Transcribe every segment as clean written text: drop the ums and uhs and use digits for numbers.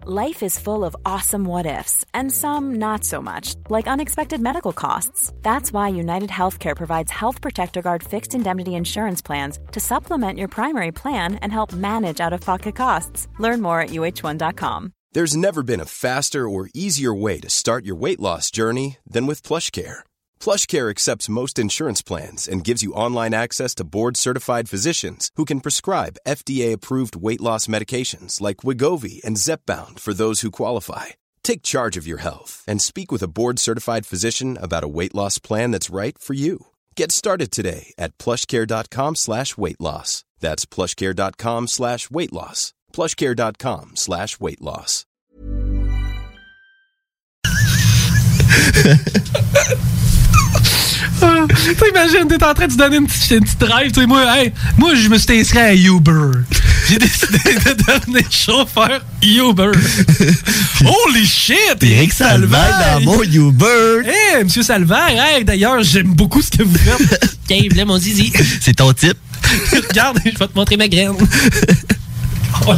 Life is full of awesome what-ifs, and some not so much, like unexpected medical costs. That's why United Healthcare provides Health Protector Guard fixed indemnity insurance plans to supplement your primary plan and help manage out-of-pocket costs. Learn more at uh1.com. There's never been a faster or easier way to start your weight loss journey than with PlushCare. PlushCare accepts most insurance plans and gives you online access to board-certified physicians who can prescribe FDA-approved weight loss medications like Wegovy and Zepbound for those who qualify. Take charge of your health and speak with a board-certified physician about a weight loss plan that's right for you. Get started today at plushcare.com/weight-loss. That's plushcare.com/weight-loss. plushcare.com/weight-loss. T'imagines, t'es en train de te donner une petite drive. Moi, je me suis inscrit à Uber. J'ai décidé de devenir chauffeur Uber. Holy shit! Éric Salvaire dans mon Uber. Hey, monsieur Salvaire, hey, d'ailleurs, j'aime beaucoup ce que vous faites. Tiens, là, mon zizi. C'est ton type. Regarde, je vais te montrer ma graine. On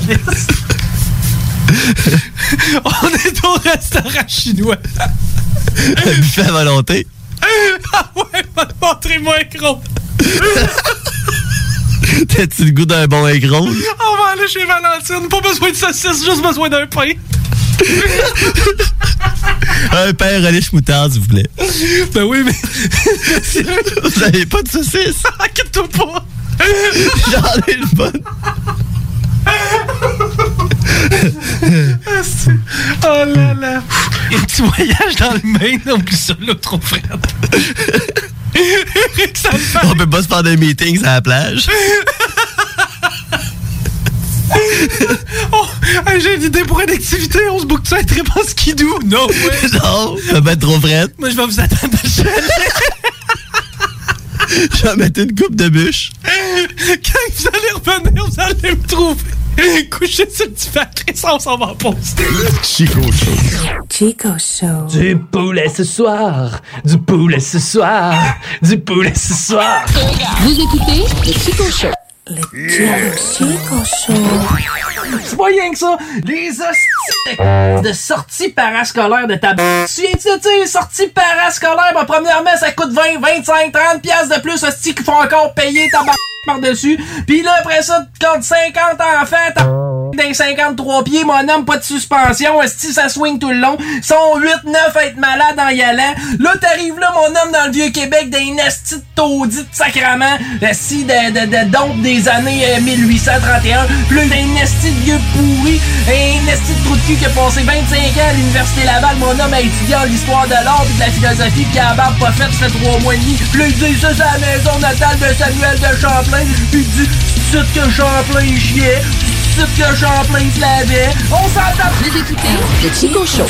est au restaurant chinois. Un buffet à volonté. Ah ouais, montrez-moi un gros. T'as-tu le goût d'un bon egg roll? On va aller chez Valentine. Pas besoin de saucisse, juste besoin d'un pain. Un pain relish moutarde, s'il vous plaît. Ben oui, mais... Vous avez pas de saucisse? Inquiète-toi pas. J'en ai une bonne. Oh là là. Un petit voyage dans le Maine, oublie ça là, trop frette. On peut pas se faire des meetings à la plage. Oh, j'ai une idée pour une activité. On se boucle ça un trip en skidoo. Non, ouais. Non, ça va être trop frette. Moi, je vais vous attendre à le chalet. Je vais mettre une coupe de bûche. Quand vous allez revenir, vous allez me trouver. Couché sur le divan, on s'en va en pause. Chico Show. Chico Show. Du poulet ce soir, du poulet ce soir, du poulet ce soir. Vous écoutez le Chico Show. Le Chico Show. C'est pas rien que ça. Les hosties de sortie parascolaire de ta b***. Tu viens-tu de dire sortie parascolaire? Ben, premièrement, ça coûte 20, 25, 30 piastres de plus, hostie, qu'il faut encore payer ta b*** par-dessus. Puis là, après ça, quand 50 enfants, t'as d'un 53 pieds, mon homme, pas de suspension, esti, ça swing tout le long. Ils sont 8-9 à être malades en y allant. Là, t'arrives là, mon homme, dans le Vieux-Québec, d'un esti de taudis de sacrament, esti de dompes des années 1831. Puis là, d'un esti de vieux pourri, un esti de trou de cul qui a passé 25 ans à l'Université Laval, mon homme, a étudié en l'histoire de l'art pis de la philosophie, pis à la barbe pas faite, ça fait 3 mois et demi. Puis là, il dit ça, c'est la maison natale de Samuel de Champlain. Puis il dit, c'est que Champlain chiait. C'est que Champlain se lavait. On s'entend. Vous écoutez le Chico Show.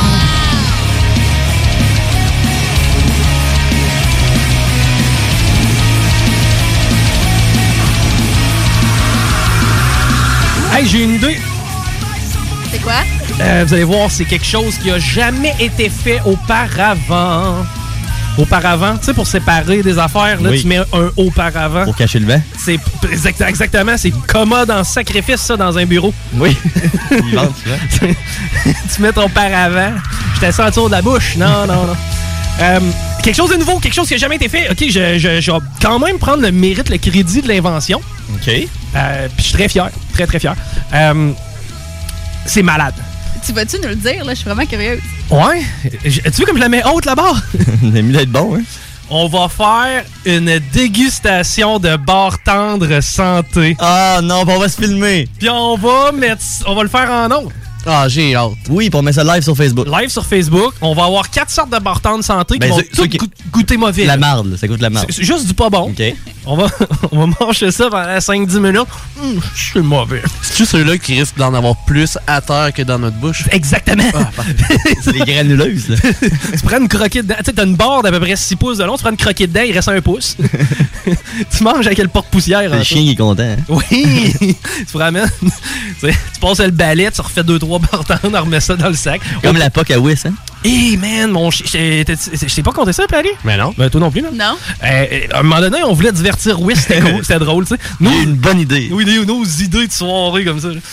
Hey, j'ai une idée. C'est quoi? Vous allez voir, c'est quelque chose qui a jamais été fait auparavant. Auparavant, tu sais, pour séparer des affaires, là, oui. Tu mets un auparavant. Pour cacher le vent. C'est exactement, c'est commode en sacrifice, ça, dans un bureau. Oui. Ils vendent, tu mets ton paravent. Je t'ai senti autour de la bouche. Non. Quelque chose de nouveau, quelque chose qui n'a jamais été fait. OK, je vais quand même prendre le mérite, le crédit de l'invention. OK. Puis je suis très fier. Très, très fier. C'est malade. Tu vas-tu nous le dire, là? Je suis vraiment curieuse. Ouais. Tu vois comme je la mets haute là-bas? On a mis d'être bon, hein? On va faire une dégustation de bar tendre santé. Ah non, on va se filmer. Puis on va le faire en ondes. Ah, j'ai hâte. Oui, puis on met ça live sur Facebook. Live sur Facebook. On va avoir 4 sortes de bar tendre santé qui vont toutes goûter mauvais. La marde, là. Ça goûte la marde. C'est juste du pas bon. OK. On va manger ça pendant 5-10 minutes. C'est mauvais. C'est juste ceux-là qui risquent d'en avoir plus à terre que dans notre bouche. Exactement. C'est des granuleuses, là. Tu prends une croquette dedans. Tu sais, t'as une barre d'à peu près 6 pouces de long. Tu prends une croquette dedans, il reste 1 pouce. Tu manges avec le porte-poussière. Le chien qui est content. Hein? Oui. Tu ramènes. Tu passes le balai, tu refais 2-3 barres tendres, on remet ça dans le sac. Comme la POC à Wiss, hein? Hey man, je t'ai pas compté ça, Paris? Mais non. Ben toi non plus, là? Non. À un moment donné, on voulait divertir Wiss, c'était cool, c'était drôle, tu sais. Une bonne idée. Oui, nos idées de soirée comme ça.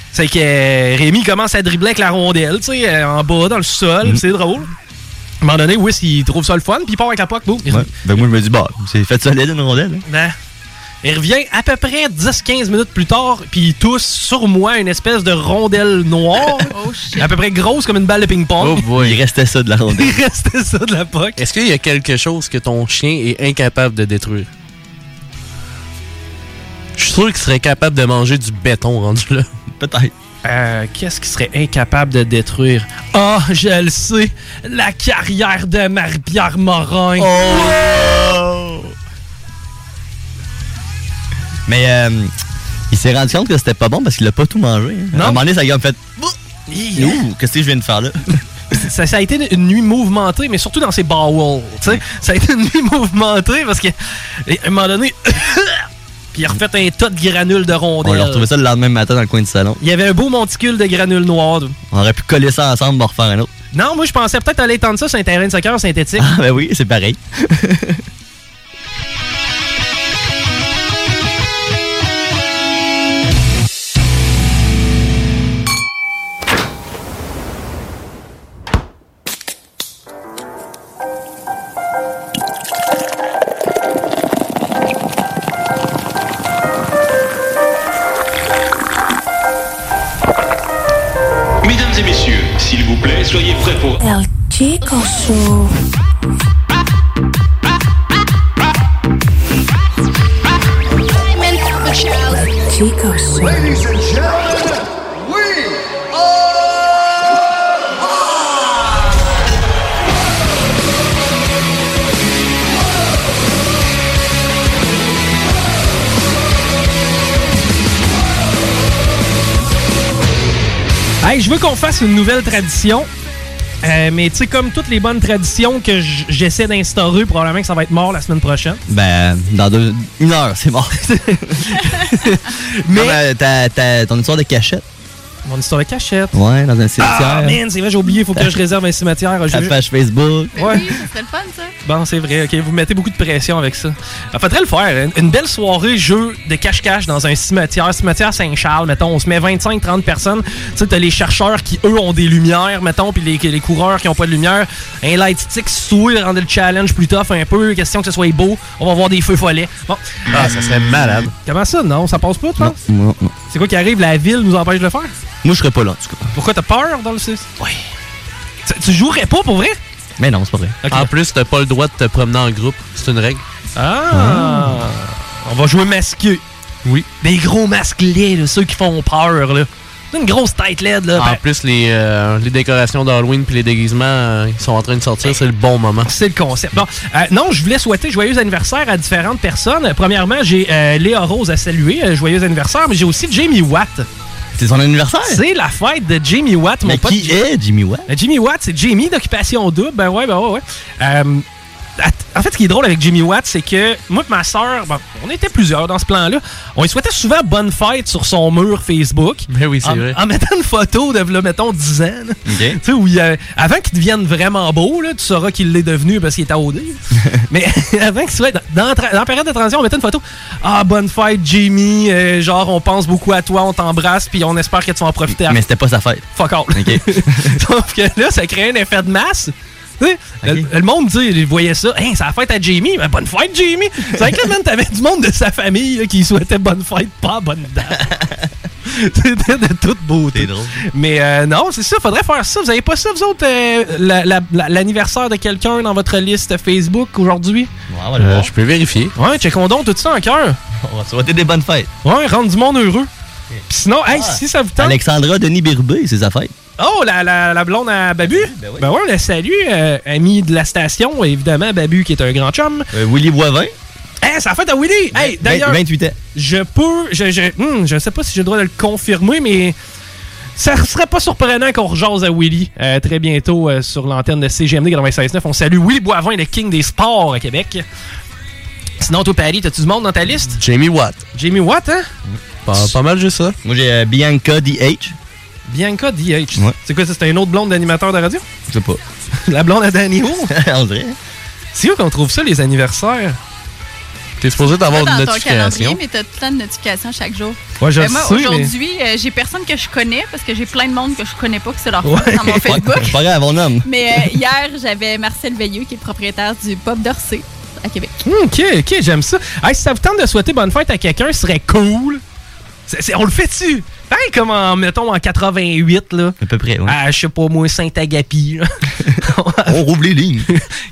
C'est que Rémi commence à dribbler avec la rondelle, tu sais, en bas, dans le sol, c'est drôle. À un moment donné, Whis, il trouve ça le fun, puis il part avec la puck, boum. Ouais. Ben moi, je me dis, bah, c'est fait solide une rondelle. Hein? Ben, il revient à peu près 10-15 minutes plus tard, puis il tousse sur moi une espèce de rondelle noire, Oh shit. à peu près grosse comme une balle de ping-pong. Oh boy. Il restait ça de la rondelle. Il restait ça de la puck. Est-ce qu'il y a quelque chose que ton chien est incapable de détruire? Je suis sûr qu'il serait capable de manger du béton rendu là. Peut-être. Qu'est-ce qu'il serait incapable de détruire? Ah, je le sais! La carrière de Marie-Pierre Morin! Oh! Mais il s'est rendu compte que c'était pas bon parce qu'il a pas tout mangé. Hein. Non. À un moment donné, ça lui a fait... Ouh, qu'est-ce que je viens de faire là? Ça a été une nuit mouvementée, mais surtout dans ses bowels. Ça a été une nuit mouvementée parce qu'à un moment donné... Puis il a refait un tas de granules de rondelles. On a retrouvé ça le lendemain matin dans le coin du salon. Il y avait un beau monticule de granules noires. On aurait pu coller ça ensemble pour refaire un autre. Non, moi je pensais peut-être aller étendre ça sur un terrain de soccer synthétique. Ah ben oui, c'est pareil. Mesdames et messieurs, s'il vous plaît, soyez prêts pour... El Chico Show. El Chico Show. Ladies and gentlemen, we Hey, je veux qu'on fasse une nouvelle tradition. Mais tu sais, comme toutes les bonnes traditions que j'essaie d'instaurer, probablement que ça va être mort la semaine prochaine. Ben, dans une heure, c'est mort. Mais ton histoire de cachette. Mon histoire de cachette. Ouais, dans un cimetière. Ah, man, c'est vrai, j'ai oublié, il faut que je réserve un cimetière. Ta page Facebook. Ouais. Oui, ça serait le fun, ça. Bon, c'est vrai, ok, vous mettez beaucoup de pression avec ça. Il faudrait le faire. Une belle soirée jeu de cache-cache dans un cimetière Saint-Charles, mettons. On se met 25-30 personnes. Tu sais, t'as les chercheurs qui, eux, ont des lumières, mettons, puis les coureurs qui ont pas de lumière. Un light stick souille, rendre le challenge plus tough un peu. Question que ce soit beau. On va voir des feux follets. Bon. Ah, ça serait malade. Comment ça? Non, ça passe pas, tu penses? Non. C'est quoi qui arrive? La ville nous empêche de le faire? Moi, je serais pas là, en tout cas. Pourquoi t'as peur dans le 6? Oui. Tu jouerais pas pour vrai? Mais non, c'est pas vrai. Okay. En plus, t'as pas le droit de te promener en groupe. C'est une règle. On va jouer masqué. Oui. Des gros masques laids, là, ceux qui font peur, là. Une grosse tête LED, là. En plus, les décorations d'Halloween puis les déguisements, ils sont en train de sortir. C'est le bon moment. C'est le concept. Bon, non, je voulais souhaiter joyeux anniversaire à différentes personnes. Premièrement, j'ai Léa Rose à saluer. Joyeux anniversaire. Mais j'ai aussi Jamie Watt. C'est son anniversaire? C'est la fête de Jamie Watt, mon Mais pote. qui est Jimmy Watt? Jimmy Watt, c'est Jamie d'Occupation Double. Ben ouais. En fait, ce qui est drôle avec Jimmy Watt, c'est que moi et ma soeur, bon, on était plusieurs dans ce plan-là. On lui souhaitait souvent bonne fête sur son mur Facebook. Ben oui, c'est vrai. En mettant une photo de, là, mettons, 10 ans. Okay. Tu sais, où avant qu'il devienne vraiment beau, là, tu sauras qu'il l'est devenu parce qu'il est à OD. Mais avant qu'il soit dans la période de transition, on mettait une photo. Ah, bonne fête, Jamie. Genre, on pense beaucoup à toi, on t'embrasse, puis on espère que tu vas en profiter. Mais c'était pas sa fête. Fuck all. OK. Sauf que là, ça crée un effet de masse. Okay. Le monde, il voyait ça. Hey, c'est la fête à Jamie. Ben, bonne fête, Jamie. C'est vrai que là, man, t'avais du monde de sa famille là, qui souhaitait bonne fête, pas bonne date. C'était de toute beauté. C'est drôle. Mais non, c'est ça, faudrait faire ça. Vous avez pas ça, vous autres, l'anniversaire de quelqu'un dans votre liste Facebook aujourd'hui? Ouais, on va le voir. Je peux vérifier. Ouais, checkons donc tout ça en cœur. On va souhaiter des bonnes fêtes. Ouais, rendre du monde heureux. Puis sinon, hey, si ça vous tente... Alexandra Denis Birubé, c'est sa fête. Oh, la blonde à Babu? Ben oui. Ben ouais, on la salue, ami de la station, évidemment, Babu qui est un grand chum. Willy Boivin. Hey, ça a fait à Willy! Hey, d'ailleurs, 28 ans. je sais pas si j'ai le droit de le confirmer, mais ça serait pas surprenant qu'on rejase à Willy très bientôt sur l'antenne de CGMD 96.9. On salue Willy Boivin, le king des sports à Québec. Sinon, toi, Paris, t'as-tu du monde dans ta liste? Jamie Watt. Jamie Watt, hein? Pas mal juste ça. Moi, j'ai Bianca DH. Bianca DH. Ouais. C'est quoi ça? C'est un autre blonde d'animateur de radio? Je sais pas. La blonde à Danny Ho? On dirait. C'est où qu'on trouve ça, les anniversaires? T'es supposé d'avoir une dans ton notification. calendrier, mais t'as plein de notifications chaque jour. Ouais, je Moi, sais, aujourd'hui, j'ai personne que je connais parce que j'ai plein de monde que je connais pas, que c'est leur Ouais. fun dans mon Facebook. C'est pas grave, on nomme. Mais hier, j'avais Marcel Veilleux, qui est le propriétaire du Pub d'Orsay à Québec. OK, j'aime ça. Hey, si ça vous tente de souhaiter bonne fête à quelqu'un, ce serait cool. On le fait-tu? Hey, comme mettons, en 88, là. À peu près, oui. Je sais pas, moi, Saint-Agapi. On rouvre les lignes.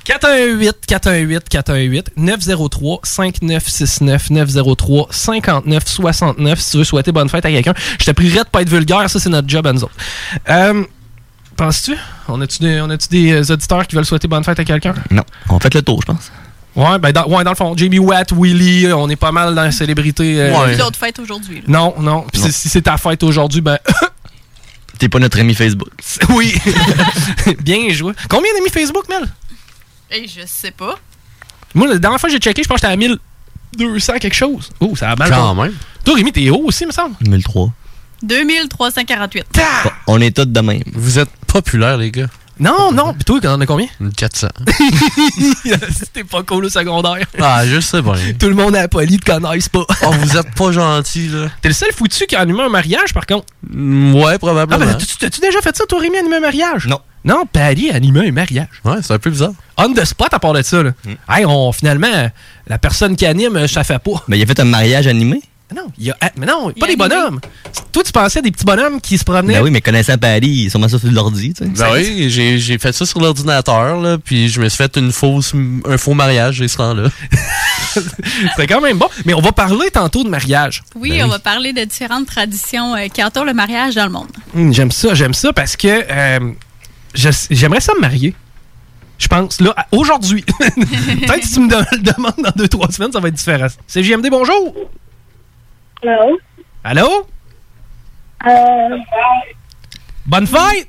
418-903-5969, 903-5969, si tu veux souhaiter bonne fête à quelqu'un. Je te prierais de pas être vulgaire, ça, c'est notre job à nous autres. Penses-tu? On a-tu des auditeurs qui veulent souhaiter bonne fête à quelqu'un? Non, on fait le tour, je pense. Ouais, ben dans le fond, Jamie Watt, Willy, on est pas mal dans la célébrité. Ouais. D'autres fêtes aujourd'hui. Non. Puis si c'est ta fête aujourd'hui, ben... T'es pas notre ami Facebook. Oui. Bien joué. Combien d'amis Facebook, Mel? Je sais pas. Moi, la dernière fois que j'ai checké, je pense que j'étais à 1200 quelque chose. Oh, ça a mal. Quand même. Toi, Rémi, t'es haut aussi, me semble? 1003. 2348. Bon, on est tous de même. Vous êtes populaires, les gars. Non. Puis toi, t'en as combien? 400. C'était pas cool au secondaire. Ah, je sais pas. Tout le monde à la poli te connaisse pas. Oh, vous êtes pas gentil, là. T'es le seul foutu qui a animé un mariage, par contre. Ouais, probablement. Ah, ben, t'as-tu déjà fait ça, toi, Rémi, animé un mariage? Non. Non, Paddy a animé un mariage. Ouais, c'est un peu bizarre. On the spot à part de ça, là. Hey, finalement, la personne qui anime, ça fait pas. Ben, il a fait un mariage animé. Non, mais non, pas des bonhommes. Toi, tu pensais à des petits bonhommes qui se promenaient. Ben oui, mais connaissant Paris, ils sont mis ça sur l'ordi, tu sais. Ben oui, j'ai fait ça sur l'ordinateur, là, puis je me suis fait un faux mariage, ce temps-là. C'était quand même bon. Mais on va parler tantôt de mariage. Oui, on va parler de différentes traditions qui entourent le mariage dans le monde. J'aime ça parce que j'aimerais ça me marier. Je pense, là, aujourd'hui. Peut-être que si tu me le demandes dans 2-3 semaines, ça va être différent. C'est JMD, bonjour! Allô? Allô? Bonne fête!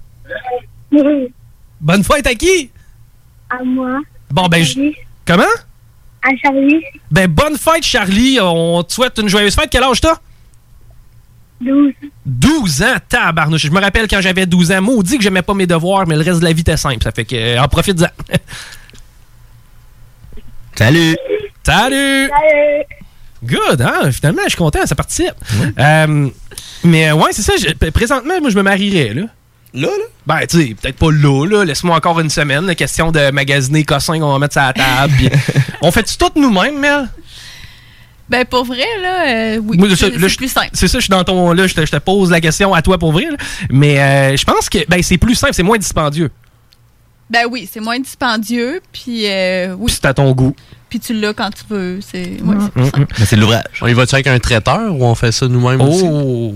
Bonne fête à qui? À moi. Bon, ben, comment? À Charlie. Ben, bonne fête, Charlie. On te souhaite une joyeuse fête. Quel âge t'as? 12. 12 ans, tabarnouche. Je me rappelle quand j'avais 12 ans, maudit que j'aimais pas mes devoirs, mais le reste de la vie était simple. Ça fait que, en profite-en. Salut! Salut! Salut! Good, hein? Finalement, je suis content, ça participe. Mais ouais, c'est ça. Présentement, moi, je me marierais, là. Là? Ben, tu sais, peut-être pas là. Laisse-moi encore une semaine. La question de magasiner cossin qu'on va mettre sur la table. On fait-tu tout nous-mêmes, Mel? Ben, pour vrai, là, oui. Moi, c'est là, plus simple. C'est ça, je suis dans ton... Là, je te pose la question à toi pour vrai. Là. Mais je pense que c'est plus simple, c'est moins dispendieux. Ben oui, c'est moins dispendieux, puis oui. Puis c'est à ton goût. Puis tu l'as quand tu veux. C'est plus simple. Mais c'est de l'ouvrage. On y va-tu avec un traiteur ou on fait ça nous-mêmes aussi?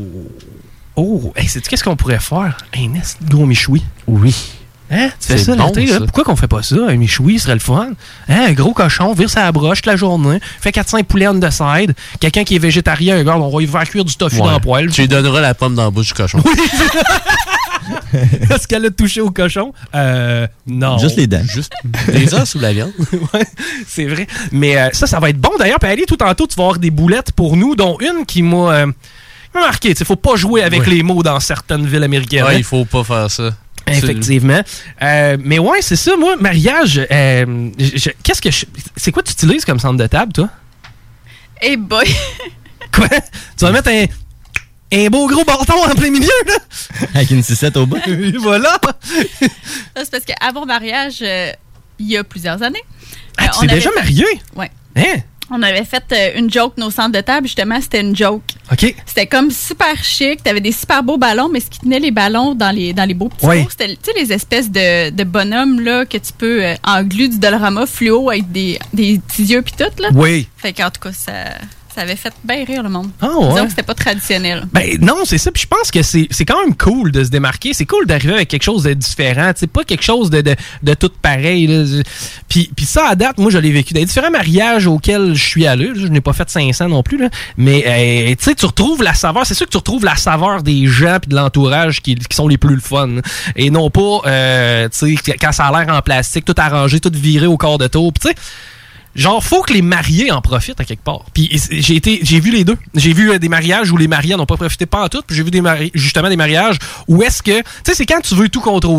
Oh! Hey, sais-tu qu'est-ce qu'on pourrait faire? Un gros méchoui. Oui. Hein? Tu fais ça bon, l'été, là? Pourquoi qu'on fait pas ça? Un méchoui serait le fun. Hein? Un gros cochon, vire sa broche toute la journée, fait 400 poulets on the side. Quelqu'un qui est végétarien, regarde, on va y faire cuire du tofu dans le poêle. Tu lui donneras la pomme dans la bouche du cochon. Oui! Est-ce qu'elle a touché au cochon? Non. Juste les dents. Juste des os ou la viande. Ouais, c'est vrai. Mais ça va être bon d'ailleurs. Puis allez, tout tantôt, tu vas avoir des boulettes pour nous, dont une qui m'a marqué. Il faut pas jouer avec les mots dans certaines villes américaines. Ouais, il faut pas faire ça. Effectivement. Mais ouais, c'est ça, moi, mariage. Qu'est-ce que c'est quoi tu utilises comme centre de table, toi? Eh boy! Quoi? Tu vas mettre un beau gros bâton en plein milieu, là? Avec une 6-7 au bas. Voilà! Ça, c'est parce qu'à mon mariage, il y a plusieurs années. Ah, tu t'es déjà marié? Ouais. Hein? On avait fait une joke, nos centres de table, justement, c'était une joke. OK. C'était comme super chic, t'avais des super beaux ballons, mais ce qui tenait les ballons dans les beaux petits pots, c'était, tu sais, les espèces de bonhommes, là, que tu peux, en glu du Dollarama fluo avec des petits yeux pis tout, là. Oui. Fait qu'en tout cas, ça avait fait bien rire le monde. Ah ouais? Disons que c'était pas traditionnel. Ben non, c'est ça. Puis je pense que c'est quand même cool de se démarquer. C'est cool d'arriver avec quelque chose de différent. C'est pas quelque chose de tout pareil. Là. Puis ça, à date, moi, je l'ai vécu. Dans les différents mariages auxquels je suis allé, je n'ai pas fait 500 non plus, là, mais tu sais, tu retrouves la saveur. C'est sûr que tu retrouves la saveur des gens puis de l'entourage qui sont les plus le fun. Et non pas, tu sais, quand ça a l'air en plastique, tout arrangé, tout viré au quart de tour. Puis tu sais, genre, faut que les mariés en profitent à quelque part. Puis j'ai vu les deux. J'ai vu des mariages où les mariés n'ont pas profité pas en tout. Puis j'ai vu justement des mariages où est-ce que... Tu sais, c'est quand tu veux tout contrôler.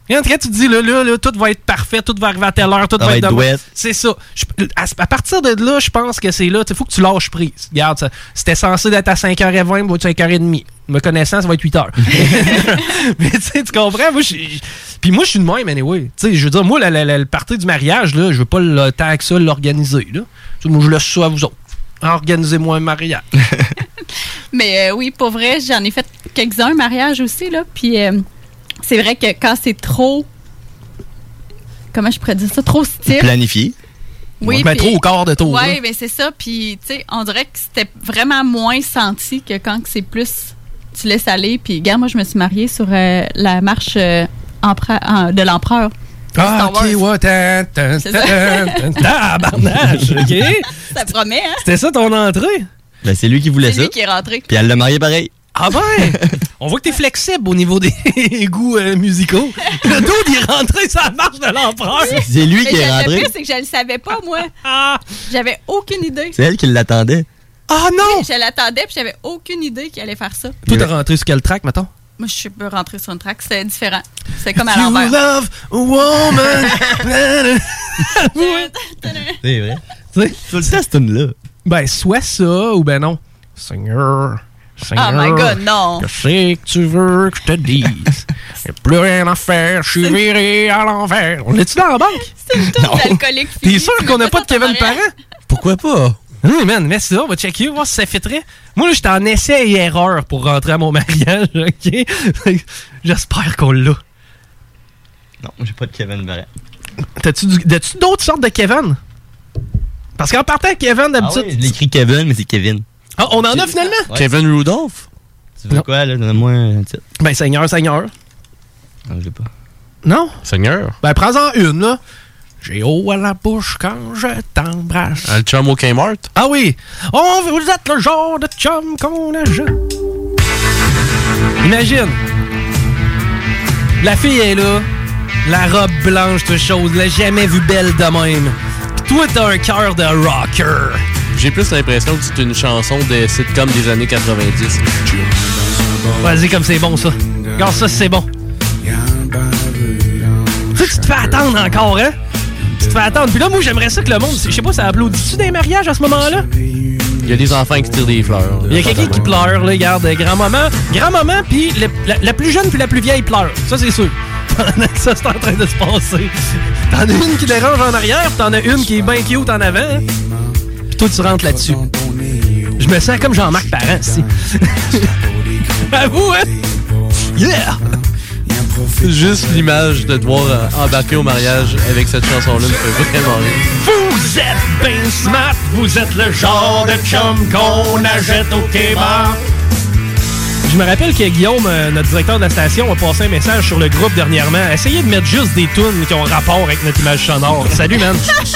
Quand tu te dis, là, tout va être parfait, tout va arriver à telle heure, tout va être douette. C'est ça. À partir de là, je pense que c'est là. Il faut que tu lâches prise. Regarde, ça, c'était censé être à 5h20, va être 5h30. Me connaissant, ça va être 8h. Mais tu comprends? Puis moi, je suis de même, anyway. Tu sais, je veux dire, moi, le party du mariage, là, je veux pas le temps que ça l'organiser. Là. Moi, je laisse ça à vous autres. Organisez-moi un mariage. Mais oui, pour vrai, j'en ai fait quelques-uns mariages aussi, là. Puis c'est vrai que quand c'est trop... Comment je pourrais dire ça? Trop stiff. Planifié. Oui, mais trop au quart de tour. Oui, mais c'est ça. Puis, tu sais, on dirait que c'était vraiment moins senti que quand c'est plus... Tu laisses aller. Puis, regarde, moi, je me suis mariée sur la marche de l'empereur. Ah, OK, ouais. Tabarnage, OK. Ça promet, hein? C'était ça ton entrée? Ben, c'est lui qui voulait ça. C'est lui qui est rentré. Puis elle l'a marié pareil. Ah ben! On voit que t'es flexible au niveau des goûts musicaux. Le dos, il est rentré sur la marche de l'empereur. C'est lui qui est rentré. Le pire, c'est que je le savais pas, moi. J'avais aucune idée. C'est elle qui l'attendait. Ah non! Oui, je l'attendais, puis j'avais aucune idée qu'il allait faire ça. Toi, t'es rentré sur quel track, mettons? Moi, je suis pas rentrée sur une track. C'était différent. C'est comme à l'envers. You love a woman. C'est vrai. Tu sais, tout le temps, cette tune-là. Ben, soit ça, ou ben non. Seigneur. Oh my God, non. Je sais que tu veux que je te dise. Y'a plus rien à faire, je suis viré à l'envers. On est-tu dans la banque? C'est une tour d'alcoolique. T'es sûr qu'on n'a pas de Kevin Parent? Pourquoi pas? Oui, man, mais ça, on va checker, voir si ça fitterait. Moi, là, j'étais en essai et erreur pour rentrer à mon mariage, OK? J'espère qu'on l'a. Non, j'ai pas de Kevin Parent. T'as-tu d'autres sortes de Kevin? Parce qu'en partant avec Kevin, d'habitude... Ah oui, je l'écris Kevin, mais c'est Kevin. Ah, on en a finalement? Ouais. Kevin Rudolph? Tu veux quoi, là? Donne-moi un titre. Ben, Seigneur. Non, je l'ai pas. Non? Seigneur? Ben, prends-en une, là. J'ai haut à la bouche quand je t'embrasse. Le chum au Kmart? Ah oui! Oh, vous êtes le genre de chum qu'on a déjà. Imagine. La fille est là. La robe blanche, toute chose. Elle l'a jamais vue belle de même. Pis toi, t'as un cœur de rocker. J'ai plus l'impression que c'est une chanson de sitcom des années 90. Vas-y, comme c'est bon, ça. Regarde ça, c'est bon. Tu sais, tu te fais attendre encore, hein? Tu te fais attendre. Puis là, moi, j'aimerais ça que le monde... Je sais pas, ça applaudit-tu des mariages à ce moment-là? Il y a des enfants qui tirent des fleurs. Il y a quelqu'un qui pleure, là, regarde. Grand-maman, puis la plus jeune puis la plus vieille pleure. Ça, c'est sûr. Pendant que ça, c'est en train de se passer. T'en as une qui dérange en arrière, puis t'en as une qui est bien cute en avant. Hein? Puis toi, tu rentres là-dessus. Je me sens comme Jean-Marc Parent, ici. Avoue, hein? Yeah! Juste l'image de devoir embarquer au mariage avec cette chanson-là me fait vraiment rire. Vous êtes bien smart, vous êtes le genre de chum qu'on achète au Kmart. Je me rappelle que Guillaume, notre directeur de la station, a passé un message sur le groupe dernièrement. Essayez de mettre juste des tunes qui ont rapport avec notre image sonore. Salut, man!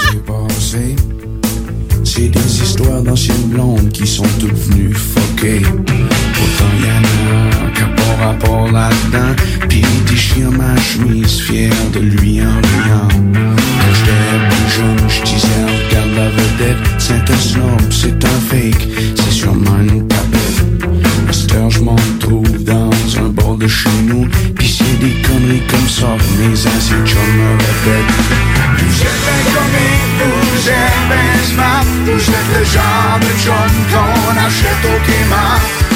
C'est des histoires d'anciennes blondes qui sont toutes venues fucker. Pourtant y'en a qu'à pas rapport là-dedans. Pis il déchire ma chemise, fier de lui en riant. Quand j'étais plus jeune, j'disais regarde la vedette. C'est un snob, c'est un fake, c'est sûrement une tapette. À cette heure j'm'en trouve dans un bord de chez nous. Pis c'est des conneries comme ça, mes anciens chums me répètent. Vous êtes bien comique, vous êtes bien smart. Vous êtes le genre de chum qu'on achète au Kmart.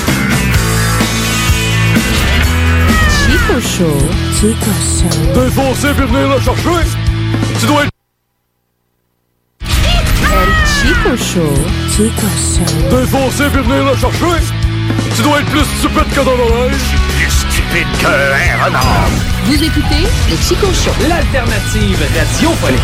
Chico Show. Chico Show. T'es forcé pour venir le chercher. Tu dois être... El Chico Show. Chico Show. T'es forcé pour venir le chercher. Tu dois être plus stupide que dans l'oreille. Plus stupide qu'un renard. Vous écoutez le Chico Show. L'alternative radiophonique.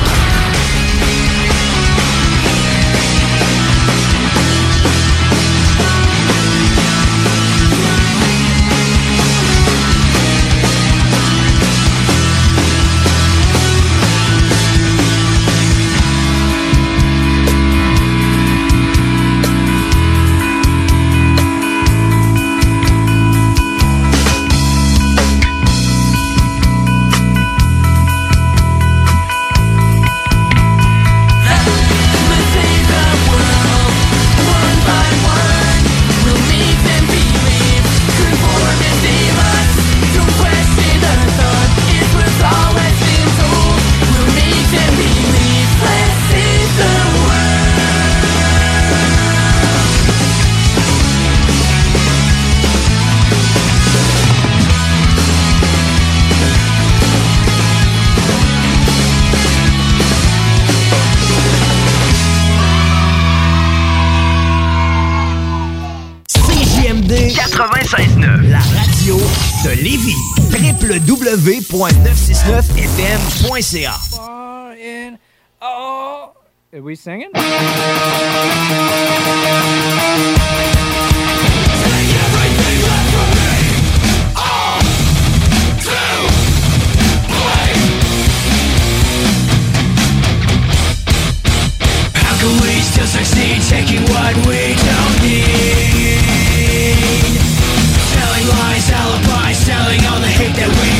de Lévis. www.969fm.ca. Are we singing? How can we still succeed taking what we don't need? Telling lies, alibis, selling all the hate that we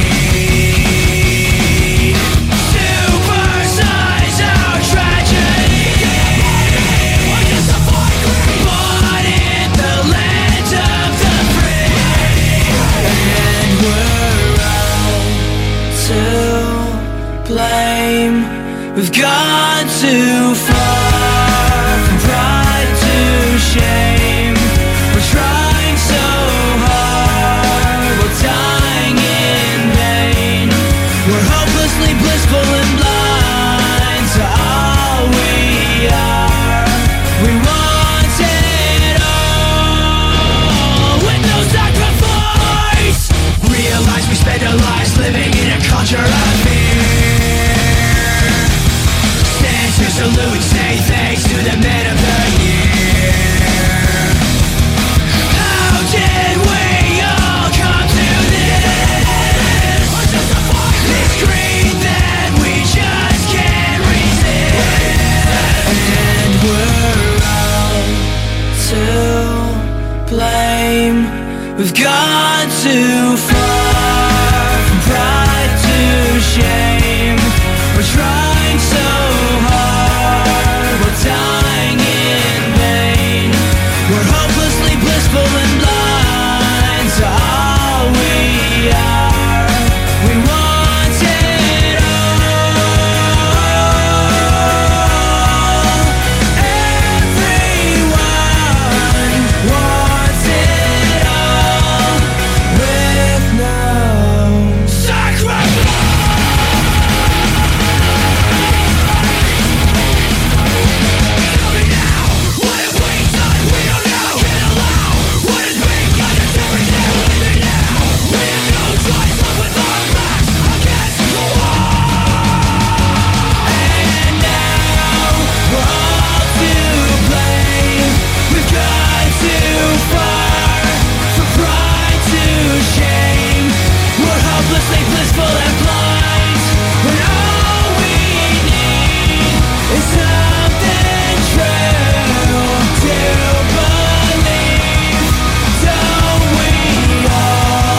breed. Supersize our tragedy. Born in the land of the free. And we're all to blame. We've gone too far from pride to shame. We're trying so hard, we're dying in vain. We're hopelessly blissful and blind to all we are. We want it all with no sacrifice. Realize we spend our lives living in a culture of fear. To salute, say thanks to the men of the year. How did we all come to this? This greed that we just can't resist. And we're all to blame. We've gone too far from pride to shame. We're trying so dying in vain. We're hopelessly blissful and blind to all we are. We want it all. Everyone wants it all with no sacrifice. Blissful and blind, when all we need is something true to believe. Don't we all?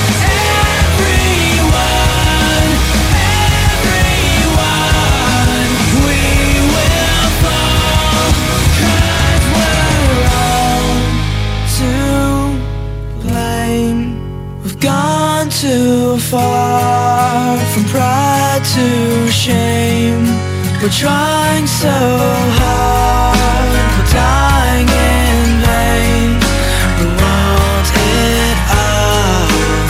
Everyone, we will fall, 'cause we're all to blame. We've gone too far from pride to shame. We're trying so hard, we're dying in vain. We want it all,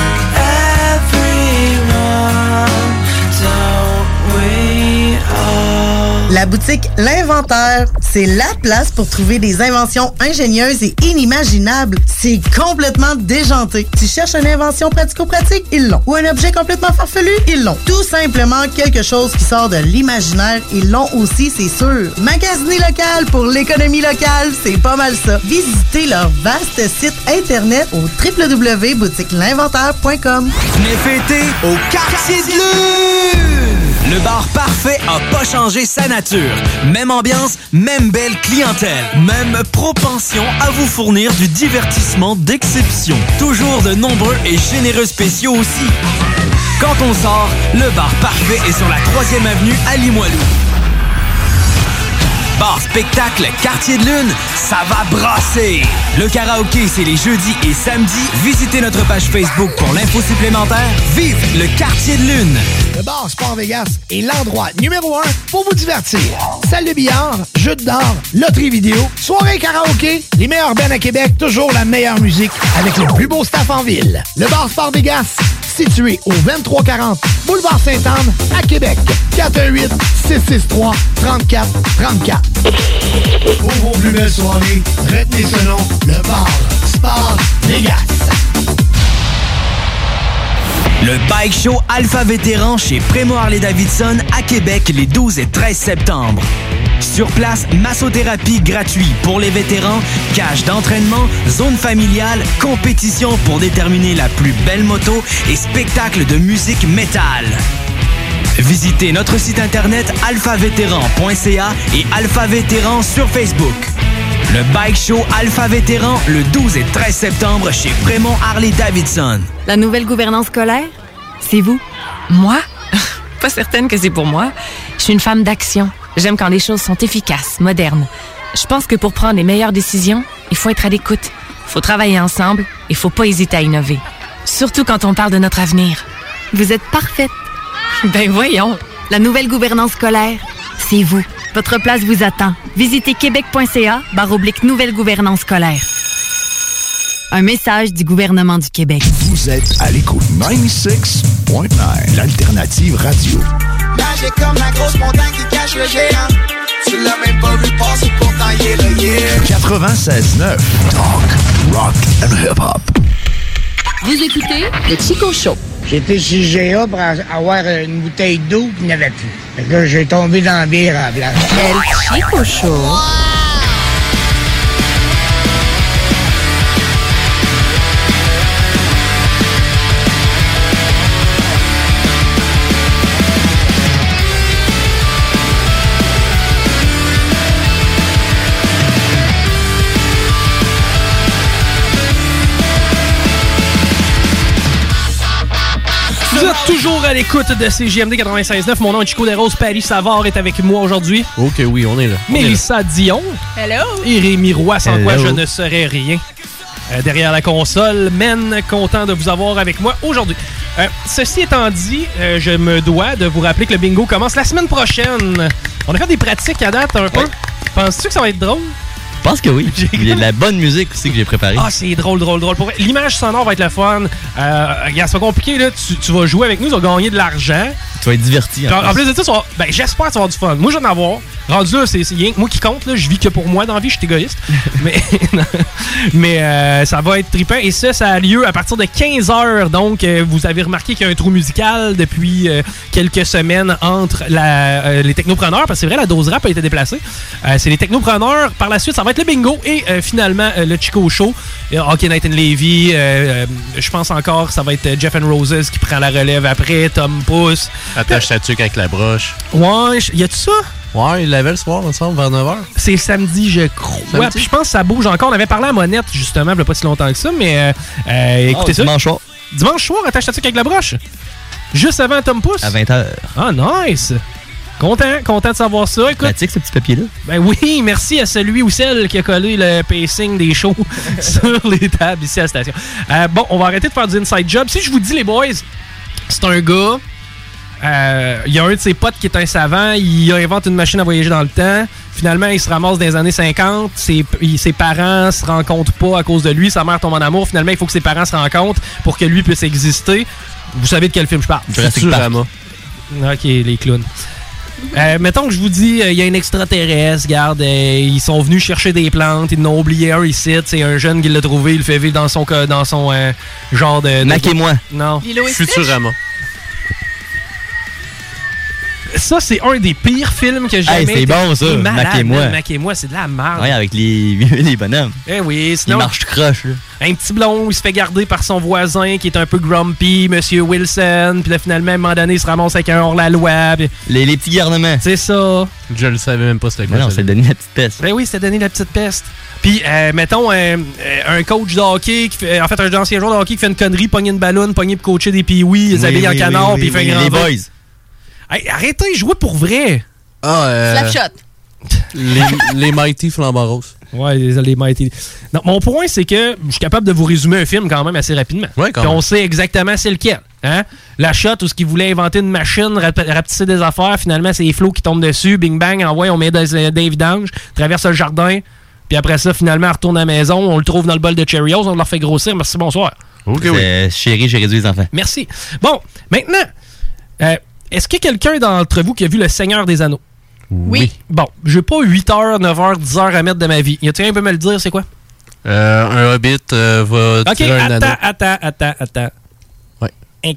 everyone, don't we all? La boutique L'Inventaire, c'est la place pour trouver des inventions ingénieuses et inimaginables. C'est complètement déjanté. Tu cherches une invention pratico-pratique? Ils l'ont. Ou un objet complètement farfelu? Ils l'ont. Tout simplement quelque chose qui sort de l'imaginaire, ils l'ont aussi, c'est sûr. Magasiner local pour l'économie locale, c'est pas mal ça. Visitez leur vaste site internet au www.boutiquelinventaire.com. Venez fêter au Quartier de Lune! Le bar parfait a pas changé sa nature. Même ambiance, même belle clientèle. Même propension à vous fournir du divertissement d'exception. Toujours de nombreux et généreux spéciaux aussi. Quand on sort, le bar parfait est sur la 3e avenue à Limoilou. Bar spectacle Quartier de Lune, ça va brasser! Le karaoké, c'est les jeudis et samedis. Visitez notre page Facebook pour l'info supplémentaire. Vive le Quartier de Lune! Le bar Sport Vegas est l'endroit numéro 1 pour vous divertir. Salle de billard, jeux d'or, loterie vidéo, soirée karaoké, les meilleurs bands à Québec, toujours la meilleure musique avec le plus beau staff en ville. Le bar Sport Vegas, situé au 2340 Boulevard Sainte-Anne à Québec. 418-663-3434. Pour vos plus belles soirées, retenez ce nom, le bar Sport Vegas. Le Bike Show Alpha Vétéran chez Prémo Harley-Davidson à Québec les 12 et 13 septembre. Sur place, massothérapie gratuite pour les vétérans, cage d'entraînement, zone familiale, compétition pour déterminer la plus belle moto et spectacle de musique métal. Visitez notre site internet alphavétéran.ca et Alpha Vétéran sur Facebook. Le Bike Show Alpha Vétéran le 12 et 13 septembre chez Prémont Harley-Davidson. La nouvelle gouvernance scolaire, c'est vous. Moi? Pas certaine que c'est pour moi. Je suis une femme d'action. J'aime quand les choses sont efficaces, modernes. Je pense que pour prendre les meilleures décisions, il faut être à l'écoute. Il faut travailler ensemble et il faut pas hésiter à innover. Surtout quand on parle de notre avenir. Vous êtes parfaite. Ben voyons. La nouvelle gouvernance scolaire, c'est vous. Votre place vous attend. Visitez québec.ca/nouvelle gouvernance scolaire. Un message du gouvernement du Québec. Vous êtes à l'écoute 96.9, l'alternative radio. Magique comme la grosse montagne qui cache le géant. Tu l'as même pas vu passer, pourtant il est là, yeah. 96.9, talk, rock and hip-hop. Vous écoutez le Chico Show. J'étais chez GA pour avoir une bouteille d'eau, puis il n'y en avait plus. Fait que là, j'ai tombé dans la bière à la place. El Chico Show. Vous êtes toujours à l'écoute de CJMD 96.9. Mon nom est Chico Desroses. Paris Savard est avec moi aujourd'hui. Ok, oui, on est là. Mélissa Dion. Hello. Et Rémi Roy, sans quoi je ne serais rien. Derrière la console, men, content de vous avoir avec moi aujourd'hui. Ceci étant dit, je me dois de vous rappeler que le bingo commence la semaine prochaine. On a fait des pratiques à date un peu. Ouais. Penses-tu que ça va être drôle? Je pense que oui. Il y a de la bonne musique aussi que j'ai préparée. Ah, c'est drôle. Pour vrai, l'image sonore va être le fun. Regarde, c'est pas compliqué, là. Tu vas jouer avec nous, tu vas gagner de l'argent. Tu vas être diverti. En plus de ça, j'espère que tu vas avoir du fun. Moi, je vais en avoir. Rendu là, c'est rien que moi qui compte. Là. Je vis que pour moi dans la vie, je suis égoïste. mais ça va être trippant. Et ça a lieu à partir de 15h. Donc, vous avez remarqué qu'il y a un trou musical depuis quelques semaines entre les technopreneurs. Parce que c'est vrai, la dose rap a été déplacée. C'est les technopreneurs. Par la suite, ça va être le bingo et finalement le Chico Show. Hockey Night in Levy. Je pense encore que ça va être Jeff and Roses qui prend la relève après. Tom Pouce. Attache ta tuque avec la broche. Ouais, y a-tu ça? Ouais, il l'avait le soir, ensemble, vers 9h. C'est samedi, je crois. Puis je pense que ça bouge encore. On avait parlé à Monette, justement, il n'y a pas si longtemps que ça, mais écoutez ça. Dimanche soir. Dimanche soir, attache ta tuque avec la broche. Juste avant Tom Pouce. À 20h. Ah, nice. Content de savoir ça. Écoute, pratique ce petit papier-là. Ben oui, merci à celui ou celle qui a collé le pacing des shows sur les tables ici à la station. Bon, on va arrêter de faire du inside job. Si je vous dis, les boys, c'est un gars... Il y a un de ses potes qui est un savant, il invente une machine à voyager dans le temps. Finalement, il se ramasse dans les années 50. Ses parents se rencontrent pas à cause de lui. Sa mère tombe en amour. Finalement, il faut que ses parents se rencontrent pour que lui puisse exister. Vous savez de quel film je parle? Futurama. Ok, les clowns. Mettons que je vous dis, il y a un extraterrestre, regarde, ils sont venus chercher des plantes, ils en ont oublié un ici, c'est un jeune qui l'a trouvé, il le fait vivre dans son genre de... Mac et moi. Non. Futurama. Ça, c'est un des pires films que j'ai jamais c'est bon, ça. Mac et moi. Mac et moi, c'est de la merde. Ouais, avec les bonhommes. Eh oui, sinon... Il marche croche, là. Un petit blond, il se fait garder par son voisin qui est un peu grumpy, Monsieur Wilson. Puis là, finalement, à un moment donné, il se ramasse avec un hors-la-loi. Puis... Les petits garnements. C'est ça. Je le savais même pas, c'était quoi. Non, c'est donné la petite peste. Ben oui, c'était donné la petite peste. Puis, mettons, un coach de hockey, un ancien joueur de hockey qui fait une connerie, pogner une ballonne, pogner pour coacher des pee-wee, il s'habille en canard, puis il fait un grand les boys. Hey, arrêtez de jouer pour vrai. Slapshot. Les Mighty Flambant Rose. Ouais, les Mighty. Non, mon point, c'est que je suis capable de vous résumer un film quand même assez rapidement. Ouais, quand même. même. On sait exactement c'est lequel. Hein? La shot où ce qu'il voulait inventer une machine, rapetisser des affaires, finalement, c'est les flots qui tombent dessus. Bing bang, envoie, on met des vidanges, traverse le jardin. Puis après ça, finalement, on retourne à la maison, on le trouve dans le bol de Cheerios, on leur fait grossir. Merci, bonsoir. Ok, oui. Chérie, j'ai réduit les enfants. Merci. Bon, maintenant, est-ce qu'il y a quelqu'un d'entre vous qui a vu Le Seigneur des Anneaux? Oui. Bon, j'ai pas 8 heures, 9 heures, 10 heures à mettre de ma vie. Y a-t-il un peu me le dire, c'est quoi? Un hobbit va tirer un anneau. Attends. Ouais. Un quoi?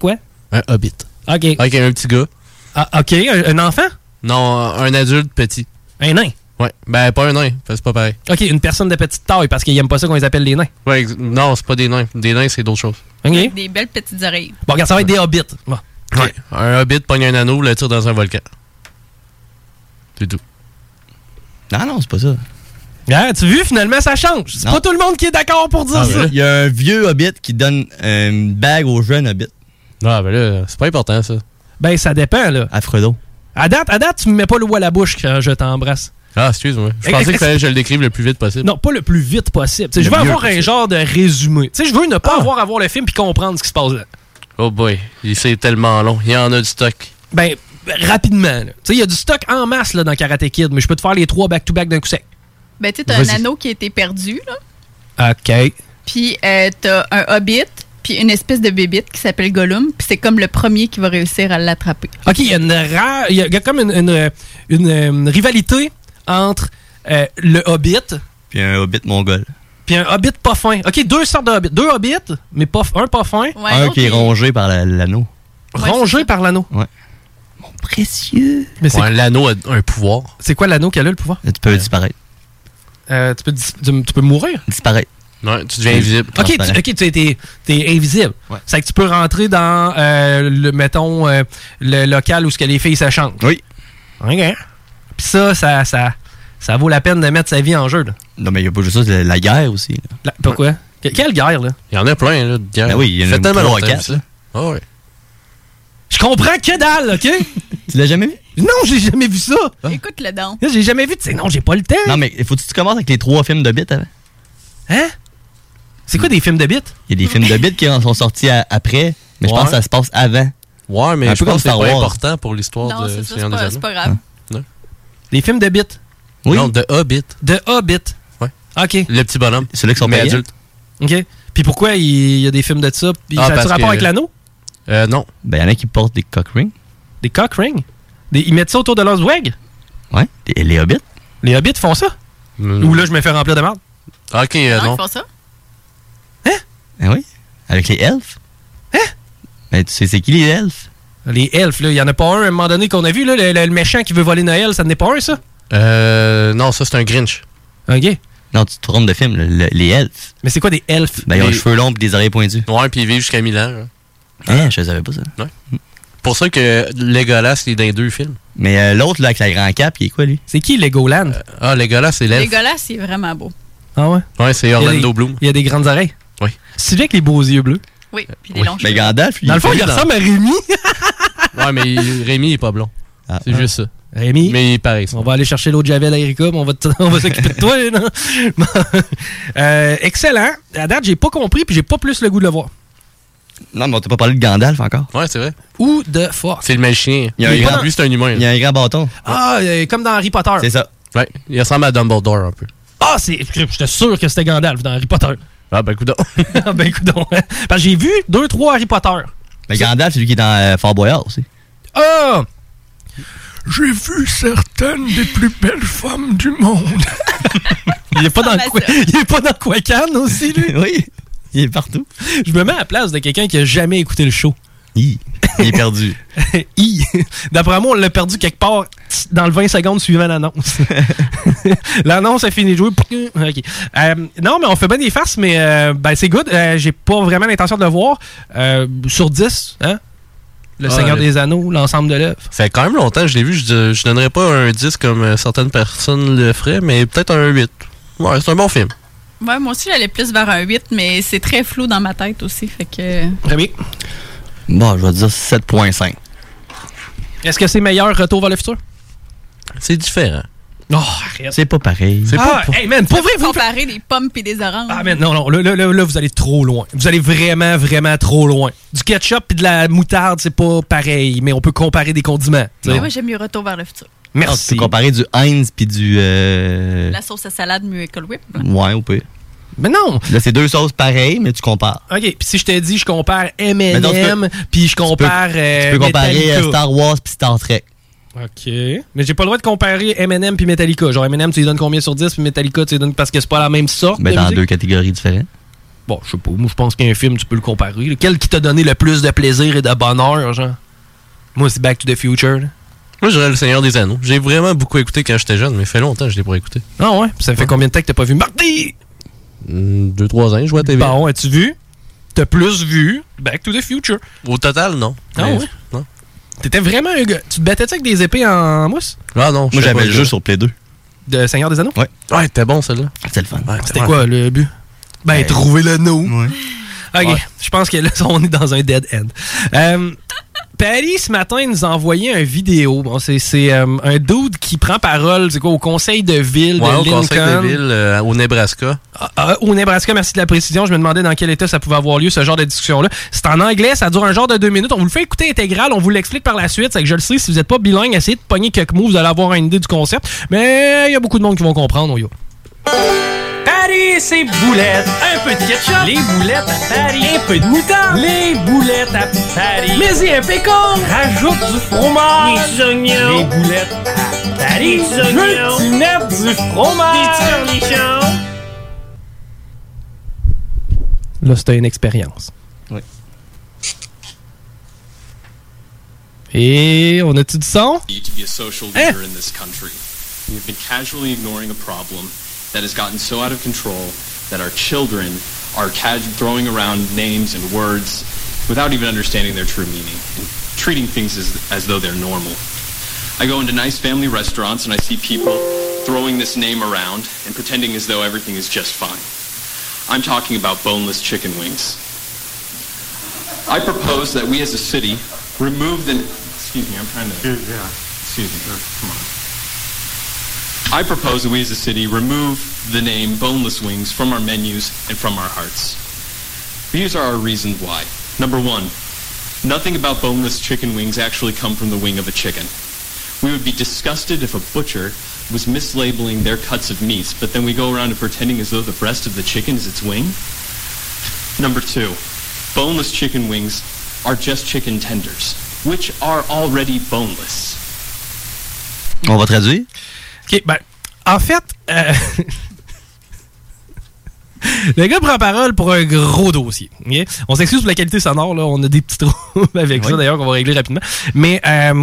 Un hobbit. OK. Avec un petit gars. Ah, OK. Un enfant? Non, un adulte petit. Un nain? Ouais. Ben, pas un nain. C'est pas pareil. OK, une personne de petite taille, parce qu'ils aiment pas ça qu'on les appelle les nains. Ouais, non, c'est pas des nains. Des nains, c'est d'autres choses. OK. Avec des belles petites oreilles. Bon, regarde, ça va être des hobbits. Bon. Ouais. Un hobbit pogne un anneau, le tire dans un volcan. C'est tout. Non, c'est pas ça. Ah, tu as vu, finalement, ça change. C'est pas tout le monde qui est d'accord pour dire ça. Il y a un vieux hobbit qui donne une bague au jeune hobbit. Ah, ben là, c'est pas important, ça. Ben, ça dépend, là. À Frodo. À date, tu me mets pas l'eau à la bouche quand je t'embrasse. Ah, excuse-moi. Je pensais qu'il fallait que je le décrive le plus vite possible. Non, pas le plus vite possible. T'sais, je veux avoir un genre de résumé. Je veux ne pas avoir à voir le film puis comprendre ce qui se passe là. Oh boy, c'est tellement long. Il y en a du stock. Ben, rapidement. Il y a du stock en masse là, dans Karate Kid, mais je peux te faire les 3 back-to-back d'un coup sec. Ben, tu sais, t'as un anneau qui a été perdu, là. OK. Puis t'as un hobbit, puis une espèce de bébite qui s'appelle Gollum, puis c'est comme le premier qui va réussir à l'attraper. OK, il y a comme une rivalité entre le hobbit... Puis un hobbit mongol. Puis un hobbit pas fin. OK, 2 sortes de hobbits. 2 hobbits, mais un pas fin. Ouais, un qui est rongé par l'anneau. Rongé par l'anneau? Ouais. Mon précieux. Mais c'est l'anneau a un pouvoir. C'est quoi l'anneau qui a là, le pouvoir? Tu peux disparaître. Tu peux mourir? Disparaître. Ouais, tu deviens invisible. OK, t'es invisible. Ouais. C'est que tu peux rentrer dans, le local où les filles s'échangent. Oui. OK. Puis ça vaut la peine de mettre sa vie en jeu, là. Non, mais il y a pas juste ça, la guerre aussi. Pourquoi? Quelle guerre, là? Il y en a plein, là, de guerres. Ben oui, il y en a 3-4, là. Ah ouais. Je comprends que dalle, OK? Tu l'as jamais vu? Non, j'ai jamais vu ça. Écoute-le donc. J'ai jamais vu. Non, j'ai pas le temps. Non, mais faut que tu commences avec les 3 films de Hobbit avant. Hein? C'est quoi des films de Hobbit? Il y a des films de Hobbit qui en sont sortis après, mais je pense que ça se passe avant. Ouais, mais un je peu pense comme que c'est Star pas Wars. important pour l'histoire Non, de c'est ça, Seigneur des Anneaux. c'est pas grave. Non. Des films de Hobbit? Oui. Non, de Hobbit. De Hobbit? Ouais. OK. Le petit bonhomme. Ceux-là qui sont mais payants. adultes. OK. Puis pourquoi il y a des films de ça? Ça a-tu rapport avec l'anneau? Non. Ben, il y en a qui portent des cock rings. Des cock rings? Ils mettent ça autour de l'Osweg? Ouais. Les Hobbits. Les Hobbits font ça? Ou là, je me fais remplir de merde? OK, non. Ils font ça? Hein? Ben oui. Avec les elfes. Hein? Ben, tu sais, c'est qui les elfes? Les elfes, là. Il y en a pas un à un moment donné qu'on a vu, là. Le méchant qui veut voler Noël, ça n'est pas un, ça? Non, ça, c'est un Grinch. OK. Non, tu te trompes de film, là. Les elfes. Mais c'est quoi des elfes? Ben, ils ont les cheveux longs et des oreilles pointues. Ouais, puis ils vivent jusqu'à 1000 ans. Là. Hein, je savais pas ça. Ouais. Pour ça que Legolas, il est dans les 2 films. Mais l'autre, là, avec la grande cape, il est quoi, lui? C'est qui, Legoland? Legolas, c'est l'elfe. Legolas, il est vraiment beau. Ah ouais? Ouais, c'est Orlando Bloom. Il y a des grandes oreilles? Oui. C'est lui avec les beaux yeux bleus? Oui, puis des longs cheveux. Mais Gandalf, lui, dans le fond, il ressemble à Rémi. Ouais, mais Rémi, il est pas blond. C'est juste ça. Rémi, mais il est pareil. On va aller chercher l'autre Javel à Erika, on va s'occuper de toi. Non? Excellent. À date, j'ai pas compris puis j'ai pas plus le goût de le voir. Non, mais on t'a pas parlé de Gandalf encore. Ouais, c'est vrai. Ou de force. C'est le magicien. Lui, c'est un humain. Il y a un grand bâton. Ah, comme dans Harry Potter. C'est ça. Ouais, il ressemble à Dumbledore un peu. Ah, j'étais sûr que c'était Gandalf dans Harry Potter. Ah, ben, coudonc. Ah, ben, coudonc. Parce que j'ai vu 2-3 Harry Potter. Mais Gandalf, c'est lui qui est dans Fort Boyard aussi. Ah! J'ai vu certaines des plus belles femmes du monde. Il est pas dans Quacan aussi, lui? Oui. Il est partout. Je me mets à la place de quelqu'un qui a jamais écouté le show. Il est perdu. D'après moi, on l'a perdu quelque part dans le 20 secondes suivant l'annonce. L'annonce a fini de jouer. Okay. Non, mais on fait bien des farces, mais c'est good. J'ai pas vraiment l'intention de le voir. Sur 10, hein? Le Seigneur des Anneaux, l'ensemble de l'œuvre. Ça fait quand même longtemps que je l'ai vu. Je donnerais pas un 10 comme certaines personnes le feraient, mais peut-être un 8. Ouais, c'est un bon film. Ouais, moi aussi, j'allais plus vers un 8, mais c'est très flou dans ma tête aussi, fait que... Très bien. Bon, je vais dire 7.5. Est-ce que c'est meilleur Retour vers le futur? C'est différent. Oh, arrête. C'est pas pareil. Hey man, pour vrai, vous comparer des pommes et des oranges. Ah man, non, là, vous allez trop loin. Vous allez vraiment, vraiment trop loin. Du ketchup et de la moutarde, c'est pas pareil, mais on peut comparer des condiments. Moi, j'aime mieux Retour vers le futur. Merci. Tu peux comparer du Heinz puis du... La sauce à salade Miracle Whip. Ouais, on peut. Mais non! Là, c'est 2 sauces pareilles, mais tu compares. OK, puis si je te dis, je compare M&M, puis je compare... Tu peux comparer Star Wars puis Star Trek. OK. Mais j'ai pas le droit de comparer M&M puis Metallica. Genre, M&M, tu lui donnes combien sur 10, puis Metallica, tu lui donnes parce que c'est pas la même sorte. Ben, dans 2 catégories différentes. Bon, je sais pas. Moi, je pense qu'un film, tu peux le comparer. Quel qui t'a donné le plus de plaisir et de bonheur, genre? Moi, c'est Back to the Future. Là. Moi, j'aurais Le Seigneur des Anneaux. J'ai vraiment beaucoup écouté quand j'étais jeune, mais ça fait longtemps que je l'ai pas écouté. Ah ouais? Ça fait combien de temps que t'as pas vu Marty? 2-3 ans, je vois à TV. Bon, as-tu vu? T'as plus vu Back to the Future. Au total, non. Ah ouais? Non. T'étais vraiment un gars. Tu te battais-tu avec des épées en mousse? Ah non. Moi, j'avais le jeu sur Play 2. De Seigneur des Anneaux? Ouais. Ouais, c'était bon, celle-là. C'était le fun. Ouais, C'était quoi, le but? Trouver l'anneau. Ouais. OK, je pense que là, on est dans un dead end. Patty, ce matin, nous a envoyé une vidéo. Bon, c'est un dude qui prend parole, c'est quoi, au conseil de ville de Lincoln. Au conseil de ville au Nebraska. Au Nebraska, merci de la précision. Je me demandais dans quel état ça pouvait avoir lieu, ce genre de discussion-là. C'est en anglais, ça dure un genre de 2 minutes. On vous le fait écouter intégral, on vous l'explique par la suite. C'est que je le sais, si vous n'êtes pas bilingue, essayez de pogner quelques mots, vous allez avoir une idée du concept. Mais il y a beaucoup de monde qui vont comprendre. Oh, yo. Patty, c'est boulettes. Un peu de ketchup. Les boulettes à Patty. Un peu de moutarde. Les boulettes à Patty. Mais-y un pécan. Rajoute du fromage. Des oignons. Les boulettes à Patty. Des oignons. Tu mets du fromage. Des cornichons. Là, c'était une expérience. Oui. Et on a-tu du son? To be a social leader in this country. We've been casually ignoring a problem that has gotten so out of control that our children are throwing around names and words without even understanding their true meaning and treating things as though they're normal. I go into nice family restaurants and I see people throwing this name around and pretending as though everything is just fine. I'm talking about boneless chicken wings. I propose that we as a city remove the... Excuse me, I'm trying to... Yeah. Excuse me. Come on. I propose that we as a city remove the name Boneless Wings from our menus and from our hearts. These are our reasons why. Number one, nothing about boneless chicken wings actually come from the wing of a chicken. We would be disgusted if a butcher was mislabeling their cuts of meat, but then we go around and pretending as though the breast of the chicken is its wing. Number two, boneless chicken wings are just chicken tenders, which are already boneless. On va traduire? OK, ben, en fait, le gars prend parole pour un gros dossier. Okay? On s'excuse pour la qualité sonore, là. On a des petits troubles avec ça, d'ailleurs, qu'on va régler rapidement. Mais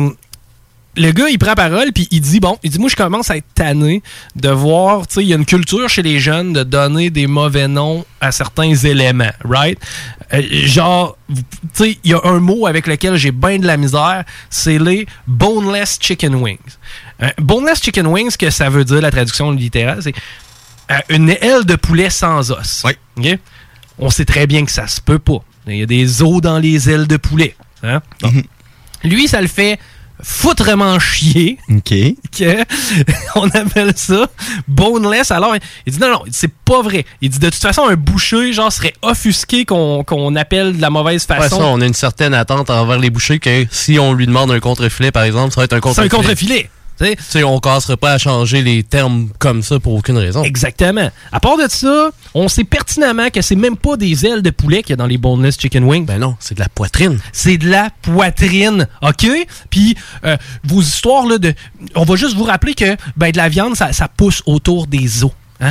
le gars, il prend parole, puis il dit, moi, je commence à être tanné de voir, tu sais, il y a une culture chez les jeunes de donner des mauvais noms à certains éléments, right? Genre, tu sais, il y a un mot avec lequel j'ai bien de la misère, c'est les boneless chicken wings. Boneless chicken wings, ce que ça veut dire, la traduction littérale, c'est une aile de poulet sans os. Oui. Okay? On sait très bien que ça se peut pas. Il y a des os dans les ailes de poulet. Hein? Mm-hmm. Lui, ça le fait foutrement chier. OK. On appelle ça boneless. Alors, il dit non, c'est pas vrai. Il dit de toute façon, un boucher, genre, serait offusqué qu'on appelle de la mauvaise façon. Ouais, ça, on a une certaine attente envers les bouchers que si on lui demande un contre-filet, par exemple, ça va être un contre-filet. C'est un contre-filet. T'sais, on ne casserait pas à changer les termes comme ça pour aucune raison. Exactement. À part de ça, on sait pertinemment que c'est même pas des ailes de poulet qu'il y a dans les boneless chicken wings. Ben non, c'est de la poitrine. C'est de la poitrine, OK? Puis, vos histoires, là, on va juste vous rappeler que de la viande, ça pousse autour des os. Hein?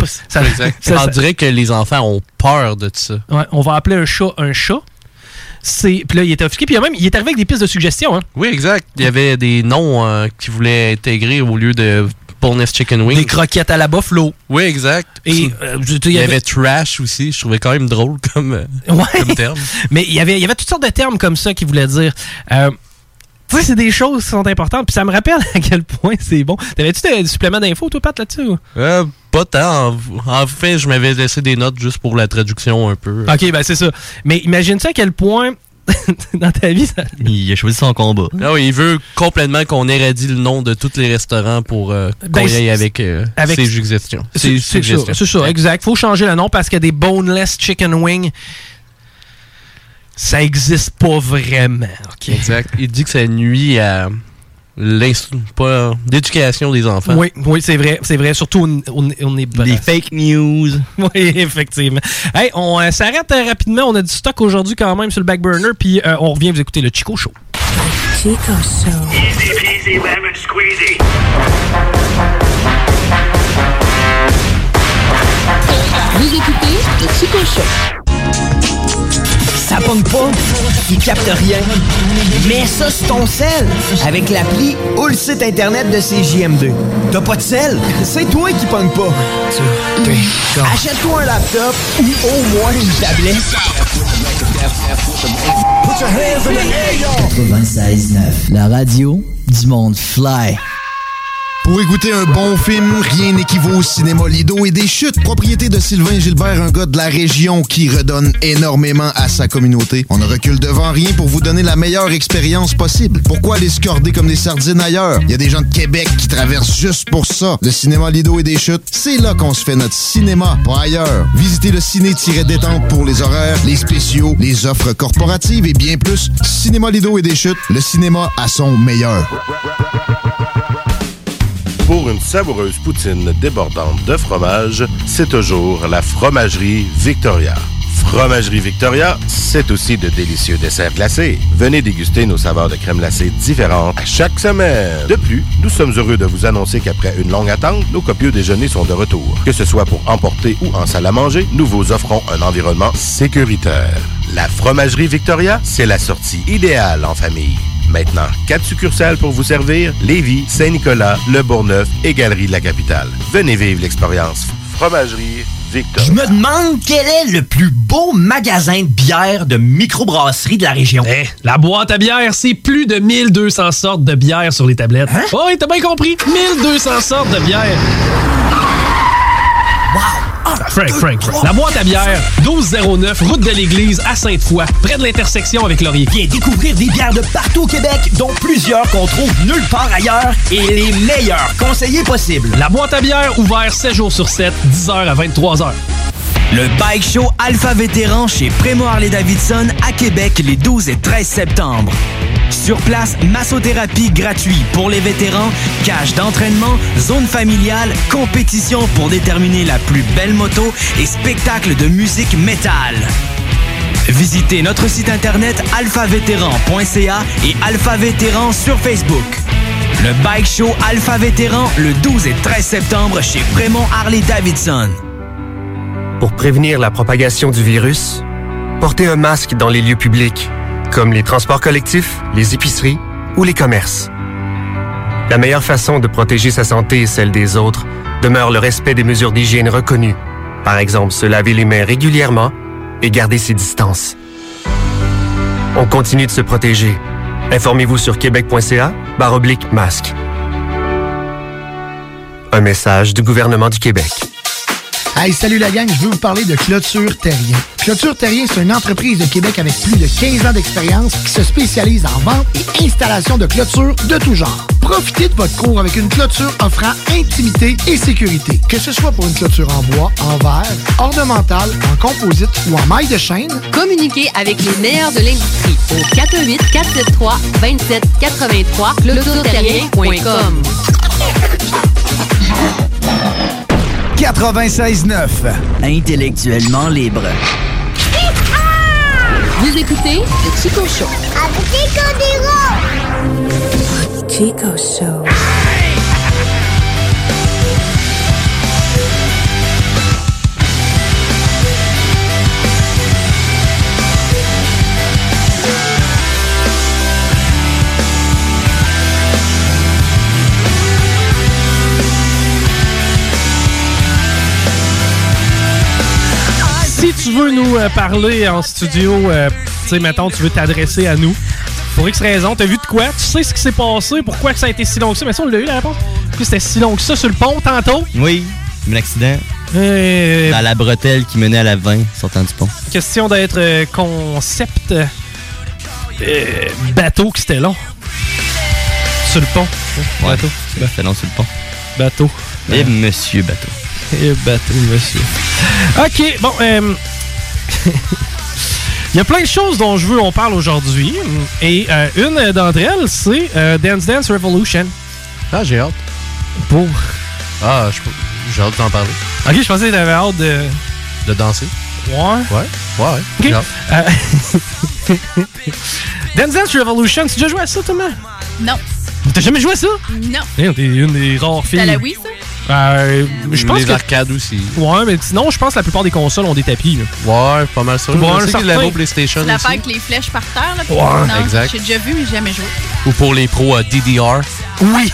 On dirait que les enfants ont peur de ça. Ouais, on va appeler un chat. Puis là, il était offusqué. Puis même, il est arrivé avec des pistes de suggestions. Hein? Oui, exact. Il y avait des noms qui voulaient intégrer au lieu de boneless chicken wings. Des croquettes à la buffalo. Oui, exact. Et il y avait trash aussi. Je trouvais quand même drôle comme terme. Mais il y avait toutes sortes de termes comme ça qu'il voulait dire. Tu sais, c'est des choses qui sont importantes. Puis ça me rappelle à quel point c'est bon. T'avais-tu des suppléments d'infos, toi, Pat, là-dessus? Pas tant. En fait, je m'avais laissé des notes juste pour la traduction un peu. OK, ben c'est ça. Mais imagine-tu à quel point, dans ta vie, ça... Il a choisi son combat. Ah oui, il veut complètement qu'on éradique le nom de tous les restaurants pour qu'on y aille avec ses suggestions. C'est ça, exact. Faut changer le nom parce que des boneless chicken wings, ça existe pas vraiment. Okay. Exact. Il dit que ça nuit à l'éducation des enfants. Oui, c'est vrai. Surtout, on est des fake news. Oui, effectivement. Hey, on s'arrête rapidement. On a du stock aujourd'hui quand même sur le back burner. Puis on revient vous écouter le Chico Show. Chico Show. Easy peasy lemon squeezy. Vous écoutez le Chico Show. Ça pogne pas, il capte rien. Mets ça sur ton sel avec l'appli ou le site internet de CJM2. T'as pas de sel? C'est toi qui pogne pas. Achète-toi un laptop ou au moins une tablette. 96.9, la radio du monde fly. Pour écouter un bon film, rien n'équivaut au cinéma Lido et des chutes. Propriété de Sylvain Gilbert, un gars de la région qui redonne énormément à sa communauté. On ne recule devant rien pour vous donner la meilleure expérience possible. Pourquoi aller se corder comme des sardines ailleurs? Il y a des gens de Québec qui traversent juste pour ça. Le cinéma Lido et des chutes, c'est là qu'on se fait notre cinéma, pas ailleurs. Visitez le ciné-détente pour les horaires, les spéciaux, les offres corporatives et bien plus. Cinéma Lido et des chutes, le cinéma à son meilleur. Pour une savoureuse poutine débordante de fromage, c'est toujours la Fromagerie Victoria. Fromagerie Victoria, c'est aussi de délicieux desserts glacés. Venez déguster nos saveurs de crème glacée différentes à chaque semaine. De plus, nous sommes heureux de vous annoncer qu'après une longue attente, nos copieux déjeuners sont de retour. Que ce soit pour emporter ou en salle à manger, nous vous offrons un environnement sécuritaire. La Fromagerie Victoria, c'est la sortie idéale en famille. Maintenant, 4 succursales pour vous servir, Lévis, Saint-Nicolas, Le Bourgneuf et Galerie de la Capitale. Venez vivre l'expérience Fromagerie Victoria. Je me demande quel est le plus beau magasin de bière de microbrasserie de la région. La boîte à bière, c'est plus de 1200 sortes de bière sur les tablettes. Hein? Oh, oui, t'as bien compris. 1200 sortes de bière. Wow! Frank. La boîte à bière, 1209, route de l'église à Sainte-Foy, près de l'intersection avec Laurier. Viens découvrir des bières de partout au Québec, dont plusieurs qu'on trouve nulle part ailleurs et les meilleurs conseillers possibles. La boîte à bière, ouvert 7 jours sur 7, 10h à 23h. Le Bike Show Alpha Vétéran chez Prémo Harley-Davidson à Québec les 12 et 13 septembre. Sur place, massothérapie gratuite pour les vétérans, cage d'entraînement, zone familiale, compétition pour déterminer la plus belle moto et spectacle de musique métal. Visitez notre site internet alphavétéran.ca et Alpha Vétéran sur Facebook. Le Bike Show Alpha Vétéran le 12 et 13 septembre chez Prémont Harley-Davidson. Pour prévenir la propagation du virus, portez un masque dans les lieux publics, comme les transports collectifs, les épiceries ou les commerces. La meilleure façon de protéger sa santé et celle des autres demeure le respect des mesures d'hygiène reconnues. Par exemple, se laver les mains régulièrement et garder ses distances. On continue de se protéger. Informez-vous sur québec.ca/masque. Un message du gouvernement du Québec. Hey, salut la gang, je veux vous parler de Clôture Terrien. Clôture Terrien, c'est une entreprise de Québec avec plus de 15 ans d'expérience qui se spécialise en vente et installation de clôtures de tout genre. Profitez de votre cour avec une clôture offrant intimité et sécurité. Que ce soit pour une clôture en bois, en verre, ornementale, en composite ou en maille de chaîne, communiquez avec les meilleurs de l'industrie au 418-473-2783 clôtureterrien.com. 96.9, intellectuellement libre. Vous écoutez le Chico Show. Avec Chico Diro. Chico Show. Si tu veux nous parler en studio, tu sais, mettons, tu veux t'adresser à nous, pour X raison, t'as vu de quoi? Tu sais ce qui s'est passé? Pourquoi que ça a été si long que ça? Mais ça, on l'a eu, la réponse. Pourquoi c'était si long que ça sur le pont, tantôt? Oui, un accident. Dans la bretelle qui menait à la 20, sortant du pont. Question d'être concept bateau que c'était long. Sur le pont. Ouais, bateau. C'était long sur le pont. Bateau. Et monsieur bateau. Et bateau, monsieur. OK, bon, il y a plein de choses dont je veux qu'on parle aujourd'hui. Et une d'entre elles, c'est Dance Dance Revolution. Ah, j'ai hâte. Pour? Ah, j'ai hâte d'en parler. OK, je pensais que t'avais hâte de... De danser? Ouais. OK. Dance Dance Revolution, tu as déjà joué à ça, Thomas? Non. T'as jamais joué à ça? Non. T'es une des rares filles. T'as la Wii, ça? Je pense les que... arcades aussi. Ouais, mais sinon, je pense que la plupart des consoles ont des tapis. Là. Ouais, pas mal ça. Je sais que la PlayStation Tu l'as aussi. fait avec les flèches par terre, là? Ouais, non, exact. J'ai déjà vu, mais jamais joué. Ou pour les pros DDR. Oui!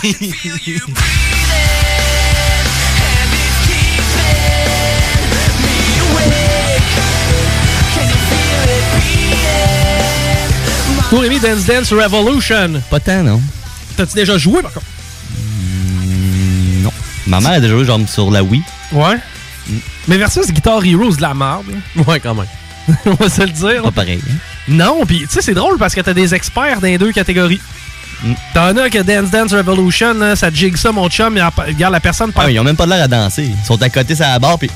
Pour Rémi, Dance Dance Revolution. Pas tant, non. T'as-tu déjà joué, par contre? Non. Ma mère a déjà joué genre sur la Wii. Ouais. Mais versus Guitar Hero, c'est de la merde. Ouais, quand même. On va se le dire. Pas pareil. Hein? Non, pis tu sais, c'est drôle parce que t'as des experts dans les deux catégories. T'en as que Dance Dance Revolution, là, ça jig ça, mon chum, regarde la personne... Ah, ils ont même pas l'air à danser. Ils sont à côté sur la barre, pis...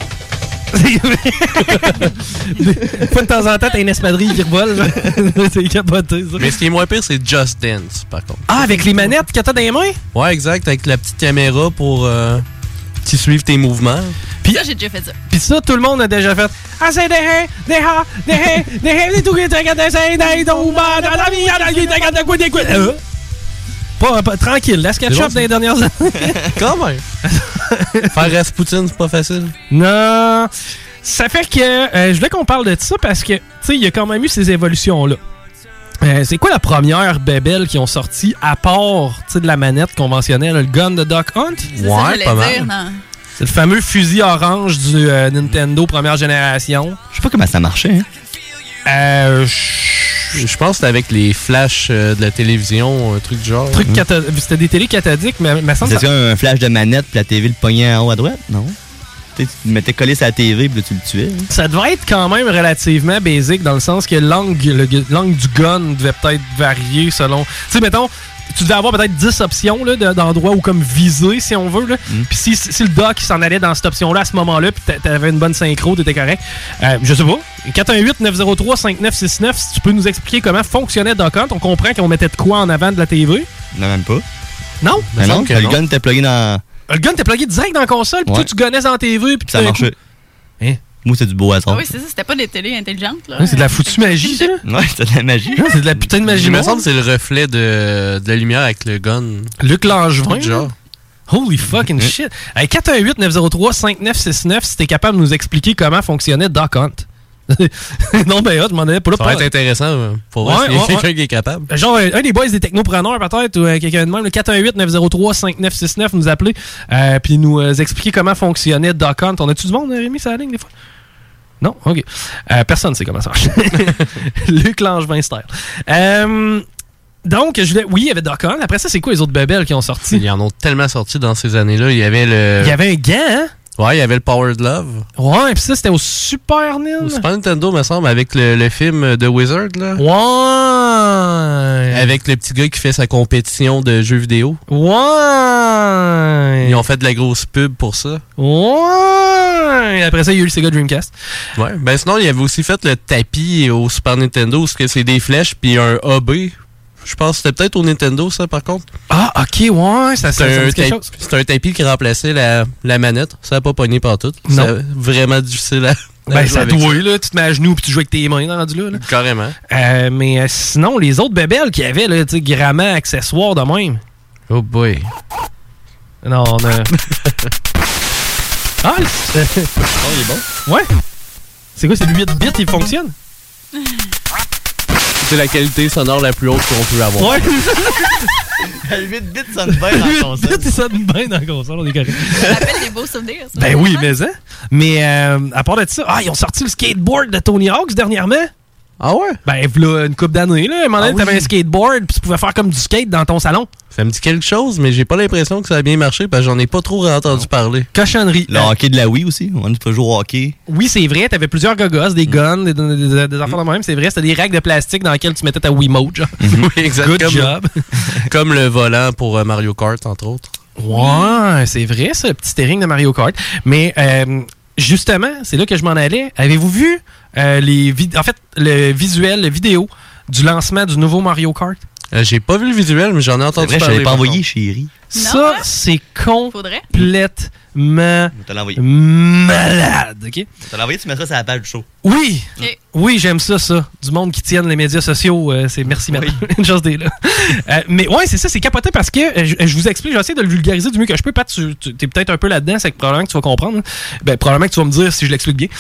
Fois de temps en temps, t'as une espadrille qui revole. C'est capoté, ça. Mais ce qui est moins pire, c'est Just Dance, par contre. Ah, avec les manettes que t'as dans les mains? Ouais, exact, avec la petite caméra pour qu'ils suivent tes mouvements. Pis ça, j'ai déjà fait ça. Pis ça, tout le monde a déjà fait. Ah, c'est pas tranquille, la SketchUp dans les dernières années. Quand même. Faire Rasputin, c'est pas facile. Non. Ça fait que je voulais qu'on parle de ça parce que, tu sais, il y a quand même eu ces évolutions-là. C'est quoi la première bébelle qui ont sorti à part, tu sais, de la manette conventionnelle, le gun de Duck Hunt? Ouais, pas mal. C'est le fameux fusil orange du Nintendo première génération. Je sais pas comment ça marchait. Hein? Je pense que c'était avec les flashs de la télévision, un truc du genre. C'était des télés cathodiques, mais ça C'était un flash de manette, puis la TV le pognait en haut à droite, non? Tu le mettais collé sur la TV, puis là, tu le tuais. Hein? Ça devait être quand même relativement basique, dans le sens que l'angle du gun devait peut-être varier selon... Tu sais, mettons... Tu devais avoir peut-être 10 options là, d'endroits où comme viser, si on veut. Puis si le doc s'en allait dans cette option-là à ce moment-là, puis t'avais une bonne synchro, t'étais correct. Je sais pas. 418-903-5969, si tu peux nous expliquer comment fonctionnait Duck Hunt. On comprend qu'on mettait de quoi en avant de la TV. Non, même pas. Non? Mais non, le gun était plugué dans... Le gun était plugué direct dans la console, puis toi, tu gonnais dans la TV. Puis ça marchait. Hein? Moi, c'est du beau hasard. Ah oui, c'est ça. C'était pas des télés intelligentes. Là. C'est de la foutue magie, ça. Ouais, c'est de la magie. C'est de la putain de magie. Il me semble que c'est le reflet de la lumière avec le gun. Luc Langevin. Genre. Holy fucking shit. 418-903-5969 si t'es capable de nous expliquer comment fonctionnait Duck Hunt. Non, ben, je m'en avais pas là. Ça va être intéressant pour voir s'il y a quelqu'un qui est capable. Genre, un des boys des technopreneurs, peut-être, ou quelqu'un de même, le 418-903-5969, nous appeler, puis nous expliquer comment fonctionnait Duck Hunt. On a-tu du monde, Rémi, sur la ligne, des fois? Non? OK. Personne ne sait comment ça marche. Luc Langevin style. Donc, oui, il y avait Duck Hunt. Après ça, c'est quoi les autres bebelles qui ont sorti? Ils en ont tellement sorti dans ces années-là. Il y avait le... Il y avait un gant, hein? Ouais, il y avait le Powered Love. Ouais, pis ça, c'était au Super NES. Au Super Nintendo, me semble, avec le film de Wizard, là. Ouais! Avec le petit gars qui fait sa compétition de jeux vidéo. Ouais! Ils ont fait de la grosse pub pour ça. Ouais! Après ça, il y a eu le Sega Dreamcast. Ouais. Ben sinon, il avait aussi fait le tapis au Super Nintendo, parce que c'est des flèches puis un AB. Je pense que c'était peut-être au Nintendo, ça, par contre. Ah, OK, ouais, ça dit quelque chose. C'est un tapis qui remplaçait la manette. Ça n'a pas pogné partout. Non. C'est vraiment difficile à Ben, ça doit, là. Tu te mets à genoux puis tu joues avec tes mains rendu là. Carrément. Mais sinon, les autres bébelles qu'il y avait, là, tu sais, grammaire, accessoires de même. Oh boy. Non, on a... Ah, il est bon. Ouais. C'est quoi, c'est le 8 bits, il fonctionne? C'est la qualité sonore la plus haute qu'on peut avoir. Ouais. Le 8 bits sonne bien dans la console. 8 bits sonne bien dans la console, on est correct. Ça rappelle des beaux souvenirs, ça. Ben oui, mais hein. Mais à part de ça, ils ont sorti le skateboard de Tony Hawk's dernièrement. Ah ouais? Ben, voilà une couple d'années, là. À un moment donné, t'avais un skateboard, puis tu pouvais faire comme du skate dans ton salon. Ça me dit quelque chose, mais j'ai pas l'impression que ça a bien marché, parce que j'en ai pas trop entendu parler. Cochonnerie. Le hockey de la Wii aussi. On peut jouer au hockey. Oui, c'est vrai. T'avais plusieurs gogos, des guns, des affaires de même. C'est vrai. C'était des racks de plastique dans lesquels tu mettais ta Wiimote, genre. Oui, exactement. Good job. Comme le volant pour Mario Kart, entre autres. Ouais, c'est vrai, ça, le petit steering de Mario Kart. Mais justement, c'est là que je m'en allais. Avez-vous vu le visuel, le vidéo du lancement du nouveau Mario Kart? J'ai pas vu le visuel, mais j'en ai entendu C'est vrai, parler. je l'avais pas par envoyé, contre. chérie. Ça, c'est Faudrait. complètement Je te l'ai envoyé. malade, OK? Je te l'ai envoyé, tu mettras ça à la page du show. Oui! Ok. Oui, j'aime ça. Du monde qui tienne les médias sociaux, c'est merci, madame. Une chose des là. Mais ouais, c'est ça, c'est capoté parce que, je vous explique, j'essaie de le vulgariser du mieux que je peux. Pat, tu es peut-être un peu là-dedans, c'est que probablement que tu vas comprendre. Ben, probablement que tu vas me dire si je l'explique bien.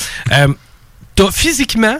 T'as physiquement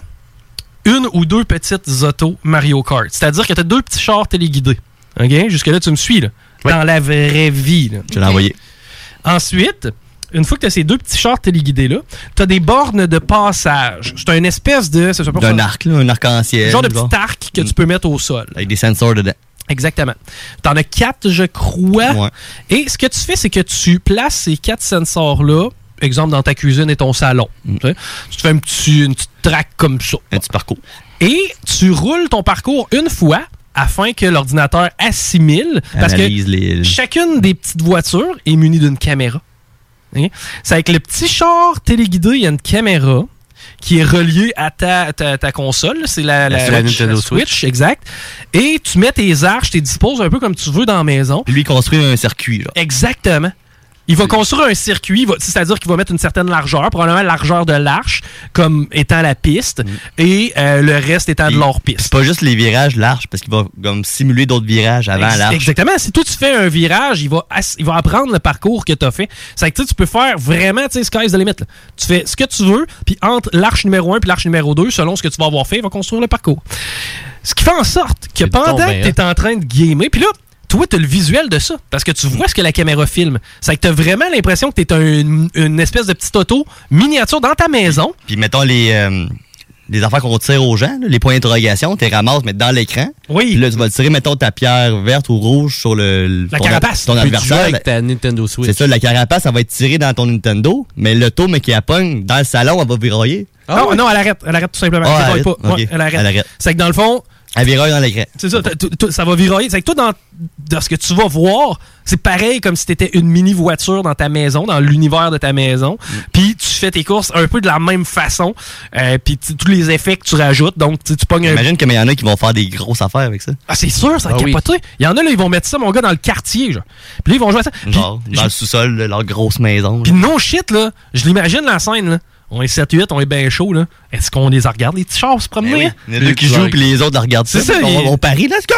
une ou deux petites autos Mario Kart. C'est-à-dire que t'as deux petits chars téléguidés. OK? Jusque-là, tu me suis, là. Oui. Dans la vraie vie, là. Je l'ai envoyé. Ensuite, une fois que tu as ces deux petits chars téléguidés-là, tu as des bornes de passage. C'est une espèce de... D'un arc, là, un arc-en-ciel. Genre de petit arc que tu peux mettre au sol. Avec des sensors dedans. Exactement. Tu en as 4, je crois. Ouais. Et ce que tu fais, c'est que tu places ces 4 sensors-là, exemple dans ta cuisine et ton salon. Tu sais. Tu te fais une petite traque comme ça. Un petit parcours. Et tu roules ton parcours une fois afin que l'ordinateur assimile. Parce que chacune des petites voitures est munie d'une caméra. Okay? C'est avec le petit char téléguidé, il y a une caméra qui est reliée à ta console. C'est la Nintendo Switch, exact. Et tu mets tes arches, tu les disposes un peu comme tu veux dans la maison. Puis lui, il construit un circuit. Là. Exactement. Il va construire un circuit, c'est-à-dire qu'il va mettre une certaine largeur, probablement la largeur de l'arche, comme étant la piste, et le reste étant de l'hors-piste. C'est pas juste les virages larges, parce qu'il va comme simuler d'autres virages avant l'arche. Exactement. Si toi, tu fais un virage, il va apprendre le parcours que tu as fait. C'est que tu peux faire vraiment, tu sais, sky's the limit. Là. Tu fais ce que tu veux, puis entre l'arche numéro 1 et l'arche numéro 2, selon ce que tu vas avoir fait, il va construire le parcours. Ce qui fait en sorte que pendant que tu es en train de gamer, puis là, toi, t'as le visuel de ça, parce que tu vois ce que la caméra filme. C'est que t'as vraiment l'impression que t'es une espèce de petite auto miniature dans ta maison. Puis mettons les affaires qu'on tire aux gens, là, les points d'interrogation, tu les ramasses, mais dans l'écran. Oui. Puis là, tu vas tirer, mettons, ta pierre verte ou rouge sur la carapace. Ton adversaire. Avec ta Nintendo Switch. C'est ça, la carapace, ça va être tirée dans ton Nintendo, mais l'auto, mais qui la pogne dans le salon, elle va viroyer. Non, elle arrête tout simplement. Ah, elle arrête. pas. Okay. Ouais, elle arrête. Elle arrête. C'est que dans le fond... Elle viroye dans l'écran. C'est ça, ça va viroyer. C'est que toi, dans ce que tu vas voir, c'est pareil comme si t'étais une mini-voiture dans ta maison, dans l'univers de ta maison. Puis tu fais tes courses un peu de la même façon. Puis tous les effets que tu rajoutes. Donc, tu pognes J'imagine qu'il y en a qui vont faire des grosses affaires avec ça. Ah, c'est sûr, ça va capoter. Oui. Il y en a, là, ils vont mettre ça, mon gars, dans le quartier, genre. Puis là, ils vont jouer à ça. Genre, dans le sous-sol de leur grosse maison. Puis no shit, là, je l'imagine la scène, là. On est 7-8, on est bien chaud, là. Est-ce qu'on les regarde, les petits chars se promener? Oui. Il y en a deux qui jouent, puis les autres la regardent ça. C'est ça. On parie, let's go!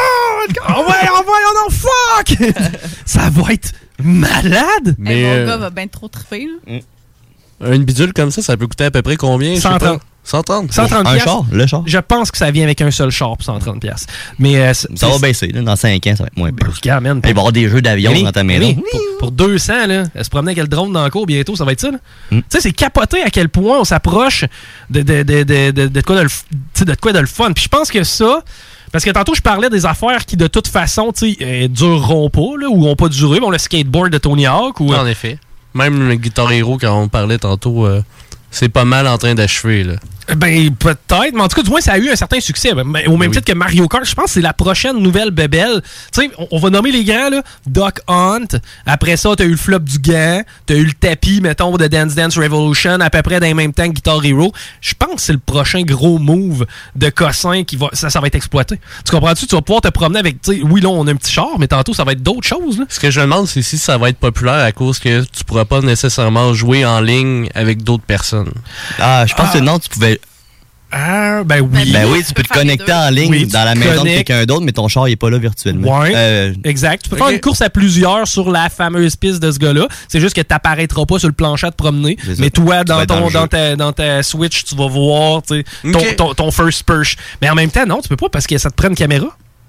On en fuck! Ça va être malade! Mais mon gars va bien trop triper, là. Une bidule comme ça peut coûter à peu près combien? 130. 130. 130 un char, le char. Je pense que ça vient avec un seul char pour 130 $. Mais ça va baisser, là. Dans 5 ans, ça va être moins pire. Regarde, man. Il va y avoir des jeux d'avion dans ta maison. Pour 200, là, elle se promenait avec le drone dans le cours bientôt, ça va être ça. Tu sais, c'est capoté à quel point on s'approche de quoi de le fun. Puis je pense que ça... Parce que tantôt, je parlais des affaires qui, de toute façon, tu sais, dureront pas, là, ou n'ont pas duré. Bon, le skateboard de Tony Hawk. Ou, en effet. Même le Guitar Hero, quand on parlait tantôt, c'est pas mal en train d'achever, là. Ben, peut-être, mais en tout cas, du moins, ça a eu un certain succès. Mais au même titre que Mario Kart, je pense que c'est la prochaine nouvelle bébelle. Tu sais, on va nommer les grands, là. Duck Hunt. Après ça, t'as eu le flop du gant. T'as eu le tapis, mettons, de Dance Dance Revolution, à peu près dans le même temps que Guitar Hero. Je pense que c'est le prochain gros move de cossin qui va... Ça va être exploité. Tu comprends-tu? Tu vas pouvoir te promener avec... Tu sais, oui, là, on a un petit char, mais tantôt, ça va être d'autres choses, là. Ce que je me demande, c'est si ça va être populaire à cause que tu pourras pas nécessairement jouer en ligne avec d'autres personnes. Ah, je pense que non, tu pouvais... Ah, ben oui. Ben oui, tu peux te connecter en ligne dans la maison de quelqu'un d'autre, mais ton char, il est pas là virtuellement. Ouais, exact. Tu peux faire une course à plusieurs sur la fameuse piste de ce gars-là. C'est juste que t'apparaîtras pas sur le plancher à te promener. Mais toi, dans ta Switch, tu vas voir ton first perch. Mais en même temps, non, tu peux pas parce que ça te prend une caméra.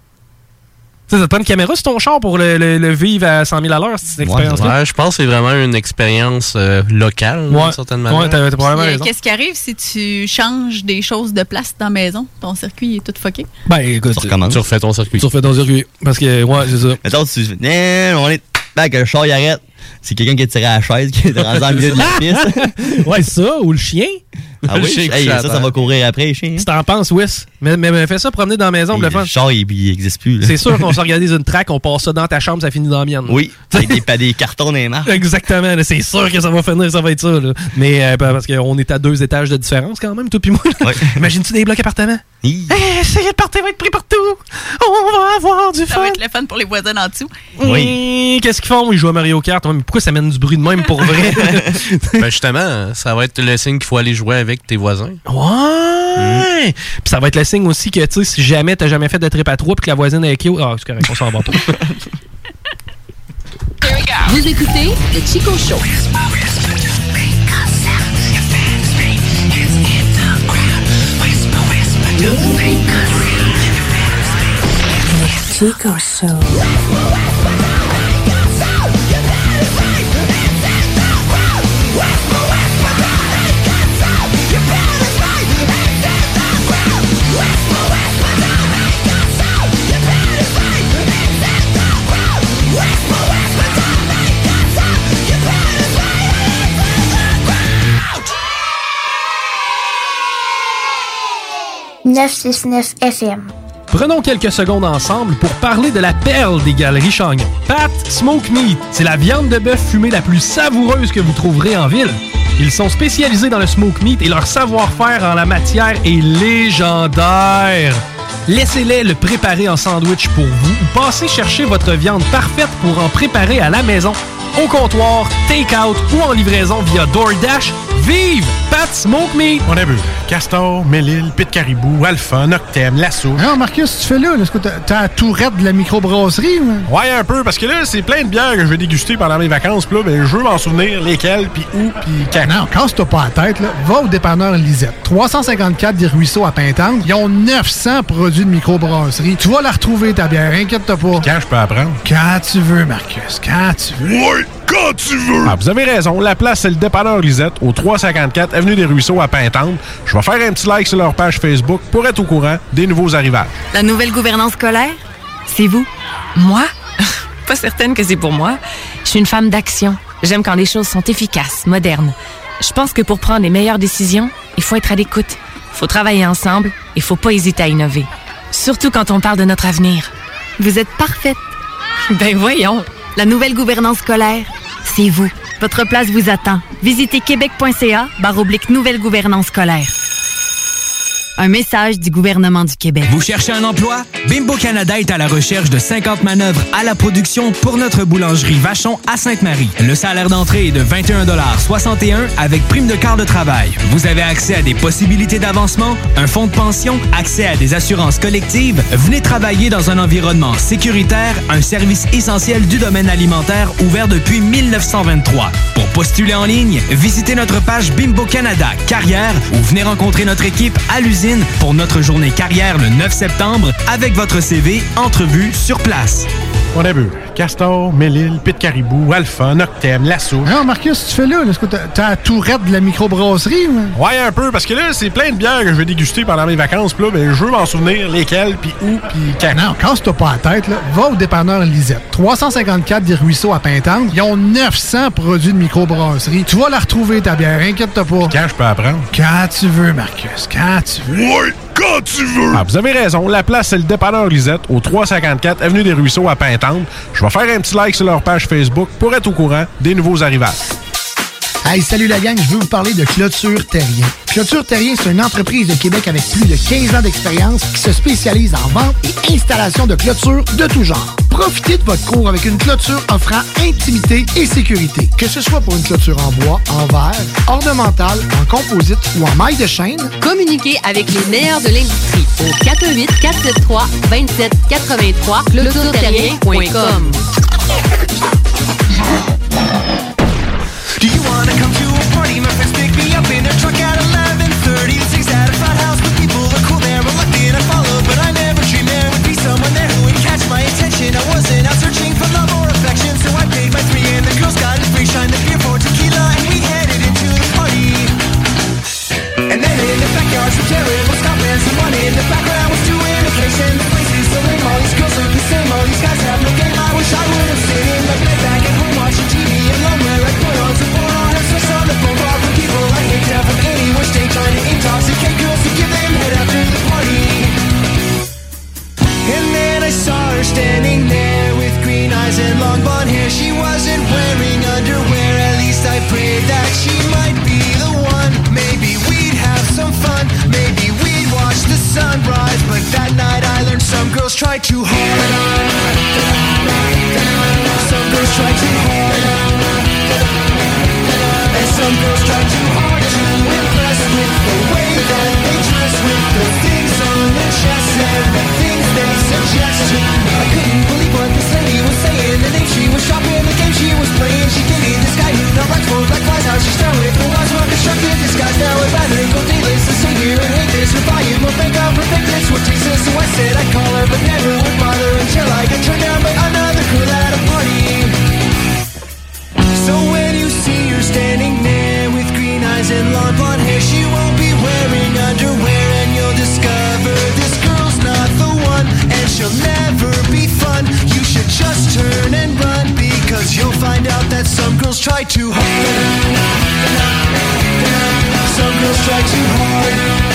Ça te prend une caméra sur ton char pour le vivre à 100 000 à l'heure, cette expérience-là. Ouais, je pense que c'est vraiment une expérience locale, d'une certaine manière. Ouais, t'as probablement raison. Qu'est-ce qui arrive si tu changes des choses de place dans la maison? Ton circuit est tout fucké? Ben, écoute, tu refais ton circuit. Tu refais ton circuit. Parce que, ouais, c'est ça. Mettons, on est... que le char, il arrête. C'est quelqu'un qui a tiré à la chaise, qui est rendu en milieu de la piste. Ouais, ça, ou le chien. Ah oui, ça va courir après, les chiens. Si t'en penses, Wiss. Mais fais ça promener dans la maison, le fun. Le char, il n'existe plus. Là. C'est sûr qu'on s'organise une track, on passe ça dans ta chambre, ça finit dans la mienne. Oui, avec des cartons dans les marques. Exactement, là, c'est sûr que ça va finir, ça va être ça. Là. Mais parce qu'on est à 2 étages de différence quand même, toi puis moi. Ouais. Imagine-tu des blocs appartements? Oui. Essayez de partir, va être pris partout. On va avoir du fun. Ça va être le fun pour les voisins en dessous. Oui. Qu'est-ce qu'ils font? Ils jouent à Mario Kart. Mais pourquoi ça mène du bruit de même pour vrai? Ben justement, ça va être le signe qu'il faut aller jouer avec tes voisins. Ouais! Puis ça va être le signe aussi que, tu sais, si jamais t'as jamais fait de trip à 3 puis que la voisine est cute, c'est correct, on s'en va pas. Vous écoutez le Chico Show. Chico Show. « 969 FM. Prenons quelques secondes ensemble pour parler de la perle des galeries Chagnon. Pat Smoke Meat, c'est la viande de bœuf fumée la plus savoureuse que vous trouverez en ville. Ils sont spécialisés dans le smoke meat et leur savoir-faire en la matière est légendaire. Laissez-les le préparer en sandwich pour vous ou passez chercher votre viande parfaite pour en préparer à la maison, au comptoir, take-out ou en livraison via DoorDash. Vive Pat Smoke Meat! On a vu Castor, Mélile, Pit Caribou, Alpha, Noctem, Lasso. Non, Marcus, tu fais là? Est-ce que t'as la tourette de la microbrasserie? Ouais, un peu, parce que là, c'est plein de bières que je vais déguster pendant mes vacances. Puis là, ben, je veux m'en souvenir lesquelles, puis où, puis quand. Non, casse-toi pas la tête, là. Va au dépanneur Lisette. 354 des Ruisseaux à Pintante. Ils ont 900 produits de microbrasserie. Tu vas la retrouver, ta bière, inquiète-toi pas. Quand je peux apprendre? Quand tu veux, Marcus, quand tu veux. Ouais, quand tu veux! Ah, vous avez raison, la place, c'est le dépanneur Lisette, au 354 Avenue des Ruisseaux à Pintante. Je vais faire un petit like sur leur page Facebook pour être au courant des nouveaux arrivages. La nouvelle gouvernance scolaire, c'est vous. Moi? Pas certaine que c'est pour moi. Je suis une femme d'action. J'aime quand les choses sont efficaces, modernes. Je pense que pour prendre les meilleures décisions, il faut être à l'écoute. Il faut travailler ensemble et il faut pas hésiter à innover. Surtout quand on parle de notre avenir. Vous êtes parfaite. Ben voyons. La nouvelle gouvernance scolaire, c'est vous. Votre place vous attend. Visitez québec.ca/nouvelle gouvernance scolaire. Un message du gouvernement du Québec. Vous cherchez un emploi? Bimbo Canada est à la recherche de 50 manœuvres à la production pour notre boulangerie Vachon à Sainte-Marie. Le salaire d'entrée est de 21,61 $ avec prime de quart de travail. Vous avez accès à des possibilités d'avancement, un fonds de pension, accès à des assurances collectives. Venez travailler dans un environnement sécuritaire, un service essentiel du domaine alimentaire ouvert depuis 1923. Pour postuler en ligne, visitez notre page Bimbo Canada Carrière ou venez rencontrer notre équipe à l'usine pour notre journée carrière le 9 septembre avec votre CV, entrevue sur place. On a vu Castor, Mélile, Pit Caribou, Alpha, Noctem, Lasso. Non, Marcus, tu fais là? Est-ce que t'as la tourette de la microbrasserie? Ouais, un peu, parce que là, c'est plein de bières que je vais déguster pendant mes vacances. Puis là, ben, je veux m'en souvenir lesquelles, puis où, puis quand. Non, casse-toi pas la tête, là. Va au dépanneur Lisette. 354 des Ruisseaux à Pintante. Ils ont 900 produits de microbrasserie. Tu vas la retrouver, ta bière, inquiète-toi pas. Quand je peux apprendre? Quand tu veux, Marcus, quand tu veux. Ouais, quand tu veux! Ah, vous avez raison, la place, c'est le dépanneur Lisette, au 354 Avenue des Ruisseaux à Pintante. Je vais faire un petit like sur leur page Facebook pour être au courant des nouveaux arrivages. Hey, salut la gang, je veux vous parler de Clôture Terrien. Clôture Terrien, c'est une entreprise de Québec avec plus de 15 ans d'expérience qui se spécialise en vente et installation de clôtures de tout genre. Profitez de votre cour avec une clôture offrant intimité et sécurité. Que ce soit pour une clôture en bois, en verre, ornementale, en composite ou en maille de chaîne, communiquez avec les meilleurs de l'industrie au 418-473-2783 clôtureterrien.com. Do you wanna come to a party? My friends pick me up in their truck at 11:30. The 6 at a frat house, but people are cool there, reluctant to follow. But I never dreamed there would be someone there who would catch my attention. I wasn't out searching for love or affection, so I paid my 3 and the girls got it free. Shine the beer for tequila, and we headed into the party. And then in the backyard, some terrible stop and someone in the background was doing a case, and the place is so lame. All these girls look the same, all these guys have no game. I wish I would have stayed in my bed back at home watching TV alone, where I put on some porn and switch on the phone, far from people I hate to from any which day, trying to intoxicate girls to give them head after the party. and long blonde hair. She wasn't wearing underwear. At least I prayed that she might be the one. Maybe we'd have some fun. Maybe we'd watch the sunrise. But that night I learned some girls try too hard. Some girls try too hard. And some girls try too hard to impress with the way that they dress, with the things on their chest and the things they suggest to me. I couldn't believe what this lady was saying. The name she was dropping, the game she was playing. She gave me this guy who not like smoke like flies. How she's down with the wise, well constructed disguise. Now I'd rather go D-list and sit here and hate this. Her volume will make up perfect. It's what Jesus. So I said I'd call her, but never would bother until I got turned down by another girl at a party. So when you see her standing there with green eyes and long blonde hair, she won't be wearing underwear, and you'll discover this girl's not the one, and she'll never be fun. You should just turn and run, because you'll find out that some girls try too hard. Some girls try too hard.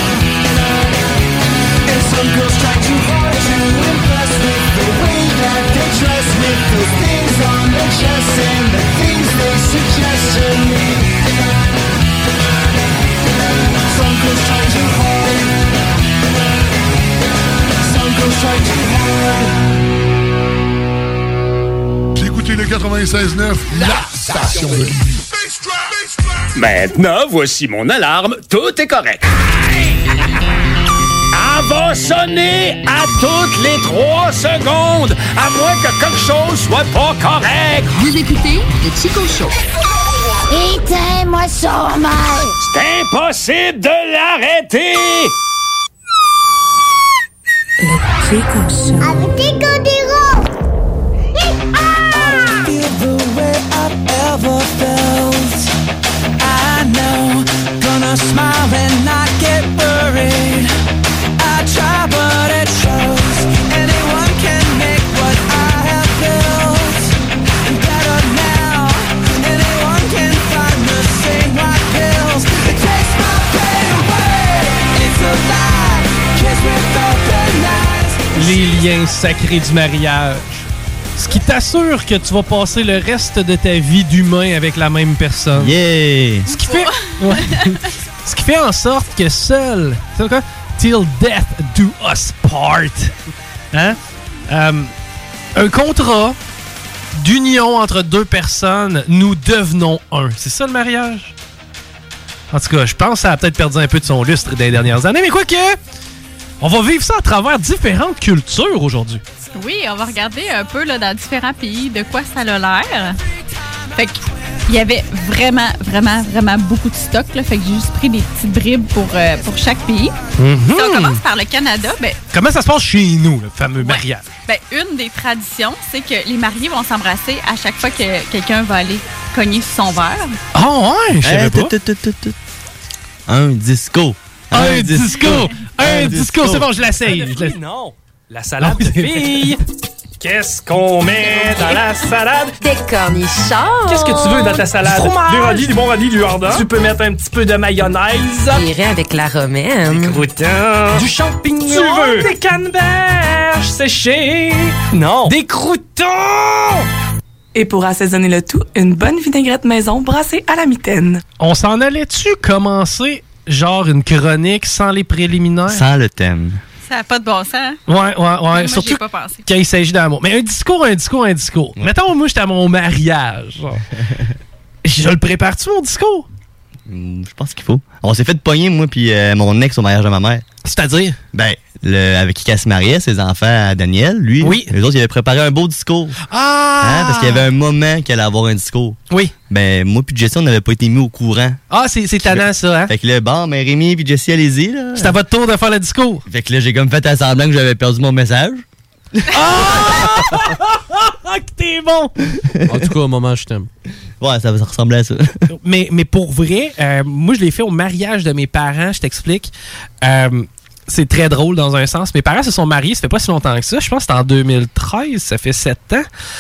And some girls try too hard to impress with the way that they dress, with those things on their chest and the things they suggest to me. Some girls try too hard. Some girls try too hard. J'ai écouté le 96.9, la station de Lévis. Maintenant, voici mon alarme. Tout est correct. Elle va sonner à toutes les 3 secondes, à moins que quelque chose soit pas correct. Vous écoutez le Chico Show. Éteins-moi sur mal. C'est impossible de l'arrêter. Le Chico Show. Avec Chico Diro. I feel the way I've ever felt. I know, gonna smile and not get worried. I try but it shows. Anyone can make what I have built better now. Anyone can find the same white pills. It takes my pain away. It's a lie. Kiss with open eyes. Les liens sacrés du mariage. Ce qui t'assure que tu vas passer le reste de ta vie d'humain avec la même personne. Yeah! Ce qui fait... Ouais. Ce qui fait en sorte que seul... Tu sais quoi? Till death do us part. Hein? Un contrat d'union entre deux personnes, nous devenons un. C'est ça le mariage? En tout cas, je pense que ça a peut-être perdu un peu de son lustre des dernières années, mais quoique, on va vivre ça à travers différentes cultures aujourd'hui. Oui, on va regarder un peu là, dans différents pays de quoi ça a l'air. Fait qu'il y avait vraiment beaucoup de stock. Là, fait que j'ai juste pris des petites bribes pour chaque pays. Mm-hmm. Si on commence par le Canada, ben, comment ça se passe chez nous, le fameux mariage? Ben, une des traditions, c'est que les mariés vont s'embrasser à chaque fois que quelqu'un va aller cogner sur son verre. Oh ouais, je savais pas. Un disco. Un disco. Un disco. C'est bon, je l'essaye. Non. La salade de filles. Qu'est-ce qu'on met dans la salade? Des cornichons. Qu'est-ce que tu veux dans ta salade? Fromage. Du radis, du bon radis, du hardin. Tu peux mettre un petit peu de mayonnaise. J'irai avec la romaine. Des croûtons. Du champignon. Tu veux? Des canneberges séchées. Non. Des croûtons. Et pour assaisonner le tout, une bonne vinaigrette maison brassée à la mitaine. On s'en allait-tu commencer genre une chronique sans les préliminaires? Sans le thème. Ça n'a pas de bon sens. Ouais. Moi, surtout j'y ai pas pensé. quand il s'agit d'amour. Mais un discours. Ouais. Mettons, moi, j'étais à mon mariage. Je le prépare-tu, mon discours? Je pense qu'il faut. On s'est fait pogner, moi puis mon ex au mariage de ma mère. C'est-à-dire? Ben, avec qui elle se mariait, ses enfants, Daniel, lui. Oui. Les autres, ils avaient préparé un beau discours. Ah! Hein, parce qu'il y avait un moment qu'elle allait avoir un discours. Oui. Ben, moi puis Jessie, on n'avait pas été mis au courant. Ah, c'est tannant, ça, hein? Fait que là, bon, mais Rémi puis Jessie, allez-y, là. C'est à votre tour de faire le discours. Fait que là, j'ai comme fait à semblant que j'avais perdu mon message. Ah! Que t'es bon! En tout cas, au moment, je t'aime. Ouais, ça ressemblait à ça. mais pour vrai, moi, je l'ai fait au mariage de mes parents, je t'explique. c'est très drôle dans un sens. Mes parents se sont mariés, ça fait pas si longtemps que ça. Je pense que c'était en 2013, ça fait 7 ans.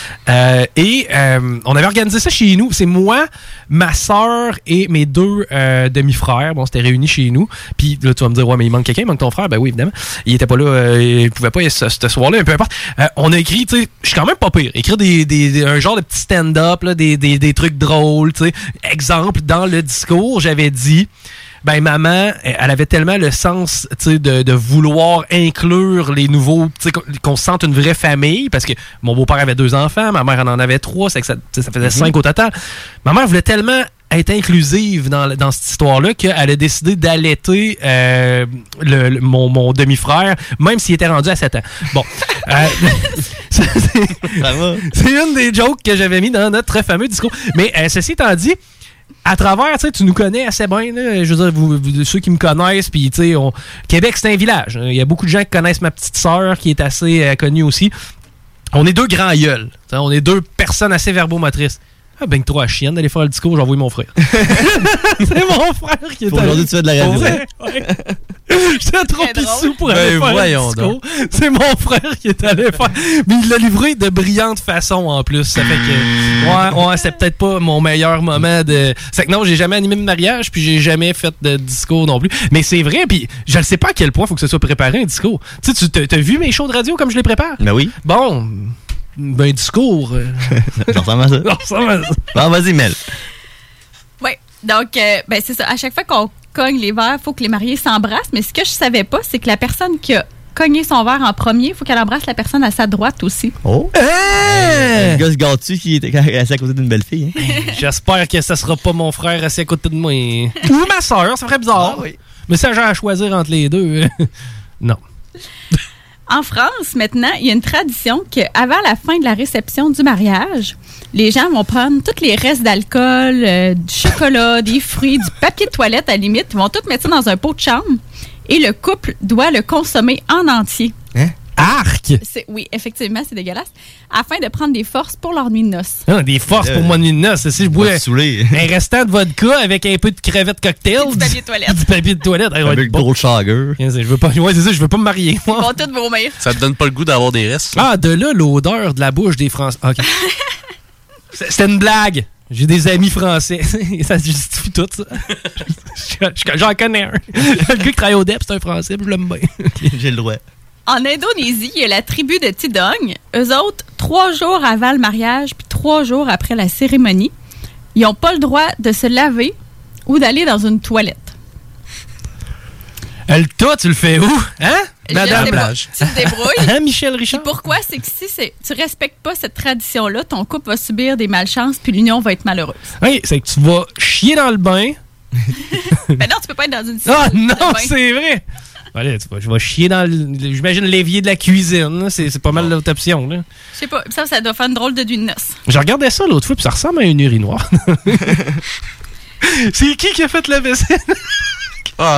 On avait organisé ça chez nous. C'est moi, ma sœur et mes 2 demi-frères. Bon, c'était réunis chez nous. Puis là, tu vas me dire, ouais, mais il manque quelqu'un, il manque ton frère. Ben oui, évidemment. Il était pas là, il pouvait pas ce soir-là, peu importe. On a écrit, tu sais, je suis quand même pas pire. Écrire un genre de petit stand-up, là, des trucs drôles, tu sais. Exemple, dans le discours, j'avais dit... Ben maman, elle avait tellement le sens, tu sais, de vouloir inclure les nouveaux, tu sais, qu'on se sente une vraie famille, parce que mon beau-père avait 2 enfants, ma mère en avait 3, ça faisait 5 au total. Ma mère voulait tellement être inclusive dans cette histoire-là qu'elle a décidé d'allaiter mon demi-frère, même s'il était rendu à 7 ans. Bon. C'est une des jokes que j'avais mis dans notre fameux discours. Mais ceci étant dit, à travers, tu sais, tu nous connais assez bien, là, je veux dire, vous, ceux qui me connaissent, puis tu sais, Québec, c'est un village. Il y a beaucoup de gens qui connaissent ma petite sœur, qui est assez connue aussi. On est 2 grands gueules. On est 2 personnes assez verbomotrices. Ah, ben, trop à chienne d'aller faire le discours, j'ai envoyé mon frère. C'est mon frère qui est aujourd'hui, tu fais de la radio. Ouais. J'étais trop pissou pour aller faire le discours. C'est mon frère qui est allé faire. Mais il l'a livré de brillante façon en plus. Ça fait que. Ouais, c'était peut-être pas mon meilleur moment de. C'est que non, j'ai jamais animé de mariage, puis j'ai jamais fait de discours non plus. Mais c'est vrai, puis je ne sais pas à quel point il faut que ce soit préparé un discours. Tu sais, t'as vu mes shows de radio comme je les prépare? Ben oui. Bon. Ben, discours. Ça ressemble à ça. Bon, vas-y, Mel. Oui, donc, ben, c'est ça. À chaque fois qu'on cogne les verres, il faut que les mariés s'embrassent. Mais ce que je savais pas, c'est que la personne qui a cogné son verre en premier, il faut qu'elle embrasse la personne à sa droite aussi. Oh! Le gars se gâte-tu qui était assis à côté d'une belle fille. Hein? J'espère que ça sera pas mon frère assis à côté de moi. Ou ma soeur, ça ferait bizarre. Ah, oui. Mais ça, j'ai à choisir entre les 2. Non. En France, maintenant, il y a une tradition qu'avant la fin de la réception du mariage, les gens vont prendre tous les restes d'alcool, du chocolat, des fruits, du papier de toilette à la limite. Ils vont tout mettre ça dans un pot de chambre et le couple doit le consommer en entier. Hein? Arc! Oui, effectivement, c'est dégueulasse. Afin de prendre des forces pour leur nuit de noces. Ah, des forces pour mon nuit de noces. Si je bois un restant de vodka avec un peu de crevette cocktail. Du papier de toilette. Du papier de toilette. Avec Gold Shager. Je veux pas, ouais, c'est ça, je veux pas me marier. Ils vont tous vomir. Ça te donne pas le goût d'avoir des restes? Ah, de là, l'odeur de la bouche des Français. OK. C'était une blague. J'ai des amis français. Ça justifie tout, ça. J'en connais un. Le gars qui travaille au DEP, c'est un Français, je l'aime bien. J'ai le droit. En Indonésie, il y a la tribu de Tidong. Eux autres, 3 jours avant le mariage, puis 3 jours après la cérémonie, ils n'ont pas le droit de se laver ou d'aller dans une toilette. Le tas, tu le fais où? Hein? Madame Plage. Tu te débrouilles. Hein, Michel Richard? Puis pourquoi? C'est que si tu respectes pas cette tradition-là, ton couple va subir des malchances, puis l'union va être malheureuse. Oui, c'est que tu vas chier dans le bain. Ben non, tu peux pas être dans une Ah non, c'est vrai! Allez, je vais chier dans j'imagine l'évier de la cuisine. C'est pas mal l'autre option. Là. Je sais pas, ça doit faire une drôle de nuit de noces. Je regardais ça l'autre fois, puis ça ressemble à une urinoir. C'est qui a fait la vaisselle? Ah,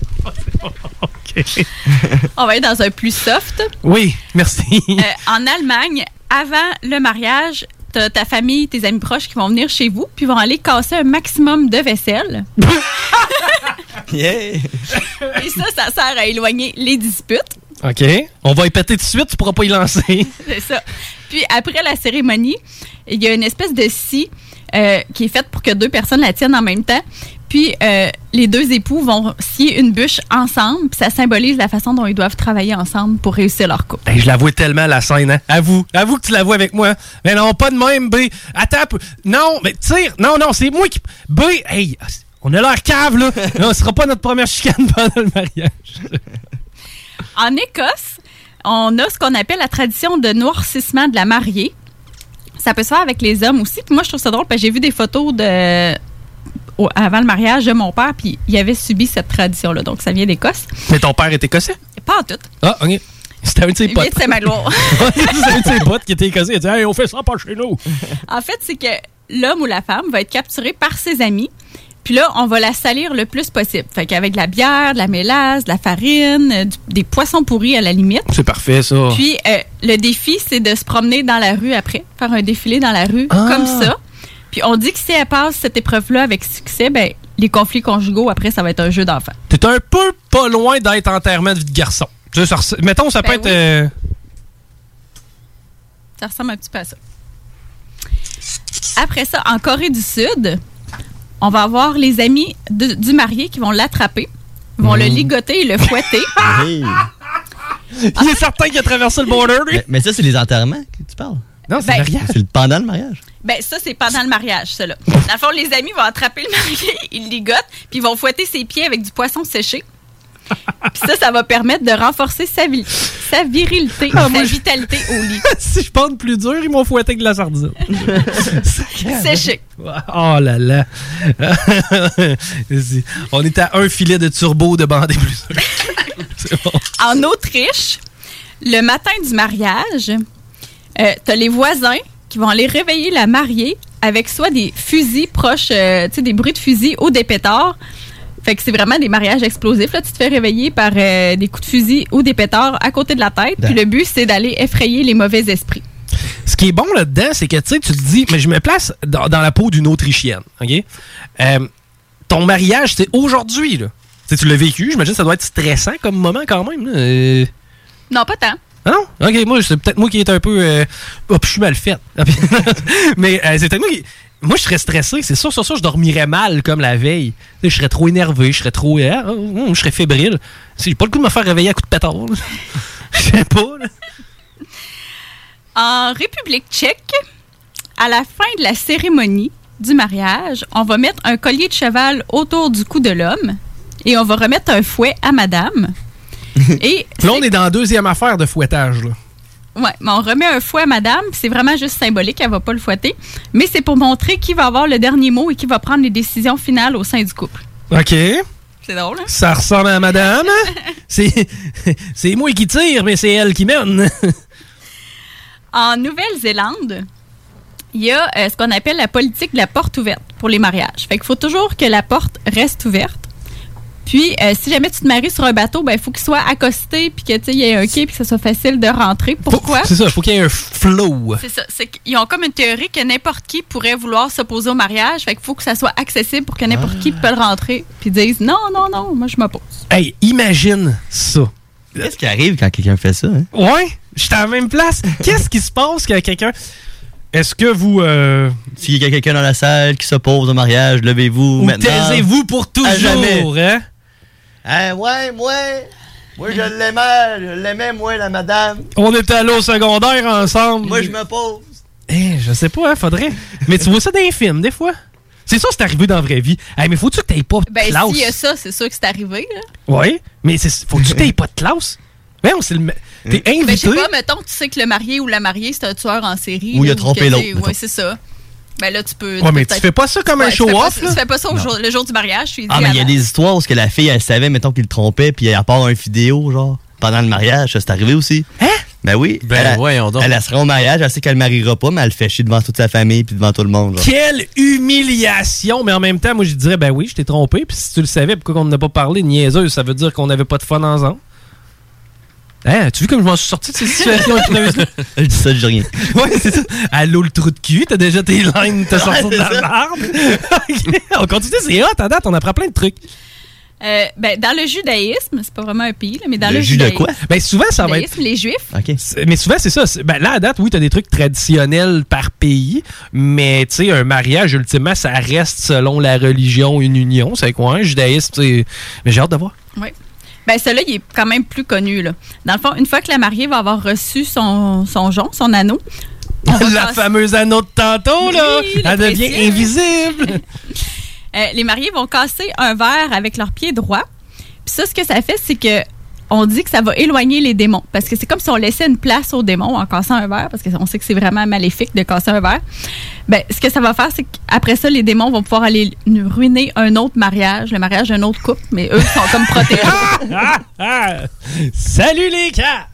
OK. On va être dans un plus soft. Oui, merci. En Allemagne, avant le mariage, t'as ta famille, tes amis proches qui vont venir chez vous, puis vont aller casser un maximum de vaisselle. Yeah! Et ça sert à éloigner les disputes. OK. On va y péter tout de suite, tu pourras pas y lancer. C'est ça. Puis après la cérémonie, il y a une espèce de scie qui est faite pour que 2 personnes la tiennent en même temps. Puis les 2 époux vont scier une bûche ensemble, puis ça symbolise la façon dont ils doivent travailler ensemble pour réussir leur couple. Hey, je la vois tellement, la scène, hein? Avoue que tu la vois avec moi. Mais non, pas de même, B. Attends un peu. Non, mais tire. Non, c'est moi qui... B, hey, on a l'air cave, là. Non, ce sera pas notre première chicane pendant le mariage. En Écosse, on a ce qu'on appelle la tradition de noircissement de la mariée. Ça peut se faire avec les hommes aussi. Puis moi, je trouve ça drôle parce que j'ai vu des photos avant le mariage de mon père, puis il avait subi cette tradition-là. Donc, ça vient d'Écosse. Mais ton père est écossais? Pas en tout. Ah, OK. C'était un de ses potes. C'est ma gloire. C'était un de ses potes qui était écossais. Il a dit « Hey, on fait ça pas chez nous. » En fait, c'est que l'homme ou la femme va être capturé par ses amis. Puis là, on va la salir le plus possible. Fait qu'avec de la bière, de la mélasse, de la farine, des poissons pourris à la limite. C'est parfait, ça. Puis, le défi, c'est de se promener dans la rue après. Faire un défilé dans la rue, comme ça. Puis on dit que si elle passe cette épreuve-là avec succès, ben les conflits conjugaux, après, ça va être un jeu d'enfant. T'es un peu pas loin d'être enterrement de vie de garçon. Mettons, ça peut être... Ça ressemble un petit peu à ça. Après ça, en Corée du Sud, on va avoir les amis du marié qui vont l'attraper. Ils vont le ligoter et le fouetter. Il est certain qu'il a traversé le border, lui. Mais ça, c'est les enterrements que tu parles? Non, c'est le mariage. C'est pendant le mariage. Ben, ça, c'est pendant le mariage, ça, là. Dans le fond, les amis vont attraper le marié, ils le ligotent, puis ils vont fouetter ses pieds avec du poisson séché. Puis ça va permettre de renforcer sa virilité, sa vitalité au lit. Si je pente plus dur, ils m'ont fouetté avec de la sardine. Séché. Oh là là. On est à un filet de turbo de bandé plus dur. C'est bon. En Autriche, le matin du mariage, t'as les voisins qui vont aller réveiller la mariée avec soit des fusils proches, tu sais, des bruits de fusils ou des pétards. Fait que c'est vraiment des mariages explosifs. Là, tu te fais réveiller par des coups de fusil ou des pétards à côté de la tête. Puis le but, c'est d'aller effrayer les mauvais esprits. Ce qui est bon là-dedans, c'est que tu te dis, mais je me place dans la peau d'une Autrichienne. OK? Ton mariage, c'est aujourd'hui. Là. Tu l'as vécu. J'imagine que ça doit être stressant comme moment quand même. Là. Non, pas tant. Ah non? OK, moi, c'est peut-être moi qui est un peu... je suis mal faite. Mais c'est peut-être moi qui... Moi, je serais stressé. C'est sûr, sur ça, je dormirais mal comme la veille. Je serais trop énervé, je serais trop... je serais fébrile. J'ai pas le coup de me faire réveiller à coups de pétard. Je sais pas. Là. En République tchèque, à la fin de la cérémonie du mariage, on va mettre un collier de cheval autour du cou de l'homme et on va remettre un fouet à madame. Et là, on est dans la deuxième affaire de fouettage, là. Oui, mais on remet un fouet à madame, puis c'est vraiment juste symbolique, elle va pas le fouetter. Mais c'est pour montrer qui va avoir le dernier mot et qui va prendre les décisions finales au sein du couple. OK. C'est drôle, hein? Ça ressemble à madame. C'est moi qui tire, mais c'est elle qui mène. En Nouvelle-Zélande, il y a ce qu'on appelle la politique de la porte ouverte pour les mariages. Fait qu'il faut toujours que la porte reste ouverte. Puis, si jamais tu te maries sur un bateau, ben il faut qu'il soit accosté, puis que il y ait un quai, puis que ça soit facile de rentrer. Pourquoi? C'est ça, il faut qu'il y ait un flow. C'est ça. C'est qu'ils ont comme une théorie que n'importe qui pourrait vouloir s'opposer au mariage. Fait qu'il faut que ça soit accessible pour que n'importe qui peut le rentrer, puis dise non, moi je m'oppose. Hey, imagine ça. Qu'est-ce qui arrive quand quelqu'un fait ça? Hein? Ouais, je suis à la même place. Qu'est-ce qui se passe quand quelqu'un... Est-ce que vous... S'il y a quelqu'un dans la salle qui s'oppose au mariage, levez-vous ou maintenant. taisez-vous pour toujours, hein? Ouais, moi je l'aimais, moi, la madame. On était allés au secondaire ensemble. Moi, je me pose. Je sais pas, hein, faudrait. Mais tu vois ça dans les films, des fois. C'est ça, c'est arrivé dans la vraie vie. Mais faut-tu que t'aies pas de classe? Ben, s'il y a ça, c'est sûr que c'est arrivé, là. Oui, mais faut-tu que t'aies pas de classe? Ben, t'es invité. Ben, je sais pas, mettons, tu sais que le marié ou la mariée, c'est un tueur en série. Ou il a trompé l'autre. Oui, c'est ça. Ben là, tu peux... Ouais, mais tu fais pas ça comme un show-off, là? Tu fais pas ça le jour du mariage, je suis mais il y a des histoires où la fille, elle savait, mettons, qu'il le trompait, puis elle part une vidéo, genre, pendant le mariage. Ça, c'est arrivé aussi. Hein? Ben oui. Voyons donc. Elle sera au mariage, elle sait qu'elle ne mariera pas, mais elle le fait chier devant toute sa famille puis devant tout le monde. Genre. Quelle humiliation! Mais en même temps, moi, je dirais, ben oui, je t'ai trompé, puis si tu le savais, pourquoi on n'a pas parlé niaiseuse? Ça veut dire qu'on n'avait pas de fun ensemble. Hein, tu vois comme je m'en suis sorti de ces situations épineuses-là? Je dis ça, je dis rien. Ouais, c'est ça. Allô, le trou de cul, t'as déjà tes lines, t'as sorti de la merde. Okay. On continue, c'est hot, à date, on apprend plein de trucs. Ben, dans le judaïsme, c'est pas vraiment un pays, là, mais dans le judaïsme. De quoi? Ben, souvent, ça va être. Les juifs. Okay. Mais souvent, c'est ça. Ben, là, à date, oui, t'as des trucs traditionnels par pays, mais, tu sais, un mariage, ultimement, ça reste selon la religion une union. C'est quoi, un judaïsme, tu mais j'ai hâte de voir. Oui. Ben, celui-là, il est quand même plus connu, là. Dans le fond, une fois que la mariée va avoir reçu son jonc, son anneau. La fameuse anneau de tantôt, là! Oui, elle devient invisible! Les mariés vont casser un verre avec leur pied droit. Puis ça, ce que ça fait, c'est que on dit que ça va éloigner les démons. Parce que c'est comme si on laissait une place aux démons en cassant un verre, parce qu'on sait que c'est vraiment maléfique de casser un verre. Ben, ce que ça va faire, c'est qu'après ça, les démons vont pouvoir aller ruiner un autre mariage, le mariage d'un autre couple, mais eux sont comme protégés. Salut les gars!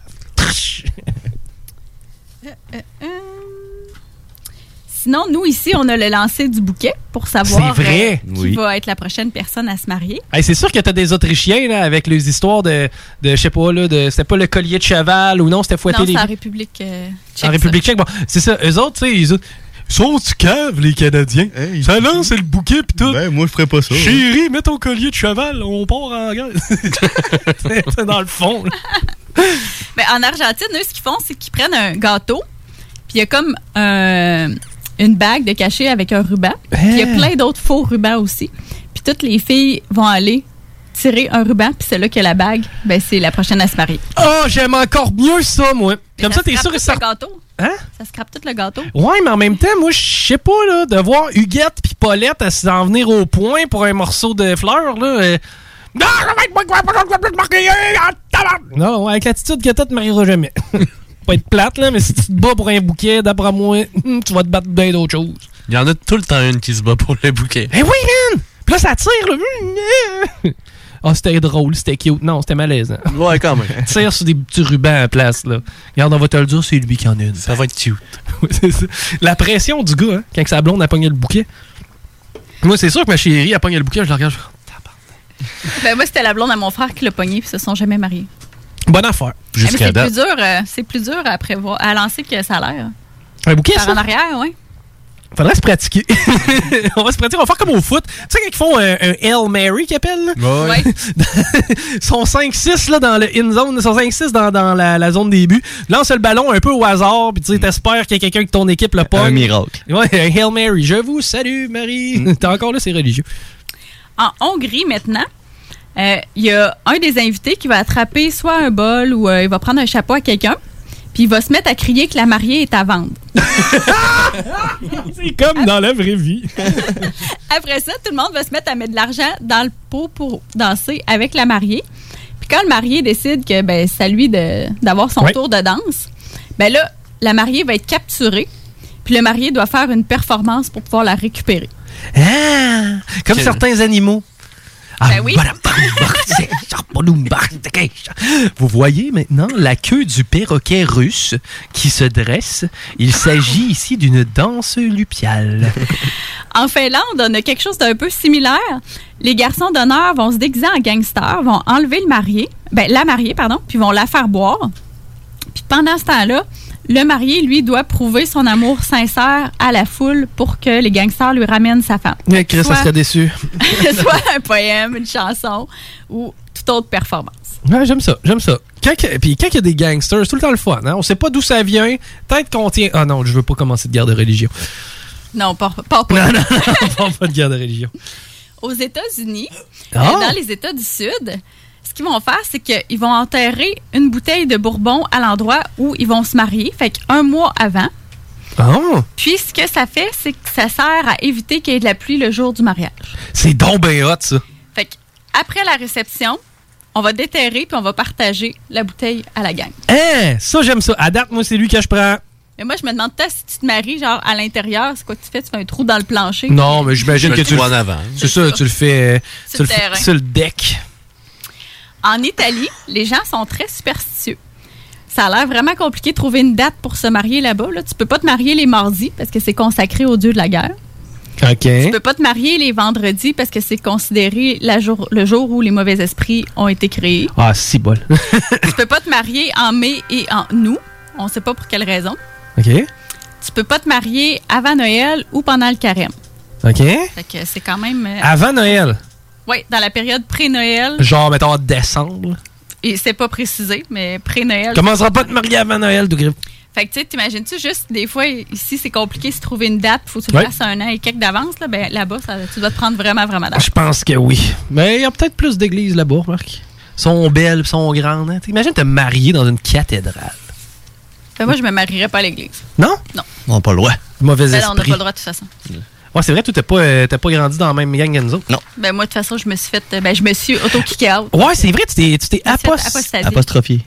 Sinon, nous, ici, on a le lancer du bouquet pour savoir qui va être la prochaine personne à se marier. Hey, c'est sûr que t'as des Autrichiens là, avec les histoires de je sais pas, là, c'était pas le collier de cheval ou non, c'était fouetter les... Non, c'est en République tchèque. En République tchèque, bon, c'est ça. Eux autres, tu sais, Sont-tu caves, les Canadiens? Hey, ça lance, c'est le bouquet pis tout. Ben, moi, je ferais pas ça. Chérie, mets ton collier de cheval, on part en guerre. C'est dans le fond. Ben, en Argentine, eux, ce qu'ils font, c'est qu'ils prennent un gâteau, puis il y a comme une bague de cachet avec un ruban. Puis il y a plein d'autres faux rubans aussi. Puis toutes les filles vont aller tirer un ruban, puis c'est là que la bague, ben, c'est la prochaine à se marier. Oh, j'aime encore mieux ça, moi. Mais comme ça, t'es sûr et certain. Hein? Ça scrape tout le gâteau. Ouais, mais en même temps, moi, je sais pas, là, de voir Huguette puis Paulette à s'en venir au point pour un morceau de fleurs, là. Non, avec l'attitude que t'as, tu te marieras jamais. Pas être plate, là, mais si tu te bats pour un bouquet, d'après moi, tu vas te battre bien d'autres choses. Il y en a tout le temps une qui se bat pour le bouquet. Eh oui, man! Puis là, ça tire, là. Ah, c'était drôle, c'était cute. Non, c'était malaisant. Ouais, quand même. Tire sur des petits rubans à la place, là. Regarde, on va te le dire, c'est lui qui en a une. Ça va être cute. C'est ça. La pression du gars, hein, quand sa blonde a pogné le bouquet. Moi, c'est sûr que ma chérie a pogné le bouquet, je la regarde, ben, moi, c'était la blonde à mon frère qui l'a pogné, puis ils se sont jamais mariés. Bonne affaire. Jusqu'à date. C'est plus dur à prévoir, à lancer que ça a l'air. Un bouquet, par ça? en arrière, oui. Faudrait se pratiquer. On va se pratiquer. On va faire comme au foot. Tu sais, quand ils font un Hail Mary qu'ils appellent, là? Ouais. Ils sont 5-6 là, dans le in zone. Ils sont 5-6 dans la zone des buts. Lance le ballon un peu au hasard. Puis tu sais, t'espères qu'il y a quelqu'un de ton équipe le pogne. Un miracle. Ouais, un Hail Mary. Je vous salue, Marie. T'es encore là, c'est religieux. En Hongrie, maintenant, il y a un des invités qui va attraper soit un bol ou il va prendre un chapeau à quelqu'un. Puis il va se mettre à crier que la mariée est à vendre. C'est comme dans la vraie vie. Après ça, tout le monde va se mettre à mettre de l'argent dans le pot pour danser avec la mariée. Puis quand le marié décide que ben, c'est à lui d'avoir son tour de danse, ben là, la mariée va être capturée. Puis le marié doit faire une performance pour pouvoir la récupérer. Ah, comme certains animaux. Ben oui. Vous voyez maintenant la queue du perroquet russe qui se dresse. Il s'agit ici d'une danse lupiale. En Finlande, on a quelque chose d'un peu similaire. Les garçons d'honneur vont se déguiser en gangsters, vont enlever la mariée, puis vont la faire boire. Puis pendant ce temps-là, le marié, lui, doit prouver son amour sincère à la foule pour que les gangsters lui ramènent sa femme. Chris, ça serait déçu. Soit un poème, une chanson ou toute autre performance. Ouais, j'aime ça. Puis quand il y a des gangsters, c'est tout le temps le fun. Hein? On sait pas d'où ça vient. Peut-être qu'on tient... Ah non, je veux pas commencer de guerre de religion. Non, pas. Non, pas de guerre de religion. Aux États-Unis, dans les États du Sud... Ce qu'ils vont faire, c'est qu'ils vont enterrer une bouteille de bourbon à l'endroit où ils vont se marier, fait qu'un mois avant. Oh. Puis, ce que ça fait, c'est que ça sert à éviter qu'il y ait de la pluie le jour du mariage. C'est donc ben hot, ça. Fait qu'après la réception, on va déterrer puis on va partager la bouteille à la gang. Ça, j'aime ça. À date, moi, c'est lui que je prends. Mais moi, je me demande si tu te maries, genre, à l'intérieur, c'est quoi que tu fais? Tu fais un trou dans le plancher? Non, mais j'imagine que tu le fais en avant. C'est ça, tu le fais sur le deck. En Italie, les gens sont très superstitieux. Ça a l'air vraiment compliqué de trouver une date pour se marier là-bas. Là. Tu peux pas te marier les mardis parce que c'est consacré au dieu de la guerre. OK. Tu peux pas te marier les vendredis parce que c'est considéré le jour où les mauvais esprits ont été créés. Ah, si bol. Tu peux pas te marier en mai et en août. On sait pas pour quelle raison. OK. Tu peux pas te marier avant Noël ou pendant le carême. OK. Fait que c'est quand même... Avant Noël? Oui, dans la période pré-Noël. Genre, mettons, décembre. Et c'est pas précisé, mais pré-Noël. Commencera pas à te marier avant Noël, tout grip. Fait que, tu sais, t'imagines-tu juste, des fois, ici, c'est compliqué de se trouver une date. Faut que tu le fasses 1 an et quelques d'avance. Là, ben, là-bas, tu dois te prendre vraiment d'avance. Je pense que oui. Mais il y a peut-être plus d'églises là-bas, Marc. Elles sont belles, sont grandes. Hein? Imagine te marier dans une cathédrale. Ben, moi, je me marierais pas à l'église. Non? Non. On n'a pas le droit. Mauvais esprit. On n'a pas le droit, de toute façon. Ouais, c'est vrai, toi, t'as pas grandi dans la même gang que nous autres. Non. Ben, moi, de toute façon, je me suis auto-kické out. Ouais, c'est vrai, tu t'es apostrophié.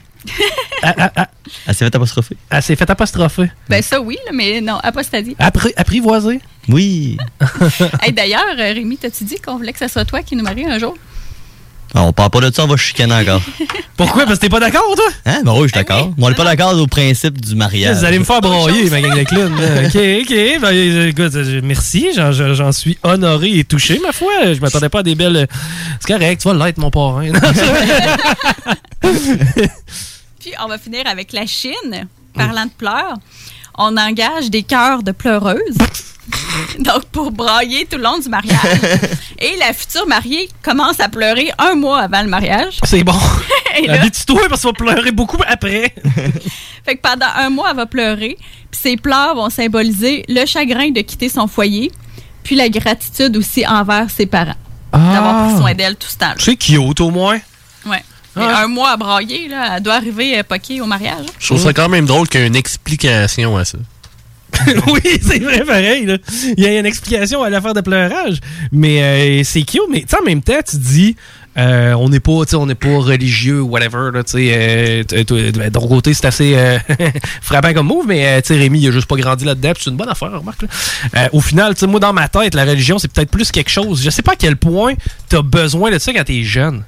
Elle s'est fait apostropher. Elle s'est fait apostropher. Ben, ça, oui, là, mais non, apostadie. Apprivoisé. Oui. Hey, d'ailleurs, Rémi, t'as-tu dit qu'on voulait que ce soit toi qui nous marie un jour? On parle pas de ça, on va chicaner encore. Pourquoi? Parce que t'es pas d'accord, toi? Hein? Ben oui, je suis d'accord. On n'est pas d'accord au principe du mariage. Vous allez me faire broyer, ma gang de clowns. OK. Ben, écoute, merci. J'en suis honoré et touché, ma foi. Je m'attendais pas à des belles... C'est correct, tu vas l'être, mon parrain. Puis, on va finir avec la Chine. Parlant de pleurs, on engage des chœurs de pleureuses. Donc, pour brailler tout le long du mariage. Et la future mariée commence à pleurer 1 mois avant le mariage. C'est bon. Là, habitue-toi parce que tu vas pleurer beaucoup après. Fait que pendant 1 mois, elle va pleurer. Puis ses pleurs vont symboliser le chagrin de quitter son foyer, puis la gratitude aussi envers ses parents. D'avoir pris soin d'elle tout ce temps-là. C'est cute au moins. Ouais. Mais 1 mois à brailler, là, elle doit arriver poquée au mariage. Je trouve ça quand même drôle qu'il y ait une explication à ça. Oui, c'est vrai, pareil. Là. Il y a une explication à l'affaire de pleurage. Mais c'est cute. Mais en même temps, tu dis, on n'est pas religieux ou whatever. Là, de ton côté, c'est assez frappant comme move. Mais Rémi, il a juste pas grandi là-dedans. C'est une bonne affaire, remarque. Là. Au final, moi, dans ma tête, la religion, c'est peut-être plus quelque chose. Je sais pas à quel point tu as besoin de ça quand tu es jeune.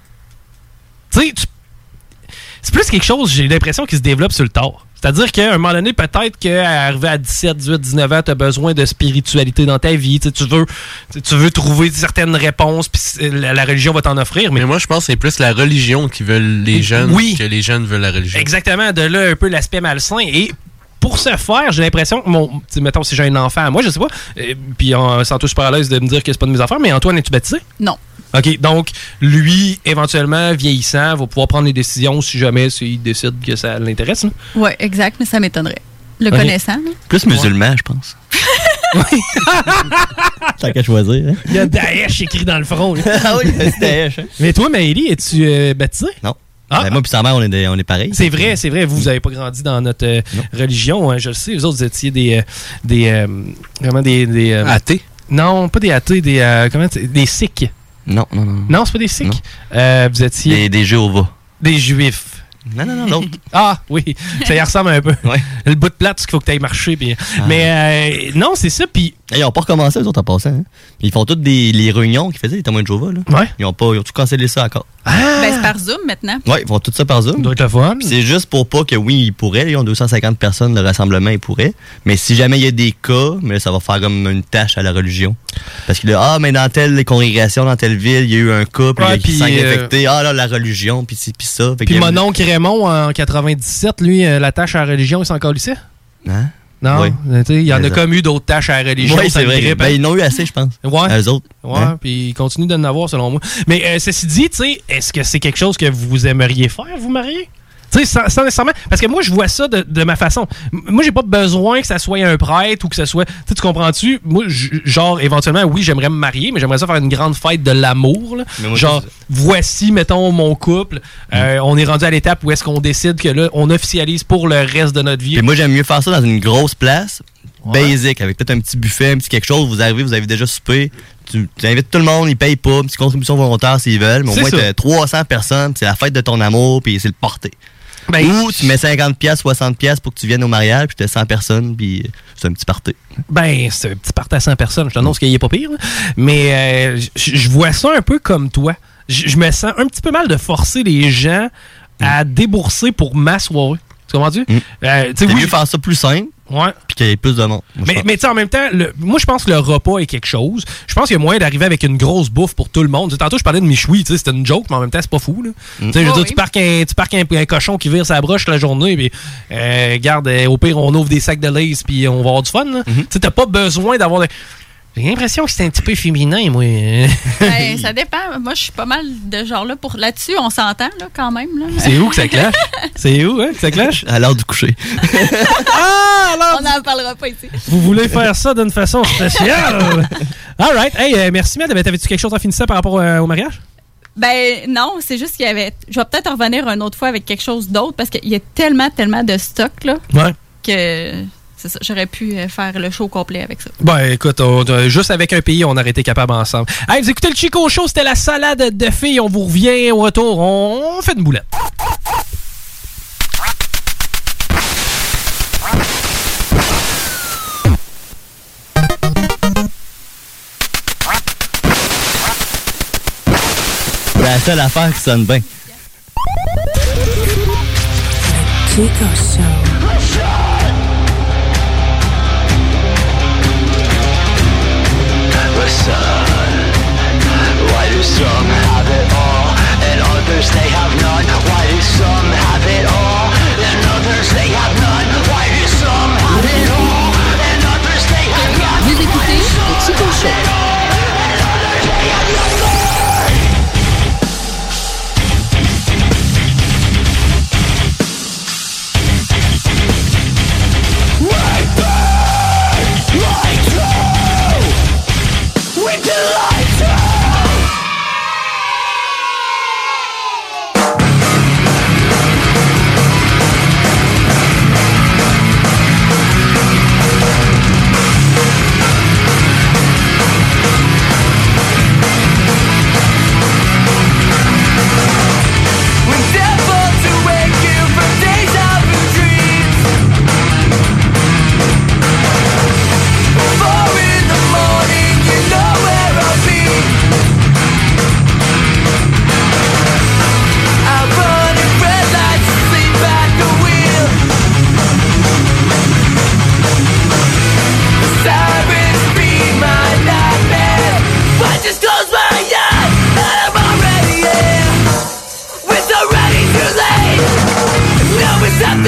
C'est plus quelque chose, j'ai l'impression, qui se développe sur le tard. C'est-à-dire qu'à un moment donné, peut-être qu'arrivé à 17, 18, 19 ans, tu as besoin de spiritualité dans ta vie. Tu veux trouver certaines réponses, puis la religion va t'en offrir. Mais moi, je pense que c'est plus la religion qui veut les jeunes que les jeunes veulent la religion. Exactement. De là, un peu l'aspect malsain. Et pour ce faire, j'ai l'impression que, mettons, si j'ai un enfant, moi, je sais pas, puis on s'en touche super à l'aise de me dire que c'est pas de mes affaires, mais Antoine, es-tu baptisé? Non. OK, donc, lui, éventuellement, vieillissant, va pouvoir prendre des décisions si jamais il décide que ça l'intéresse. Oui, exact, mais ça m'étonnerait. Le connaissant. Là. Plus musulman, je pense. Tant qu'à choisir. Hein? Il y a Daesh écrit dans le front. Ah oui, c'est Daesh. Hein? Mais toi, Maëlie, es-tu baptisé? Non. Ben, moi et sa mère, on est pareils. C'est vrai. Vous n'avez pas grandi dans notre religion, hein, je le sais. Vous autres, vous étiez des athées? Non, pas des athées, des sikhs. Non. Non, c'est pas des sikhs? Vous étiez... Des Jéhovah. Des juifs. Non, l'autre. Ah, oui, ça y ressemble un peu. Ouais. Le bout de plate, c'est qu'il faut que tu ailles marcher. Pis... Mais non, c'est ça. Puis ils n'ont pas recommencé, eux autres, en passant. Hein? Ils font toutes les réunions qu'ils faisaient, les témoins de Jéhovah. Là. Ouais. Ils ont tout cancellé ça encore. Ben, c'est par Zoom maintenant. Oui, ils font tout ça par Zoom. Ça doit être le fun. C'est juste pour pas que, oui, ils pourraient. Ils ont 250 personnes, le rassemblement, ils pourraient. Mais si jamais il y a des cas, mais là, ça va faire comme une tâche à la religion. Parce que là, mais dans telle congrégation, dans telle ville, il y a eu un cas, puis il s'est infecté. Là, la religion, puis ça. Puis mon oncle Raymond, en 97, lui, la tâche à la religion, il s'en calissait. Hein? Non, oui. Il y en a comme eu d'autres tâches à la religion. Oui, c'est vrai. Ils en ont eu assez, je pense. Ouais. Eux autres. Ouais, puis ils continuent de en avoir, selon moi. Mais ceci dit, est-ce que c'est quelque chose que vous aimeriez faire, vous marier? Tu sais, sans nécessairement. Parce que moi, je vois ça de ma façon. Moi, j'ai pas besoin que ça soit un prêtre ou que ça soit. Tu comprends-tu? Moi, genre, éventuellement, oui, j'aimerais me marier, mais j'aimerais ça faire une grande fête de l'amour. Genre, voici, mettons, mon couple. On est rendu à l'étape où est-ce qu'on décide que là, on officialise pour le reste de notre vie. Puis moi, j'aime mieux faire ça dans une grosse place, basic, avec peut-être un petit buffet, un petit quelque chose. Vous arrivez, vous avez déjà soupé. Tu invites tout le monde, ils payent pas, une petite contribution volontaire s'ils veulent. Mais au moins, t'as 300 personnes, c'est la fête de ton amour, puis c'est le party. Ou tu mets 50$, 60$ pour que tu viennes au mariage, puis t'as 100 personnes, puis c'est un petit party. Ben, c'est un petit party à 100 personnes. Je t'annonce qu'il est pas pire. Là. Mais je vois ça un peu comme toi. Je me sens un petit peu mal de forcer les gens à débourser pour ma soirée. Tu comprends-tu? C'est mieux faire ça plus simple. Ouais. Puis qu'il y ait plus de monde. Mais tu sais, en même temps, moi, je pense que le repas est quelque chose. Je pense qu'il y a moyen d'arriver avec une grosse bouffe pour tout le monde. T'sais, tantôt, je parlais de Michoui, c'était une joke, mais en même temps, c'est pas fou. Tu sais, je veux dire, tu parques un cochon qui vire sa broche toute la journée, puis regarde, au pire, on ouvre des sacs de lace, puis on va avoir du fun. Tu sais, t'as pas besoin d'avoir... J'ai l'impression que c'est un petit peu féminin, moi. Ben, ça dépend. Moi, je suis pas mal de genre là. Là-dessus, on s'entend là, quand même. Là. C'est où que ça clash? C'est où que ça clash? À l'heure du coucher. On n'en parlera pas ici. Vous voulez faire ça d'une façon spéciale? All right. Hey, merci, Mad. T'avais-tu quelque chose à finir ça par rapport au mariage? Ben non, c'est juste qu'il y avait... Je vais peut-être revenir une autre fois avec quelque chose d'autre parce qu'il y a tellement de stock là que... C'est ça, j'aurais pu faire le show complet avec ça. Ben écoute, juste avec un pays, on aurait été capable ensemble. Hey, vous écoutez le Chico Show, c'était la salade de filles. On vous revient au retour. On fait une boulette. La seule affaire qui sonne bien. Chico Show. Why do some have it all and others they have none? Why do some have it all and others they have none? Why do some have it all?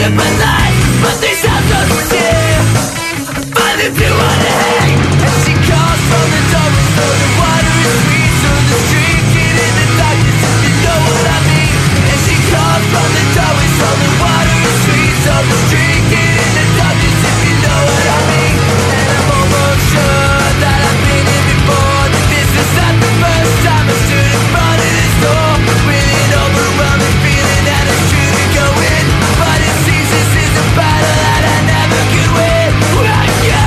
different life, but they sound so sincere. But if you wanna hang, and she calls from the double, so the water is sweet, so the drinking in the darkness, if you know what I mean. And she calls from the double, so the water is sweet, so the drinking in the darkness, if you know what I mean. And I'm almost sure that I've been here before, that this is not the first time I stood in front of this door, with an overwhelming feeling that it's true to go in, but it seems this is a battle that I never could win. Where I go,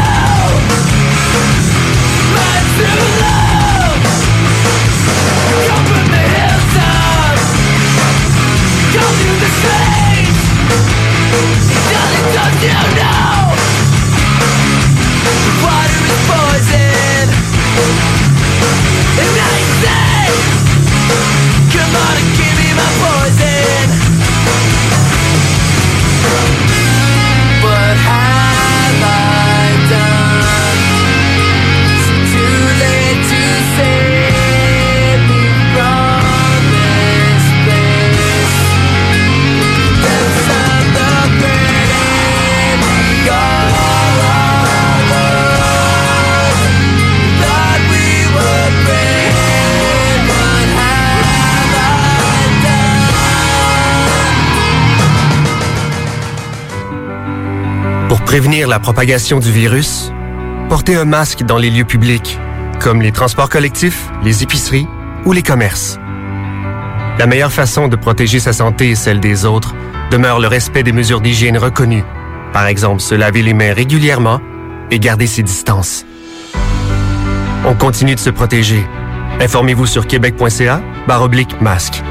I'm too low. Come from the hilltops, go through the streets. Darling, don't you know the water is poison? And I say, come on and give me my poison. What have I done? It's too late to save me from this place. Depths of the burning, all our world. Thought we were brave. What have I done? Pour prévenir la propagation du virus, portez un masque dans les lieux publics, comme les transports collectifs, les épiceries ou les commerces. La meilleure façon de protéger sa santé et celle des autres demeure le respect des mesures d'hygiène reconnues. Par exemple, se laver les mains régulièrement et garder ses distances. On continue de se protéger. Informez-vous sur québec.ca/masque.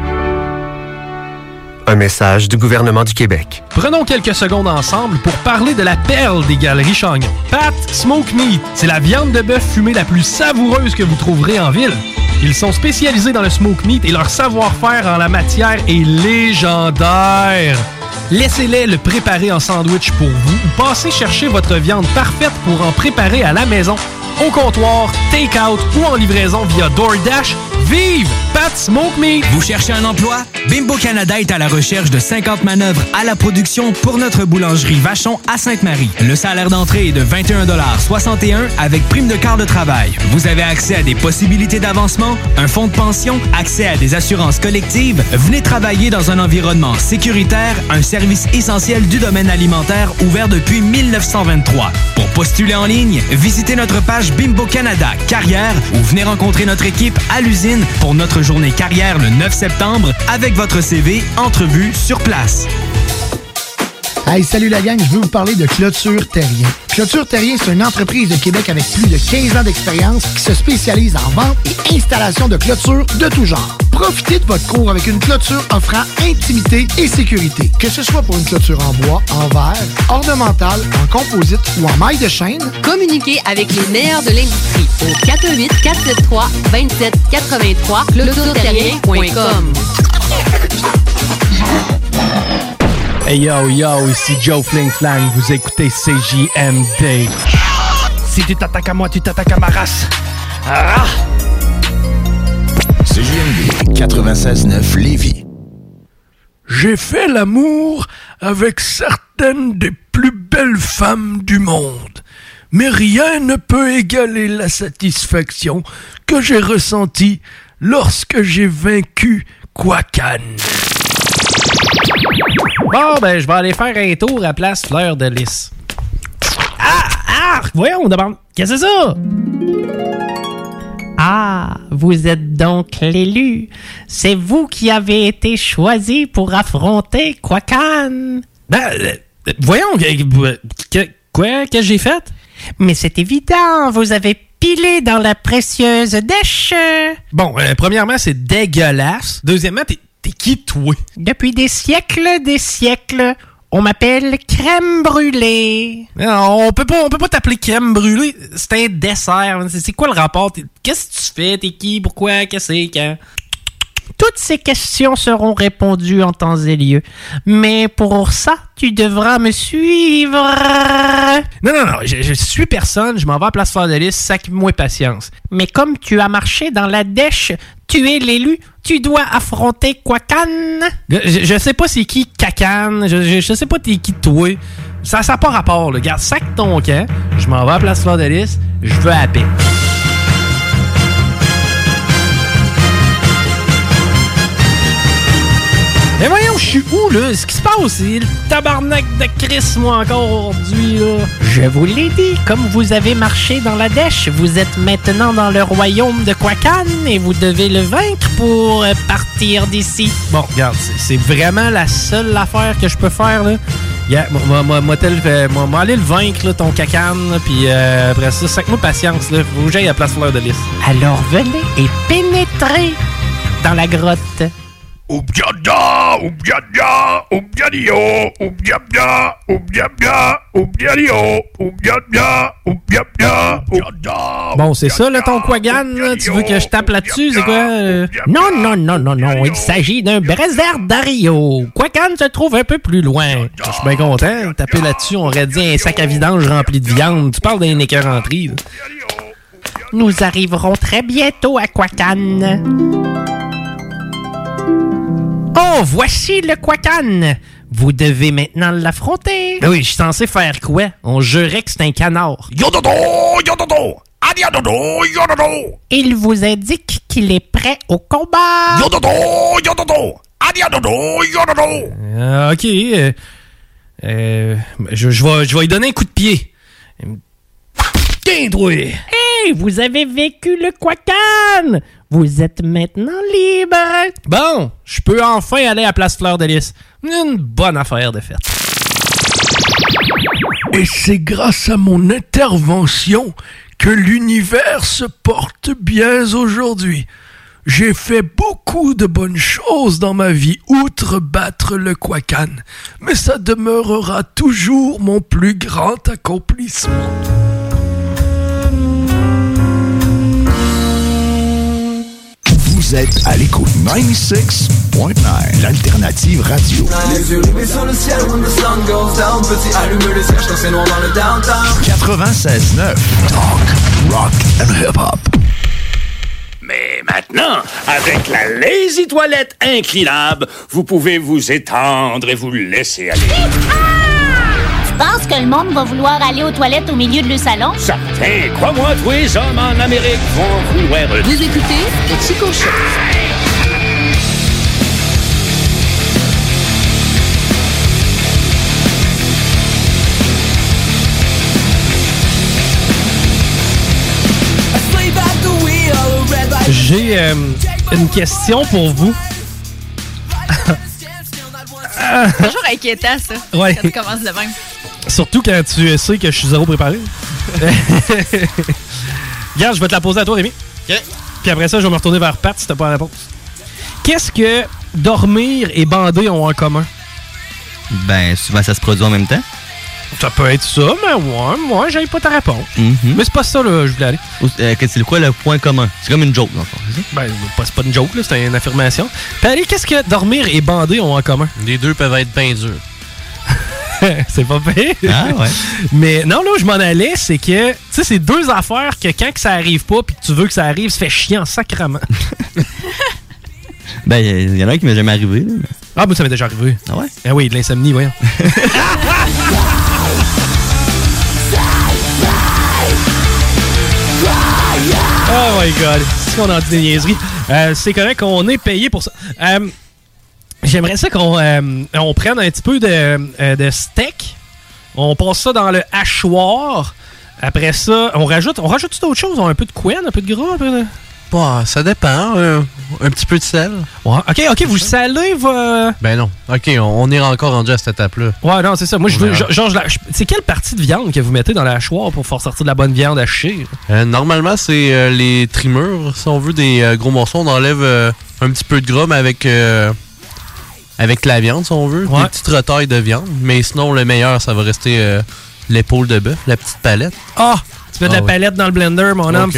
Un message du gouvernement du Québec. Prenons quelques secondes ensemble pour parler de la perle des Galeries Chagnon. Pat Smoke Meat, c'est la viande de bœuf fumée la plus savoureuse que vous trouverez en ville. Ils sont spécialisés dans le smoke meat et leur savoir-faire en la matière est légendaire. Laissez-les le préparer en sandwich pour vous ou passez chercher votre viande parfaite pour en préparer à la maison, au comptoir, take-out ou en livraison via DoorDash. Vive Pat Smoke Meat! Vous cherchez un emploi? Bimbo Canada est à la recherche de 50 manœuvres à la production pour notre boulangerie Vachon à Sainte-Marie. Le salaire d'entrée est de 21,61 $ avec prime de quart de travail. Vous avez accès à des possibilités d'avancement, un fonds de pension, accès à des assurances collectives. Venez travailler dans un environnement sécuritaire, un service essentiel du domaine alimentaire ouvert depuis 1923. Pour postuler en ligne, visitez notre page Bimbo Canada Carrière ou venez rencontrer notre équipe à l'usine pour notre journée carrière le 9 septembre avec votre CV, entrevue sur place. Hey, salut la gang, je veux vous parler de Clôture Terrien. Clôture Terrien, c'est une entreprise de Québec avec plus de 15 ans d'expérience qui se spécialise en vente et installation de clôtures de tout genre. Profitez de votre cour avec une clôture offrant intimité et sécurité. Que ce soit pour une clôture en bois, en verre, ornementale, en composite ou en maille de chaîne, communiquez avec les meilleurs de l'industrie au 418-473-2783 clôtureterrien.com. Hey yo yo, ici Joe Fling Flang, vous écoutez CJMD. Si tu t'attaques à moi, tu t'attaques à ma race. Ah! CJMD 96.9 Lévis. J'ai fait l'amour avec certaines des plus belles femmes du monde, mais rien ne peut égaler la satisfaction que j'ai ressentie lorsque j'ai vaincu Quacan. Bon, ben, je vais aller faire un tour à Place Fleur de Lys. Ah! Voyons, on demande. Qu'est-ce que c'est ça? Ah, vous êtes donc l'élu. C'est vous qui avez été choisi pour affronter Quacan. Voyons, quoi? Qu'est-ce que j'ai fait? Mais c'est évident, vous avez pilé dans la précieuse dèche. Bon, premièrement, c'est dégueulasse. Deuxièmement, t'es qui, toi? Depuis des siècles, on m'appelle Crème Brûlée. Non, on peut pas t'appeler Crème Brûlée. C'est un dessert. C'est quoi le rapport? Qu'est-ce que tu fais? T'es qui? Pourquoi? Qu'est-ce que c'est? Quand? Toutes ces questions seront répondues en temps et lieu. Mais pour ça, tu devras me suivre. Non, je suis personne, je m'en vais à Place Fleur de Lys, sac-moi patience. Mais comme tu as marché dans la dèche, tu es l'élu, tu dois affronter Quacan. Je sais pas c'est qui Cacane, je sais pas t'es qui toi. Ça n'a pas rapport, là. Regarde, sac ton camp, je m'en vais à Place Fleur de Lys, je veux à la paix. Mais voyons, je suis où, là? Ce qui se passe, c'est le tabarnak de Chris, moi, encore aujourd'hui, là. Je vous l'ai dit, comme vous avez marché dans la dèche, vous êtes maintenant dans le royaume de Quacan et vous devez le vaincre pour partir d'ici. Bon, regarde, c'est vraiment la seule affaire que je peux faire, là. Moi, aller le vaincre, là, ton cacane, puis après ça, sac-moi patience, là. Faut que j'aille à Place Fleur de Lys. Alors venez et pénétrez dans la grotte. Oubiada, oubiada, oubiadio, oubiabia, oubiabia, oubiadio, oubiabia, oubiabia, oubiada. Bon, c'est ça, là, ton Quagan, là? Tu veux que je tape là-dessus? C'est quoi? Non. Il s'agit d'un Brésardario. Quacan se trouve un peu plus loin. Je suis bien content. Taper là-dessus, on aurait dit un sac à vidange rempli de viande. Tu parles d'un écœuranterie, là. Nous arriverons très bientôt à Quacan. Oh, voici le Quacan. Vous devez maintenant l'affronter. Oui, je suis censé faire quoi? On jurait que c'est un canard. Yododo, yododo, adiadodo, yododo. Il vous indique qu'il est prêt au combat. Yododo, yododo, adiadodo, yododo. OK. Je vais lui donner un coup de pied. Tiens, toi. Hey, vous avez vécu le Quacan. Vous êtes maintenant libre. Bon, je peux enfin aller à Place Fleur de Lys. Une bonne affaire de fête. Et c'est grâce à mon intervention que l'univers se porte bien aujourd'hui. J'ai fait beaucoup de bonnes choses dans ma vie, outre battre le Quacan. Mais ça demeurera toujours mon plus grand accomplissement. Vous êtes à l'écoute 96.9, l'alternative radio. Les yeux rivés sur le ciel, when the sun goes down. Petit allume les cierges quand c'est noir dans le downtown. 96.9, talk, rock and hip-hop. Mais maintenant, avec la Lazy Toilette inclinable, vous pouvez vous étendre et vous laisser aller. Tu penses que le monde va vouloir aller aux toilettes au milieu de le salon? Certain, crois-moi, tous les hommes en Amérique vont vouloir... Vous écoutez le Chico Show. J'ai une question pour vous. C'est toujours inquiétant, ça, ouais. quand tu commences de même. Surtout quand tu sais que je suis zéro préparé. Regarde, je vais te la poser à toi, Rémi. OK. Puis après ça, je vais me retourner vers Pat si t'as pas la réponse. Qu'est-ce que dormir et bander ont en commun? Ben, souvent, ça se produit en même temps. Ça peut être ça, mais moi, j'avais pas ta réponse. Mm-hmm. Mais c'est pas ça, là, je voulais aller. C'est quoi le point commun? C'est comme une joke, dans le fond, c'est ça? Ben, c'est pas une joke, là, c'est une affirmation. Puis allez, qu'est-ce que dormir et bander ont en commun? Les deux peuvent être bien durs. C'est pas pire. Ah, ouais. Mais non, là où je m'en allais, c'est que, tu sais, c'est deux affaires que quand que ça arrive pas puis que tu veux que ça arrive, ça fait chiant sacrément. Ben, il y en a un qui m'est jamais arrivé, là. Ah, moi, ça m'est déjà arrivé. Ah ouais? Ah oui, de l'insomnie, voyons. Oh my God. C'est qu'on en dit des niaiseries. C'est correct qu'on est payé pour ça. J'aimerais ça qu'on on prenne un petit peu de steak. On passe ça dans le hachoir. Après ça, on rajoute d'autres choses? Un peu de couenne, un peu de gras, un peu de... Bah, ça dépend. Un petit peu de sel. Ouais. OK, vous salez Ben non. OK, on est encore rendu à cette étape-là. Ouais, non, c'est ça. Moi, je veux... c'est quelle partie de viande que vous mettez dans la hachoir pour faire sortir de la bonne viande hachée? Normalement, c'est les trimures. Si on veut des gros morceaux, on enlève un petit peu de gras, mais avec la viande, si on veut. Ouais. Des petites retailles de viande. Mais sinon, le meilleur, ça va rester l'épaule de bœuf, la petite palette. Ah! Tu mets de la palette dans le blender, mon homme. Okay, oui.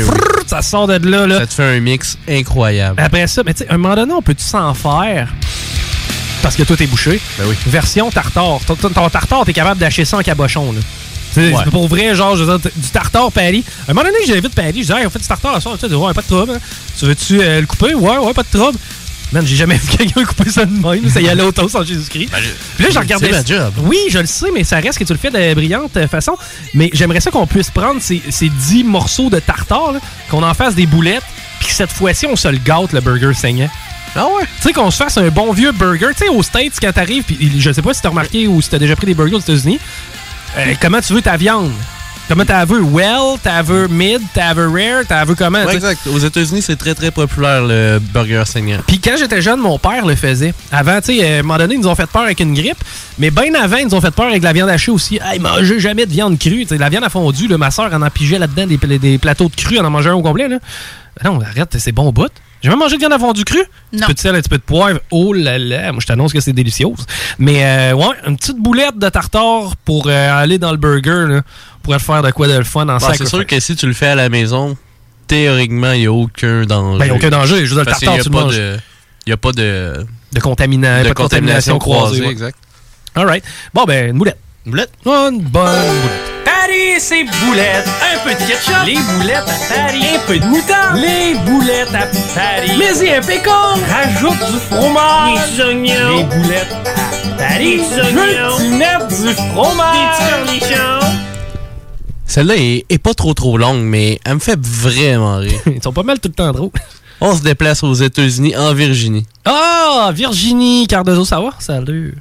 Ça sort de là. Ça te fait un mix incroyable. Après ça, mais tu sais, à un moment donné, on peut-tu s'en faire? Parce que tout est bouché. Ben oui. Version tartare. Ton tartare, t'es capable d'acheter ça en cabochon, là. Ouais. C'est pour vrai, genre, je veux dire, du tartare Paris. À un moment donné, j'invite Paris. Je dis, hey, on fait du tartare à soir. Tu dis, ouais, pas de trouble. Hein. Tu veux-tu le couper? Ouais, pas de trouble. Man, j'ai jamais vu quelqu'un couper ça de même. Ça y allait au toast en Jésus-Christ. Puis là, je regardais. C'est ma job. Oui, je le sais, mais ça reste que tu le fais de brillante façon. Mais j'aimerais ça qu'on puisse prendre ces 10 morceaux de tartare, là, qu'on en fasse des boulettes, puis que cette fois-ci, on se le gâte, le burger saignant. Ah ouais? Tu sais, qu'on se fasse un bon vieux burger. Tu sais, aux States, quand t'arrives, puis je sais pas si t'as remarqué ou si t'as déjà pris des burgers aux États-Unis, comment tu veux ta viande? Comment t'as vu? Well, t'as vu mid, t'as vu rare, t'as vu comment? Ouais, exact. Aux États-Unis, c'est très très populaire le burger saignant. Puis quand j'étais jeune, mon père le faisait. Avant, tu sais, à un moment donné, ils nous ont fait peur avec une grippe. Mais bien avant, ils nous ont fait peur avec la viande hachée aussi. Hey, mangez jamais de viande crue. T'sais, la viande a fondu. Là, ma soeur en pigeait là-dedans des plateaux de crue. Elle en mangeait un au complet. Là. Non, arrête, c'est bon bout. J'ai même mangé de viande à fondue crue. Non. Un petit peu de sel, un petit peu de poivre. Oh là là, moi je t'annonce que c'est délicieux. Mais ouais, une petite boulette de tartare pour aller dans le burger, là, pour te faire de quoi de le fun en sac. C'est sûr que si tu le fais à la maison, théoriquement, il n'y a aucun danger. Ben, il n'y a aucun danger. Je veux dire, le tartare, tu le manges. Il n'y a pas de contamination croisée. Ouais. Exact. All right. Bon, ben, une boulette. Une boulette? Une bonne boulette. Paris, c'est boulettes. Un peu de ketchup. Les boulettes à Paris. Un peu de moutarde. Les boulettes à Paris. Mais un pécan. Rajoute du fromage. Des oignons. Les boulettes à Paris. Des oignons. Tu mets du fromage. Des petits cornichons. Celle-là est pas trop longue, mais elle me fait vraiment rire. Ils sont pas mal tout le temps drôles. On se déplace aux États-Unis, en Virginie. Ah, Virginie, Cardozo, ça va? Salut.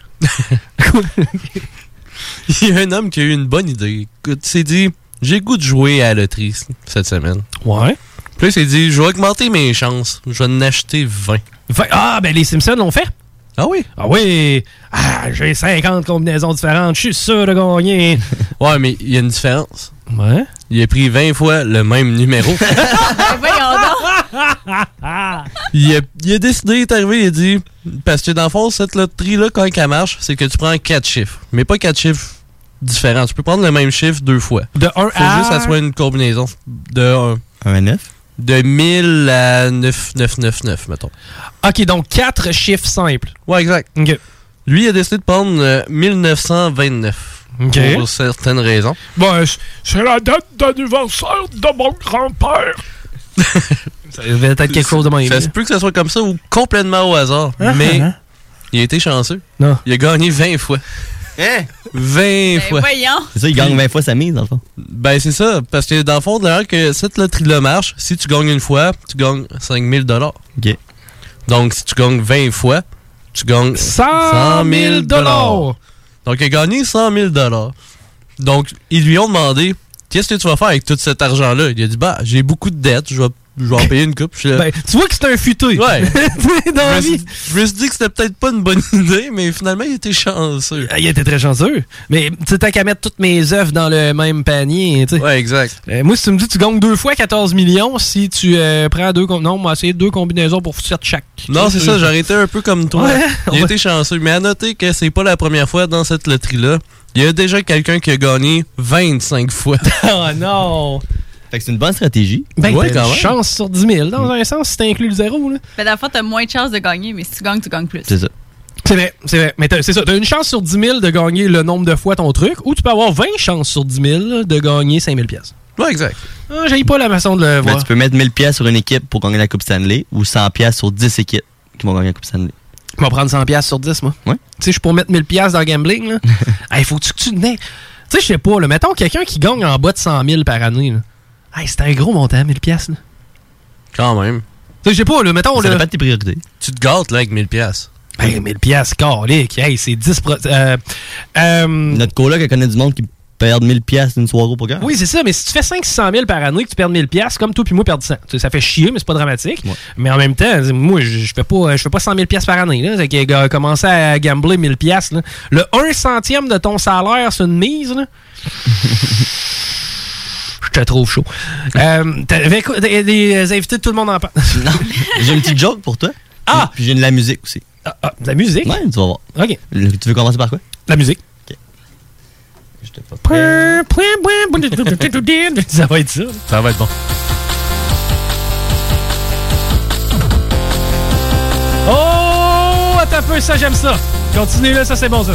Il y a un homme qui a eu une bonne idée. Il s'est dit, j'ai le goût de jouer à la loterie cette semaine. Ouais. Puis là, il s'est dit, je vais augmenter mes chances. Je vais en acheter 20. Ah, ben les Simpsons l'ont fait. Ah oui? Ah oui! Ah, j'ai 50 combinaisons différentes, je suis sûr de gagner. Ouais, mais il y a une différence. Ouais? Il a pris 20 fois le même numéro. il a décidé, il est arrivé, il a dit, parce que dans le fond, cette loterie-là, quand elle marche, c'est que tu prends 4 chiffres. Mais pas 4 chiffres différents. Tu peux prendre le même chiffre 2 fois. De 1 à... Faut juste que ça soit une combinaison de 1 à 9? De 1000 à 9999, mettons. OK, donc 4 chiffres simples. Ouais, exact. OK. Lui, il a décidé de prendre 1929. OK. Pour certaines raisons. Ben, c'est la date d'anniversaire de mon grand-père. Ça devait être quelque chose de même. Ça se peut que ce soit comme ça ou complètement au hasard. Mais il a été chanceux. Non. Il a gagné 20 fois. Hein? 20 fois. Voyons. C'est ça, il gagne 20 fois sa mise, dans le fond. Ben, c'est ça. Parce que dans le fond, d'ailleurs, que cette loterie-là marche, si tu gagnes une fois, tu gagnes 5000 $. OK. Donc, si tu gagnes 20 fois, tu gagnes 100 000 $. Donc, il a gagné 100 000 $. Donc, ils lui ont demandé, qu'est-ce que tu vas faire avec tout cet argent-là? Il a dit, bah, j'ai beaucoup de dettes, je vais en payer une coupe. Ben, tu vois que c'est un futé. Ouais. Dans la vie. Je me suis dit que c'était peut-être pas une bonne idée, mais finalement, il était chanceux. Il était très chanceux. Mais tu sais, t'as qu'à mettre toutes mes œufs dans le même panier. T'sais. Ouais, exact. Moi, si tu me dis que tu gagnes 2 fois 14 millions, si tu prends 2... Non, on va essayer 2 combinaisons pour faire chaque. Non, c'est ça, j'aurais été un peu comme toi. Ouais, il a été chanceux. Mais à noter que c'est pas la première fois dans cette loterie-là. Il y a déjà quelqu'un qui a gagné 25 fois. Oh non! Fait que c'est une bonne stratégie. Ben, ouais, t'as quand une même. chance sur 10 000, dans un sens, si t'inclus le zéro. Là. Ben, dans le fond, t'as moins de chances de gagner, mais si tu gagnes plus. C'est ça. C'est vrai. Mais c'est ça. T'as une chance sur 10 000 de gagner le nombre de fois ton truc, ou tu peux avoir 20 chances sur 10 000 de gagner 5 000 $. Ouais, exact. Ah, j'ai pas la façon de le voir. Ben, tu peux mettre 1000 $ sur une équipe pour gagner la Coupe Stanley ou 100 $ sur 10 équipes qui vont gagner la Coupe Stanley. Je vais prendre 100 $ sur 10, moi. Ouais. Tu sais, je pourrais mettre 1000 $ dans le gambling. Là. Hey, faut-tu que tu tenais... Tu sais, je sais pas, là, mettons quelqu'un qui gagne en bas de 100 000 par année. Là. Hey, c'est un gros montant, 1000 $. Là. Quand même. Tu sais, je sais pas, là, mettons... Ça là, dépend de tes priorités. Tu te gâtes là avec 1000 $. Ben, 1000 $, calique. Hey, c'est 10 Notre coloc, elle connaît du monde qui perd 1000 $ d'une soirée au poker. Oui, c'est ça, mais si tu fais 500 000 par année que tu perds 1000 $, comme toi puis moi perdre 100. Tu sais, ça fait chier, mais c'est pas dramatique. Ouais. Mais en même temps, moi, je fais pas 100 000 $ par année. Là. C'est que commencer à gambler 1000 $, là. Le 1 centième de ton salaire sur une mise, là. Je te trouve chaud. T'avais des invités de tout le monde en parle. Non, j'ai une petite joke pour toi. Ah! Puis j'ai de la musique aussi. De la musique? Ouais, tu vas voir. OK. Tu veux commencer par quoi? La musique. OK. J'étais pas prêt. Ça va être ça. Ça va être bon. t'as peu, ça, j'aime ça. Continue là, ça, c'est bon, ça.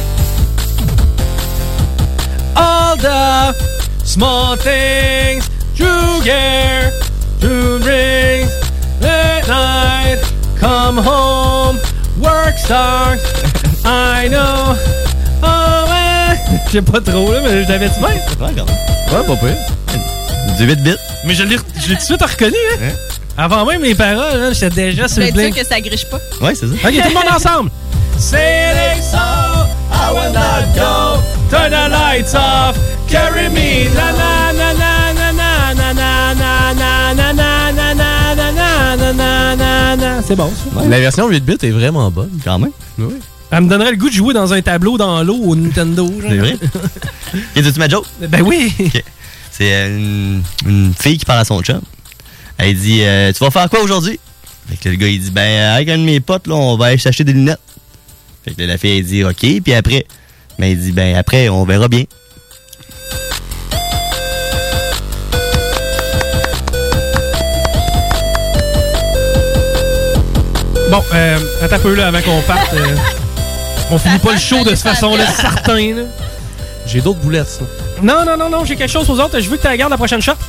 All the small things you care to bring the night. Come home, work starts. I know. Oh, ouais. Je sais pas trop, là, mais je l'avais-tu bien? Ouais, quand même. Ouais, pas pire. Du 8 bits. Mais je l'ai tout de suite reconnu, hein? Avant même mes paroles, là, j'étais déjà sur le C'est blink. sûr que ça griche pas. Ouais, c'est ça. Ok, tout le monde ensemble. Sailing so, I will not go. Turn the lights off, carry me. Na na na na na na na na na na na na na na na na na na. C'est bon, ça. La version 8 bits est vraiment bonne. Quand même. Oui. Elle me donnerait le goût de jouer dans un tableau dans l'eau au Nintendo. Genre. C'est vrai? Et tu ma joke? Ben oui. Okay. C'est une fille qui parle à son chum. Elle dit tu vas faire quoi aujourd'hui? Fait que le gars il dit avec un de mes potes là, on va aller s'acheter des lunettes. Fait que la fille elle dit OK, puis après il dit après on verra bien. Bon, attends un peu là avant qu'on parte. On finit pas le show de cette façon-là, certain. Là. J'ai d'autres boulettes, ça. Non, j'ai quelque chose aux autres. Je veux que tu regardes la prochaine shot.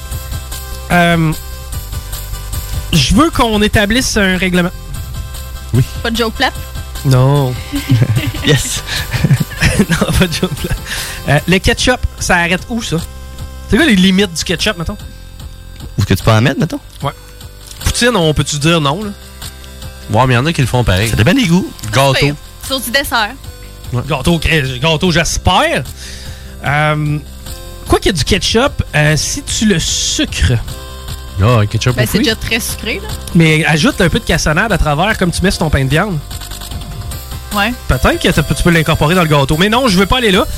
Je veux qu'on établisse un règlement. Oui. Pas de joke plate? Non. Yes. Non, pas de joke plate. Le ketchup, ça arrête où, ça? C'est quoi les limites du ketchup, mettons? Où est-ce que tu peux en mettre, mettons? Ouais. Poutine, on peut-tu dire non, là? Ouais, mais il y en a qui le font pareil. Ça dépend des goûts. Gâteau. Sur du dessert. Ouais. Gâteau, j'espère. Quoi qu'il y a du ketchup, si tu le sucres... Ah, un ketchup c'est déjà très sucré, là. Mais ajoute un peu de cassonade à travers, comme tu mets sur ton pain de viande. Ouais. Peut-être que tu peux l'incorporer dans le gâteau. Mais non, je veux pas aller là.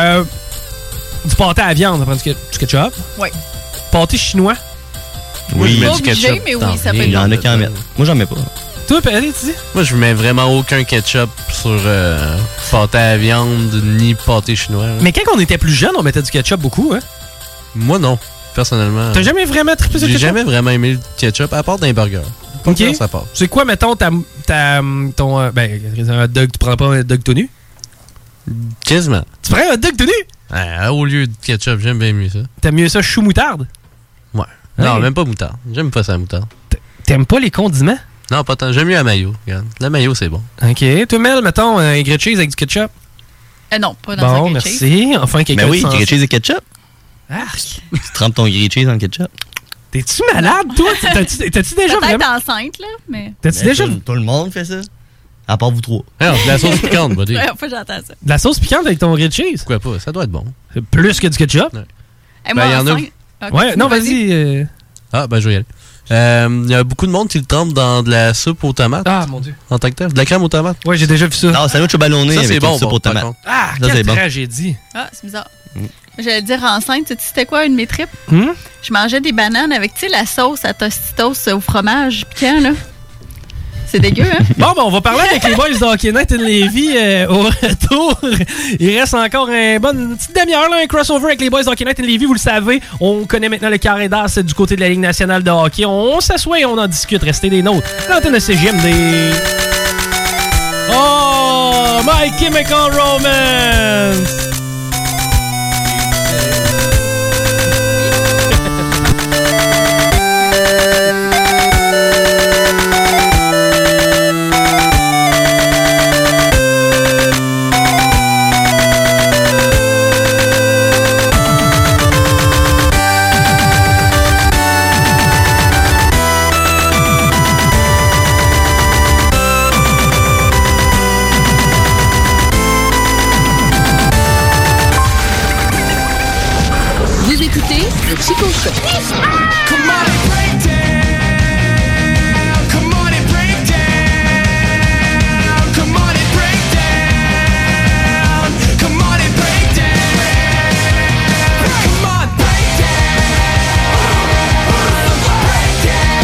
Du pâté à la viande, ça prend du ketchup. Ouais. Pâté chinois. Oui, pas obligé, mais oui, ça peut être il y en a qui en mettent. Moi, j'en mets pas. Toi, Pédé, tu dis? Moi, je mets vraiment aucun ketchup sur pâté à la viande ni pâté chinois. Là. Mais quand on était plus jeune, on mettait du ketchup beaucoup, hein? Moi, non. Personnellement. T'as jamais vraiment trippé sur le ketchup? J'ai jamais vraiment aimé le ketchup, à part d'un burger. Ok. Ça part. C'est quoi, mettons, ton un hot dog, tu prends pas un hot dog tout nu? Quasiment. Tu prends un hot dog tout nu? Au lieu de ketchup, j'aime bien mieux ça. T'aimes mieux ça chou moutarde? Ouais. Non, même pas moutarde. J'aime pas ça, la moutarde. T'aimes pas les condiments? Non, pas tant. J'aime mieux la mayo. Regarde. La mayo, c'est bon. Ok. Toi, Mel, mettons un grilled cheese avec du ketchup? Non, pas dans un grilled cheese. Bon, merci. Enfin, quelqu'un oui, grilled cheese et ketchup. Arc. Tu trempes ton grilled cheese dans le ketchup. T'es-tu malade, toi? T'as-tu déjà peut-être vraiment... enceinte, là, mais... T'as-tu déjà... Tout le monde fait ça. À part vous trois. Alors, de la sauce piquante, buddy. Ouais, fois j'entends ça. De la sauce piquante avec ton grilled cheese? Pourquoi pas? Ça doit être bon. Plus que du ketchup? Ouais. Moi, y en a... Okay, ouais, non, vas-y. Ah, je vais y aller. Il y a beaucoup de monde qui le trempe dans de la soupe aux tomates. Ah, mon Dieu. En tant que tel. De la crème aux tomates. Ouais, j'ai déjà vu ça. Non, sandwich au ballonné ça, avec bon, une soupe aux tomates. Ah, ça, quelle bon. tragédie. Ah, c'est bizarre. J'allais dire enceinte, tu sais c'était quoi une de mes tripes? Hmm? Je mangeais des bananes avec, tu sais, la sauce à Tostitos au fromage piquant, là. C'est dégueu, hein? Bon, on va parler avec les boys de Hockey Night in Lévis au retour. Il reste encore une petite demi-heure, là, un crossover avec les boys de Hockey Night in Lévis. Vous le savez, on connaît maintenant le carré d'as du côté de la Ligue nationale de hockey. On s'assoit et on en discute. Restez des nôtres. L'antenne de CGMD. Oh, My Chemical Romance. Chico Show. Come on and break down. Come on and break down. Come on and break down. Come on and break down. Come on, break down. Break down.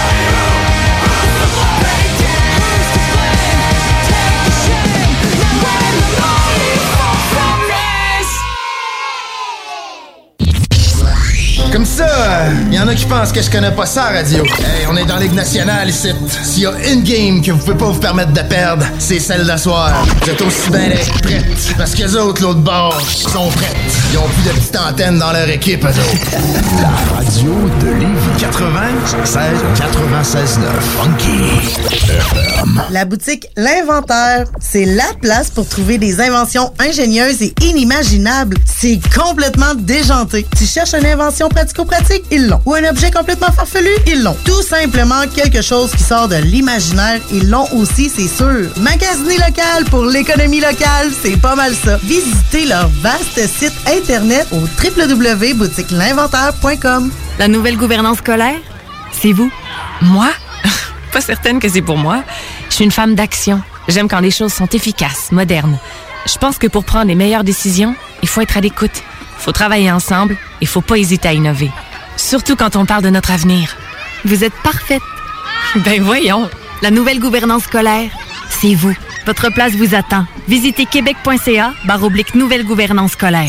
Break down. Who's to blame? Take the shame. Now when the money falls from this. Comme ça, il y en a a qui pensent que je connais pas ça, radio. Hey, on est dans Ligue nationale ici. S'il y a une game que vous pouvez pas vous permettre de perdre, c'est celle d'asseoir. Vous êtes aussi bien prêtes. Parce que les autres, l'autre bord, sont prêtes. Ils ont plus de petites antennes dans leur équipe, eux autres. La radio de Lévis 96.9 Funky FM. La boutique L'Inventaire, c'est la place pour trouver des inventions ingénieuses et inimaginables. C'est complètement déjanté. Tu cherches une invention pratico-pratique? Ils l'ont. Ou un objet complètement farfelu? Ils l'ont. Tout simplement quelque chose qui sort de l'imaginaire? Ils l'ont aussi, c'est sûr. Magasiner local pour l'économie locale, c'est pas mal ça. Visitez leur vaste site internet au www.boutiquelinventaire.com. La nouvelle gouvernance scolaire, c'est vous. Moi? Pas certaine que c'est pour moi. Je suis une femme d'action. J'aime quand les choses sont efficaces, modernes. Je pense que pour prendre les meilleures décisions, il faut être à l'écoute. Il faut travailler ensemble et il faut pas hésiter à innover. Surtout quand on parle de notre avenir. Vous êtes parfaite. Ben voyons. La nouvelle gouvernance scolaire, c'est vous. Votre place vous attend. Visitez québec.ca/nouvelle gouvernance scolaire.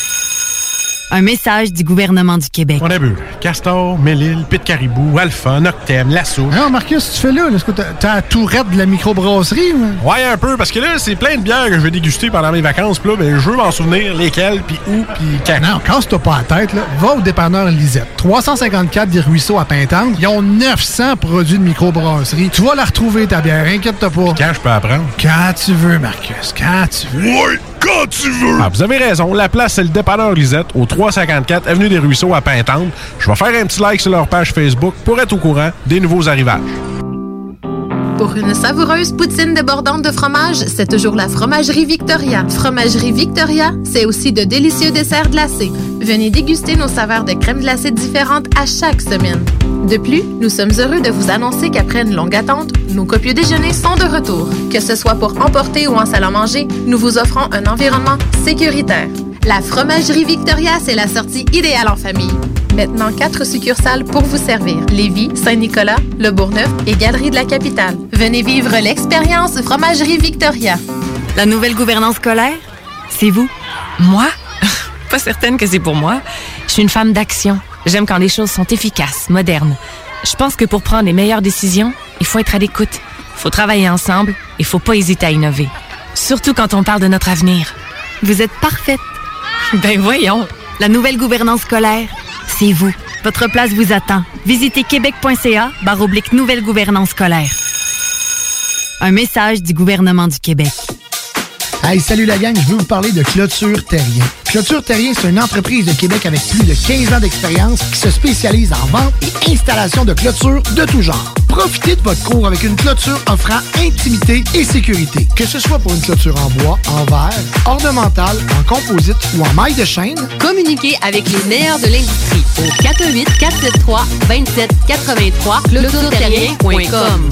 Un message du gouvernement du Québec. On a vu Castor, Mélile, Pit Caribou, Alpha, Noctem, Lasso. Non, Marcus, tu fais là? Est-ce que t'as la tourette de la microbrasserie? Ouais, un peu, parce que là, c'est plein de bières que je vais déguster pendant mes vacances. Puis là, ben, je veux m'en souvenir lesquelles, puis où, puis quand. Non, casse-toi pas la tête, là. Va au dépanneur Lisette. 354 des Ruisseaux à Pintante. Ils ont 900 produits de microbrasserie. Tu vas la retrouver, ta bière. Inquiète-toi pas. Quand je peux apprendre? Quand tu veux, Marcus. Quand tu veux. Ouais, quand tu veux. Ah, vous avez raison. La place, c'est le dépanneur Lisette, au 354 Avenue des Ruisseaux à Pintante. Je vais faire un petit like sur leur page Facebook pour être au courant des nouveaux arrivages. Pour une savoureuse poutine débordante de fromage, c'est toujours la Fromagerie Victoria. Fromagerie Victoria, c'est aussi de délicieux desserts glacés. Venez déguster nos saveurs de crème glacée différentes à chaque semaine. De plus, nous sommes heureux de vous annoncer qu'après une longue attente, nos copieux déjeuners sont de retour. Que ce soit pour emporter ou en salle à manger, nous vous offrons un environnement sécuritaire. La Fromagerie Victoria, c'est la sortie idéale en famille. Maintenant, 4 succursales pour vous servir. Lévis, Saint-Nicolas, Le Bourgneuf et Galerie de la Capitale. Venez vivre l'expérience Fromagerie Victoria. La nouvelle gouvernance scolaire, c'est vous. Moi? Pas certaine que c'est pour moi. Je suis une femme d'action. J'aime quand les choses sont efficaces, modernes. Je pense que pour prendre les meilleures décisions, il faut être à l'écoute. Il faut travailler ensemble et il faut pas hésiter à innover. Surtout quand on parle de notre avenir. Vous êtes parfaite. Ben voyons. La nouvelle gouvernance scolaire, c'est vous. Votre place vous attend. Visitez québec.ca/nouvelle gouvernance scolaire. Un message du gouvernement du Québec. Hey, salut la gang, je veux vous parler de Clôture Terrien. Clôture Terrien, c'est une entreprise de Québec avec plus de 15 ans d'expérience qui se spécialise en vente et installation de clôtures de tout genre. Profitez de votre cour avec une clôture offrant intimité et sécurité. Que ce soit pour une clôture en bois, en verre, ornementale, en composite ou en maille de chaîne, communiquez avec les meilleurs de l'industrie au 418-473-2783 clôtureterrien.com.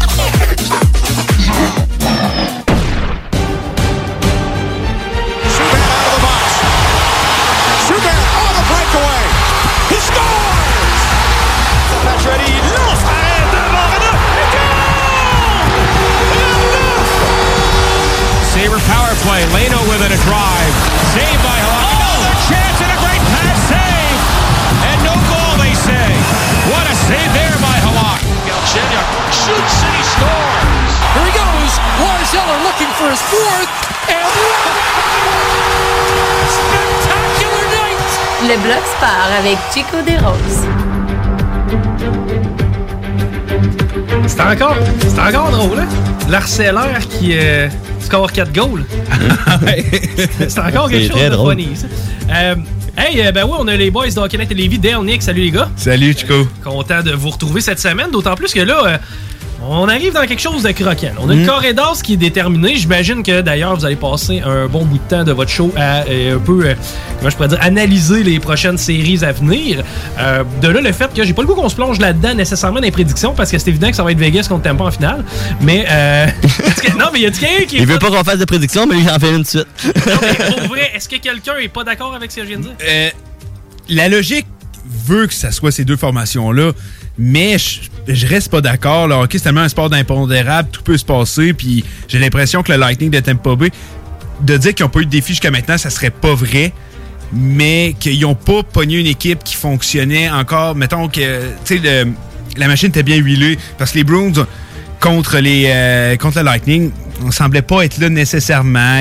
Sabre power play. Leno with it, a drive. Saved by Halak. Another chance and a great pass save. And no goal, they say. What a save there by Halak. Galchenyuk shoots and he scores. Here he goes. Lars Eller looking for his fourth. And spectacular night. Le bloc sport avec Chico Desroses. C'est encore drôle, hein? L'harceleur qui score 4 goals. C'est encore quelque chose de funny, ça. Ben oui, on a les boys de Hockey Night et Lévis, Dale, Nick, salut les gars. Salut Chico. Content de vous retrouver cette semaine, d'autant plus que là, on arrive dans quelque chose de croquant. On a une corridor qui est déterminée. J'imagine que d'ailleurs, vous allez passer un bon bout de temps de votre show à un peu, comment je pourrais dire, analyser les prochaines séries à venir. De là, le fait que j'ai pas le goût qu'on se plonge là-dedans nécessairement dans les prédictions parce que c'est évident que ça va être Vegas contre Tampa en finale. Mais, non, mais il y a quelqu'un qui. Il veut pas qu'on fasse de prédictions, mais il en fait une de suite. Non, mais pour vrai, est-ce que quelqu'un est pas d'accord avec ce que je viens de dire? La logique veut que ça soit ces deux formations-là, mais je reste pas d'accord. Le hockey, c'est tellement un sport d'impondérable, tout peut se passer, puis j'ai l'impression que le Lightning de Tampa Bay, de dire qu'ils n'ont pas eu de défi jusqu'à maintenant, ça serait pas vrai. mais qu'ils n'ont pas pogné une équipe qui fonctionnait encore. Mettons que la machine était bien huilée, parce que les Bruins, contre le Lightning, on semblait pas être là nécessairement.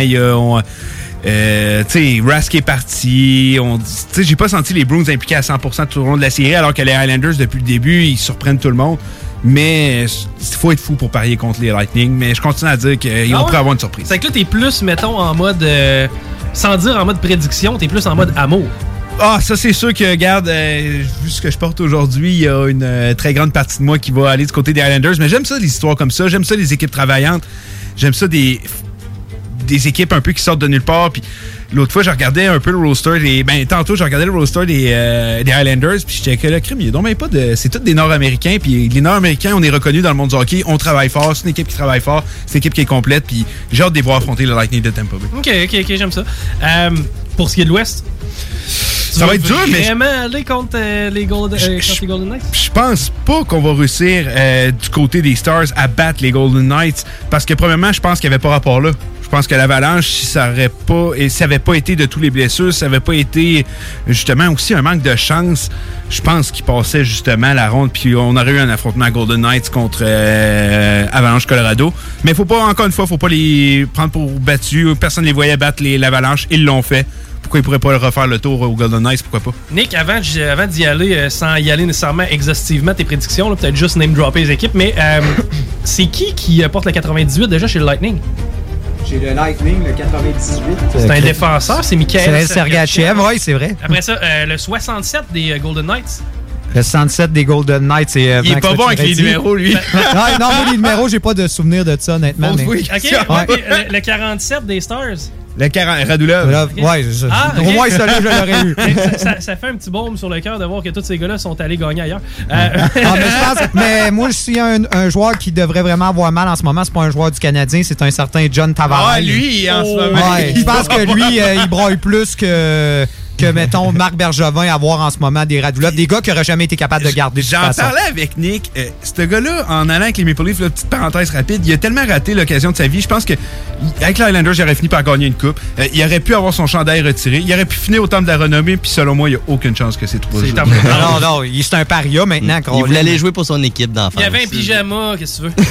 Rask est parti. J'ai pas senti les Bruins impliqués à 100% tout au long de la série, alors que les Islanders, depuis le début, ils surprennent tout le monde. Mais il faut être fou pour parier contre les Lightning. Mais je continue à dire qu'ils pourraient avoir une surprise. C'est que là, t'es plus, mettons, en mode... sans dire en mode prédiction, t'es plus en mode amour. Ah, ça, c'est sûr que, regarde, vu ce que je porte aujourd'hui, il y a une très grande partie de moi qui va aller du côté des Islanders. Mais j'aime ça, les histoires comme ça. J'aime ça, les équipes travaillantes. J'aime ça, des équipes un peu qui sortent de nulle part. Puis l'autre fois, je regardais un peu le roster. Tantôt, je regardais le roster des Highlanders. Puis je checkais le crime. Il y a donc même pas de. C'est tous des Nord-Américains. Puis les Nord-Américains, on est reconnus dans le monde du hockey. On travaille fort. C'est une équipe qui travaille fort. C'est une équipe qui est complète. Puis j'ai hâte de les voir affronter le Lightning de Tampa Bay. Ok, j'aime ça. Pour ce qui est de l'Ouest, ça va être dur, mais. Vraiment aller contre les Golden Knights? Je pense pas qu'on va réussir du côté des Stars à battre les Golden Knights. Parce que, premièrement, je pense qu'il n'y avait pas rapport là. Je pense que l'Avalanche, si ça n'avait pas été de tous les blessures, ça n'avait pas été justement aussi un manque de chance, je pense qu'ils passaient justement la ronde, puis on aurait eu un affrontement Golden Knights contre Avalanche Colorado. Mais encore une fois, faut pas les prendre pour battus. Personne ne les voyait battre l'Avalanche. Ils l'ont fait. Pourquoi ils pourraient pas refaire le tour aux Golden Knights? Pourquoi pas? Nick, avant d'y aller, sans y aller nécessairement exhaustivement, tes prédictions, là, peut-être juste name-dropper les équipes, mais c'est qui porte le 98 déjà chez le Lightning? Chez le Lightning, le 98. C'est un défenseur, c'est Mikhail Sergachev, oui, c'est vrai. Après ça, le 67 des Golden Knights. Le 67 des Golden Knights, c'est... il est pas bon avec les numéros, lui. non, moi, les numéros, j'ai pas de souvenir de ça, honnêtement. Mais... OK, le 47 des Stars. Le 40, Radulov. Ouais, au moins, celui-là, je l'aurais eu. Ça fait un petit baume sur le cœur de voir que tous ces gars-là sont allés gagner ailleurs. Mais moi, s'il y a un joueur qui devrait vraiment avoir mal en ce moment, c'est pas un joueur du Canadien, c'est un certain John Tavares. Ah, lui, en ce moment. Ouais, je pense que lui, il broye plus que mettons, Marc Bergevin avoir en ce moment des Radulov, des gars qui n'auraient jamais été capables de garder. J'en parlais avec Nick. Ce gars-là, en allant avec les Maple Leafs, petite parenthèse rapide, il a tellement raté l'occasion de sa vie. Je pense que avec les Islanders, il aurait fini par gagner une coupe. Il aurait pu avoir son chandail retiré. Il aurait pu finir au temple de la renommée. Puis selon moi, il n'y a aucune chance que c'est trop. Non, c'est un paria maintenant. Il voulait aller jouer pour son équipe d'enfants. Il y avait un pyjama, qu'est-ce que tu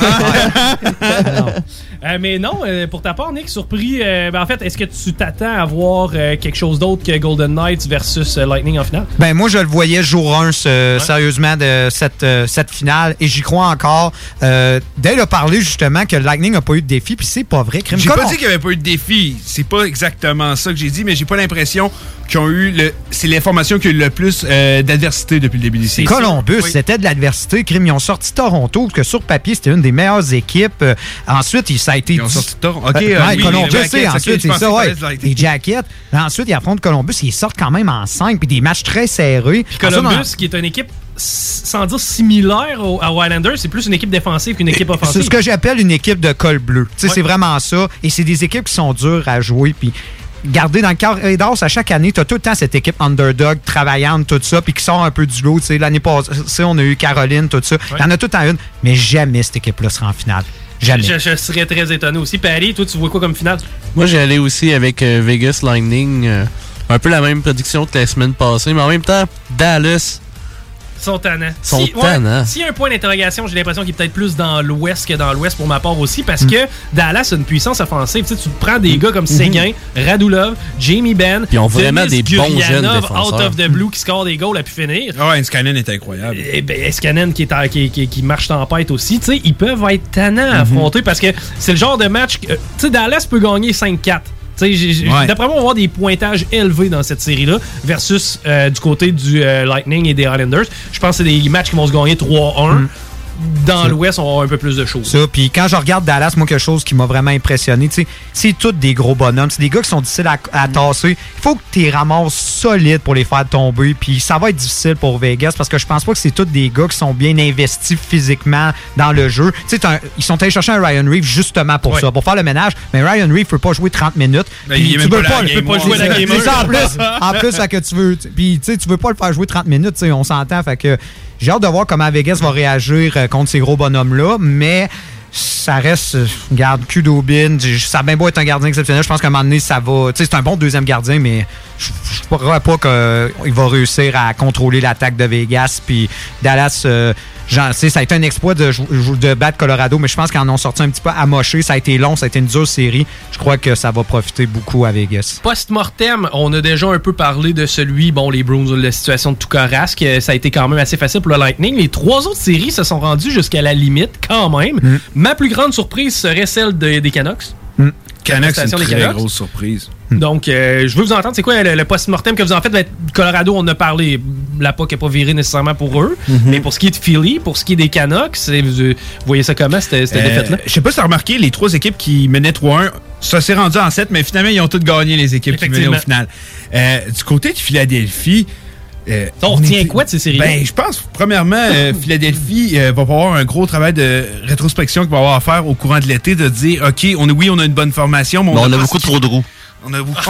veux? Mais non, pour ta part, Nick, surpris. En fait, est-ce que tu t'attends à voir quelque chose d'autre que Golden Knights versus Lightning en finale? Ben moi, je le voyais jour 1, sérieusement, de cette finale. Et j'y crois encore. Dale a parlé justement que le Lightning n'a pas eu de défi. Puis c'est pas vrai. J'ai pas dit qu'il n'y avait pas eu de défi. C'est pas exactement ça que j'ai dit, mais j'ai pas l'impression qu'ils ont eu c'est les formations qui ont eu le plus d'adversité depuis le début des séries. Columbus, c'était de l'adversité. Ils ont sorti Toronto, que sur papier, c'était une des meilleures équipes. Ensuite, ça a été... Ils ont sorti Toronto. OK, Columbus, ensuite, c'est ça, les Jackets. Ensuite, ils affrontent Columbus. Ils sortent quand même en 5, puis des matchs très serrés. Puis Columbus, qui est une équipe, sans dire similaire aux Islanders, c'est plus une équipe défensive qu'une équipe offensive. C'est ce que j'appelle une équipe de col bleu. C'est vraiment ça. Et c'est des équipes qui sont dures à jouer, puis... Garder dans le corridor, à chaque année, tu as tout le temps cette équipe underdog, travaillante, tout ça, puis qui sort un peu du lot. L'année passée, on a eu Caroline, tout ça. Il y en a tout le temps une, mais jamais cette équipe-là sera en finale. Jamais. Je serais très étonné aussi. Paris, toi, tu vois quoi comme finale? Moi, j'ai allé aussi avec Vegas Lightning. Un peu la même prédiction que la semaine passée, mais en même temps, Dallas... Sont tannants. S'il y a un point d'interrogation, j'ai l'impression qu'il est peut-être plus dans l'Ouest que dans l'Ouest pour ma part aussi, parce que Dallas a une puissance offensive. Tu prends des gars comme Seguin, Radulov, Jamie Benn, ils ont vraiment des bons jeunes défenseurs. Out of the blue qui score des goals à pu finir. Ouais, Scannon est incroyable. Scannon qui marche tempête aussi. Tu sais, ils peuvent être tannants à affronter parce que c'est le genre de match que Dallas peut gagner 5-4. D'après moi, on va avoir des pointages élevés dans cette série-là versus du côté du Lightning et des Islanders. Je pense que c'est des matchs qui vont se gagner 3-1. Dans l'Ouest, on va avoir un peu plus de choses. Puis quand je regarde Dallas, moi, quelque chose qui m'a vraiment impressionné, c'est tous des gros bonhommes. C'est des gars qui sont difficiles à tasser. Il faut que tu les ramasses solides pour les faire tomber. Puis ça va être difficile pour Vegas parce que je pense pas que c'est tous des gars qui sont bien investis physiquement dans le jeu. Ils sont allés chercher un Ryan Reeves justement pour ça, pour faire le ménage. Mais Ryan Reeves ne peut pas jouer 30 minutes. Il ne peut pas jouer la game. C'est ça en plus, fait que tu veux. Puis tu veux pas le faire jouer 30 minutes, on s'entend. Fait que j'ai hâte de voir comment Vegas va réagir contre ces gros bonhommes-là, mais ça reste, regarde, Kudobin, ça a bien beau être un gardien exceptionnel, je pense qu'à un moment donné, ça va... C'est un bon deuxième gardien, mais je ne crois pas qu'il va réussir à contrôler l'attaque de Vegas. Puis Dallas, ça a été un exploit de battre Colorado, mais je pense qu'ils en ont sorti un petit peu amoché. Ça a été long, ça a été une dure série. Je crois que ça va profiter beaucoup à Vegas. Post-mortem, on a déjà un peu parlé de celui, les Bruins, la situation de Toukarasque. Ça a été quand même assez facile pour le Lightning. Les 3 autres séries se sont rendues jusqu'à la limite, quand même. Ma plus grande surprise serait celle des Canucks. Canucks, c'est une très grosse surprise. Donc, je veux vous entendre, c'est quoi le post-mortem que vous en faites? Colorado, on en a parlé. La POC n'a pas viré nécessairement pour eux. Mais pour ce qui est de Philly, pour ce qui est des Canucks, vous voyez ça comment, cette défaite-là? Je sais pas si tu as remarqué, les 3 équipes qui menaient 3-1, ça s'est rendu en 7, mais finalement, ils ont toutes gagné, les équipes qui menaient au final. Du côté de Philadelphie, on retient quoi de ces séries-là? Je pense, premièrement, Philadelphie va avoir un gros travail de rétrospection qu'il va avoir à faire au courant de l'été, de dire, OK, on a une bonne formation, mais on a beaucoup trop de roues. On a beaucoup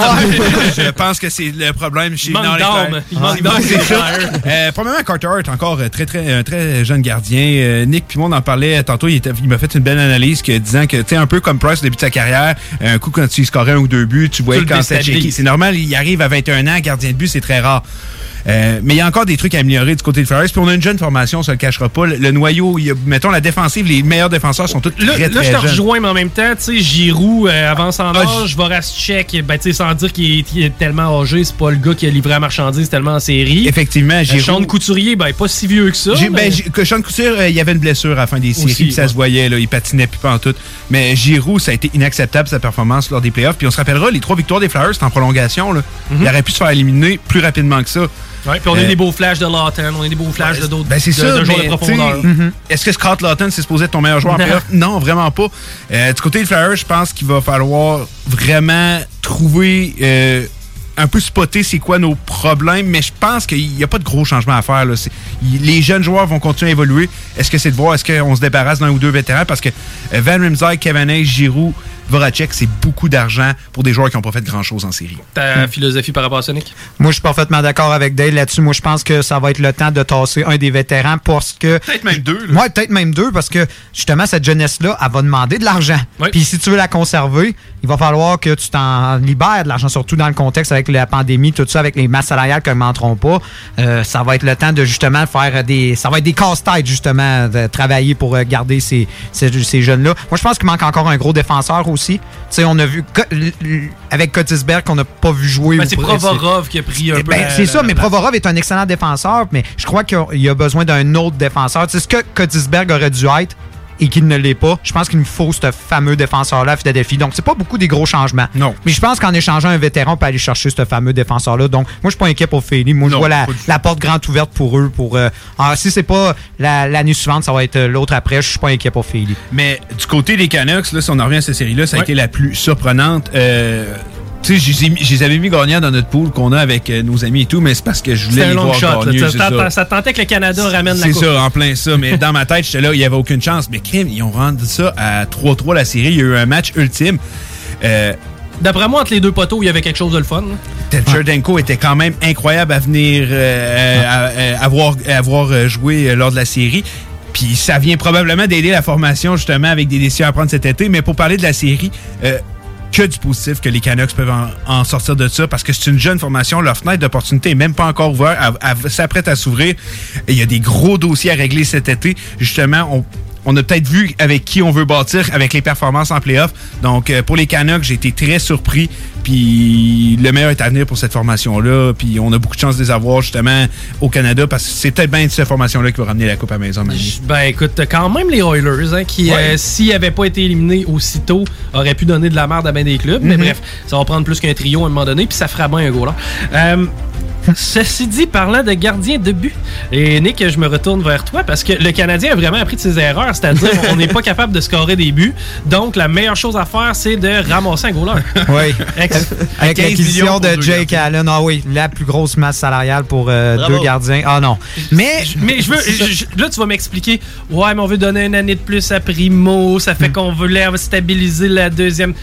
Je pense que c'est le problème chez Manque d'âme. Il manque d'âme. Premièrement, Carter Hart, encore un très jeune gardien. Nick Pimon en parlait tantôt. Il m'a fait une belle analyse disant que, tu sais, un peu comme Price au début de sa carrière, un coup, quand tu scorais 1 ou 2 buts, tu voyais quand c'était shaky. C'est normal, il arrive à 21 ans, gardien de but, c'est très rare. Mais il y a encore des trucs à améliorer du côté de Flyers. Puis on a une jeune formation, on se le cachera pas. Le noyau, mettons la défensive, les meilleurs défenseurs sont tous très jeunes. Là, je te rejoins, mais en même temps, tu sais, Giroud avance en âge, Voracek, sans dire qu'il est tellement âgé, c'est pas le gars qui a livré la marchandise tellement en série. Effectivement, Giroud. Sean Couturier, pas si vieux que ça. Sean Couturier, il y avait une blessure à la fin des séries, puis ça se voyait, là, il patinait plus pas en tout. Mais Giroud, ça a été inacceptable sa performance lors des playoffs. Puis on se rappellera, les 3 victoires des Flyers, c'était en prolongation. Là. Il aurait pu se faire éliminer plus rapidement que ça. Ouais, puis on a eu des beaux flashs de Lawton, on a eu des beaux flashs de d'autres c'est ça, de joueurs de profondeur. Est-ce que Scott Lawton, c'est supposé être ton meilleur joueur en playoff? Non, vraiment pas. Du côté des Flyers, je pense qu'il va falloir vraiment trouver un peu spotter c'est quoi nos problèmes, mais je pense qu'il n'y a pas de gros changements à faire. Là. Les jeunes joueurs vont continuer à évoluer. Est-ce que c'est de voir, est-ce qu'on se débarrasse d'un ou 2 vétérans? Parce que Van Riemsdyk, Kevin Hayes, Giroud, Voracek, c'est beaucoup d'argent pour des joueurs qui n'ont pas fait grand-chose en série. Ta philosophie par rapport à Sonic? Moi, je suis parfaitement d'accord avec Dale là-dessus. Moi, je pense que ça va être le temps de tasser un des vétérans parce que... Peut-être même 2. Oui, peut-être même 2 parce que, justement, cette jeunesse-là, elle va demander de l'argent. Puis si tu veux la conserver, il va falloir que tu t'en libères de l'argent, surtout dans le contexte avec la pandémie, tout ça, avec les masses salariales qui n'augmenteront pas. Ça va être le temps de, justement, faire des... Ça va être des casse-têtes, justement, de travailler pour garder ces jeunes-là. Moi, je pense qu'il manque encore un gros défenseur aussi. Tu sais, on a vu avec Kotisberg qu'on n'a pas vu jouer. C'est Provorov qui a pris un peu. C'est ça, mais Provorov est un excellent défenseur, mais je crois qu'il y a besoin d'un autre défenseur. Tu sais, ce que Kotisberg aurait dû être et qu'il ne l'est pas, je pense qu'il nous faut ce fameux défenseur-là à Philadelphie. Donc, c'est pas beaucoup des gros changements. Non. Mais je pense qu'en échangeant un vétéran, on peut aller chercher ce fameux défenseur-là. Donc, moi, je suis pas inquiet pour Philly. Moi, je vois la porte grande ouverte pour eux. Si c'est pas l'année suivante, ça va être l'autre après. Je suis pas inquiet pour Philly. Mais du côté des Canucks, là, si on en revient à cette série-là, ça a été la plus surprenante. Tu sais, je les avais mis gagnants dans notre pool qu'on a avec nos amis et tout, mais c'est parce que je voulais les voir gagner. Ça tentait que le Canada ramène la coupe. C'est ça, en plein ça. Mais dans ma tête, j'étais là, il n'y avait aucune chance. Mais crime, ils ont rendu ça à 3-3 la série. Il y a eu un match ultime. D'après moi, entre les 2 poteaux, il y avait quelque chose de le fun. Telcherdenko était quand même incroyable à venir avoir joué lors de la série. Puis ça vient probablement d'aider la formation, justement, avec des décisions à prendre cet été. Mais pour parler de la série... que du positif que les Canucks peuvent en sortir de ça parce que c'est une jeune formation. Leur fenêtre d'opportunité n'est même pas encore ouverte. Elle s'apprête à s'ouvrir. Et il y a des gros dossiers à régler cet été. Justement, on a peut-être vu avec qui on veut bâtir avec les performances en play-off. Donc, pour les Canucks, j'ai été très surpris. Puis, le meilleur est à venir pour cette formation-là. Puis, on a beaucoup de chance de les avoir, justement, au Canada parce que c'est peut-être bien cette formation-là qui va ramener la Coupe à la maison. Écoute, t'as quand même les Oilers qui, s'ils n'avaient pas été éliminés aussitôt, auraient pu donner de la merde à bien des clubs. Mais bref, ça va prendre plus qu'un trio à un moment donné. Puis, ça fera bien un goal. Ceci dit, parlant de gardien de but, et Nick, je me retourne vers toi parce que le Canadien a vraiment appris de ses erreurs, c'est-à-dire on n'est pas capable de scorer des buts, donc la meilleure chose à faire, c'est de ramasser un goaler. Oui, avec l'acquisition de Jake Allen, la plus grosse masse salariale pour 2 gardiens. Ah non. Mais là, tu vas m'expliquer, mais on veut donner une année de plus à Primo, ça fait qu'on voulait stabiliser la deuxième...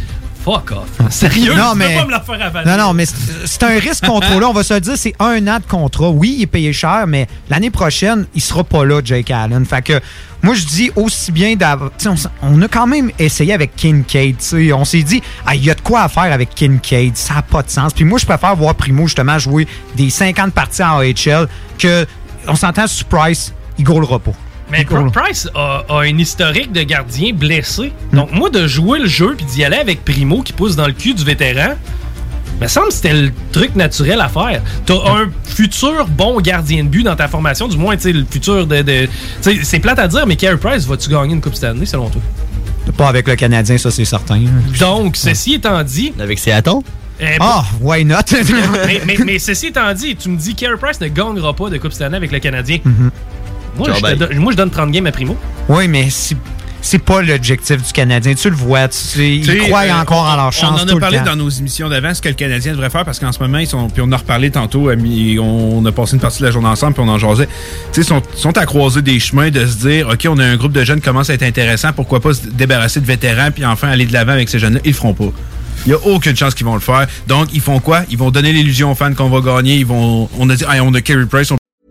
fuck off. Sérieux, Non, tu mais- peux pas me la faire avaler. Non, mais c'est un risque contrôlé. On va se le dire, c'est 1 an de contrat. Oui, il est payé cher, mais l'année prochaine, il sera pas là, Jake Allen. Fait que moi, je dis aussi bien d'avoir... On a quand même essayé avec Kincaid. T'sais. On s'est dit, il y a de quoi à faire avec Kincaid. Ça n'a pas de sens. Puis moi, je préfère voir Primo, justement, jouer des 50 parties en AHL que, on s'entend, sur Price, il goalera pas. Mais Price a une historique de gardien blessé. Donc, moi, de jouer le jeu puis d'y aller avec Primo qui pousse dans le cul du vétéran, me semble que c'était le truc naturel à faire. T'as un futur bon gardien de but dans ta formation, du moins, tu sais, le futur de t'sais, c'est plate à dire, mais Carey Price, vas-tu gagner une Coupe Stanley, selon toi? Pas avec le Canadien, ça, c'est certain. Donc, ceci étant dit... Avec Seattle? Why not? mais ceci étant dit, tu me dis que Carey Price ne gagnera pas de Coupe Stanley avec le Canadien. Moi, je donne 30 games à Primo. Oui, mais c'est pas l'objectif du Canadien. Tu le vois. Ils croient encore en leur chance. On en tout a parlé le temps. dans nos émissions d'avant, ce que le Canadien devrait faire, parce qu'en ce moment, puis on en a reparlé tantôt, on a passé une partie de la journée ensemble, puis on en jasait. Ils sont à croiser des chemins de se dire, OK, on a un groupe de jeunes qui commence à être intéressant, pourquoi pas se débarrasser de vétérans, puis enfin aller de l'avant avec ces jeunes-là. Ils le feront pas. Il n'y a aucune chance qu'ils vont le faire. Donc, ils font quoi? Ils vont donner l'illusion aux fans qu'on va gagner. On a dit, on a Carey Price.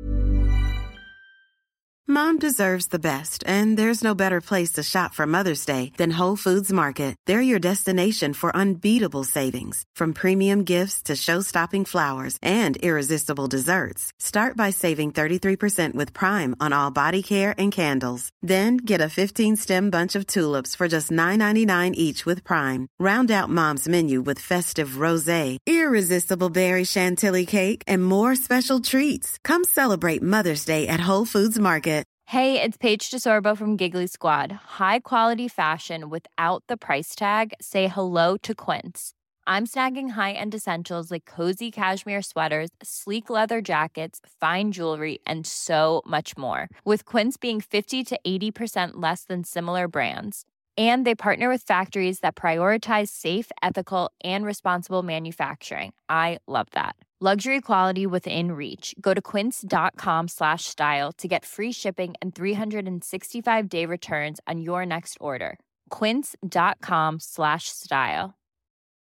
Mom deserves the best, and there's no better place to shop for Mother's Day than Whole Foods Market. They're your destination for unbeatable savings, from premium gifts to show-stopping flowers and irresistible desserts. Start by saving 33% with Prime on all body care and candles. Then get a 15-stem bunch of tulips for just $9.99 each with Prime. Round out Mom's menu with festive rosé, irresistible berry chantilly cake, and more special treats. Come celebrate Mother's Day at Whole Foods Market. Hey, it's Paige DeSorbo from Giggly Squad. High quality fashion without the price tag. Say hello to Quince. I'm snagging high-end essentials like cozy cashmere sweaters, sleek leather jackets, fine jewelry, and so much more. With Quince being 50 to 80% less than similar brands. And they partner with factories that prioritize safe, ethical, and responsible manufacturing. I love that. Luxury quality within reach. Go to quince.com/style to get free shipping and 365-day returns on your next order. Quince.com/style.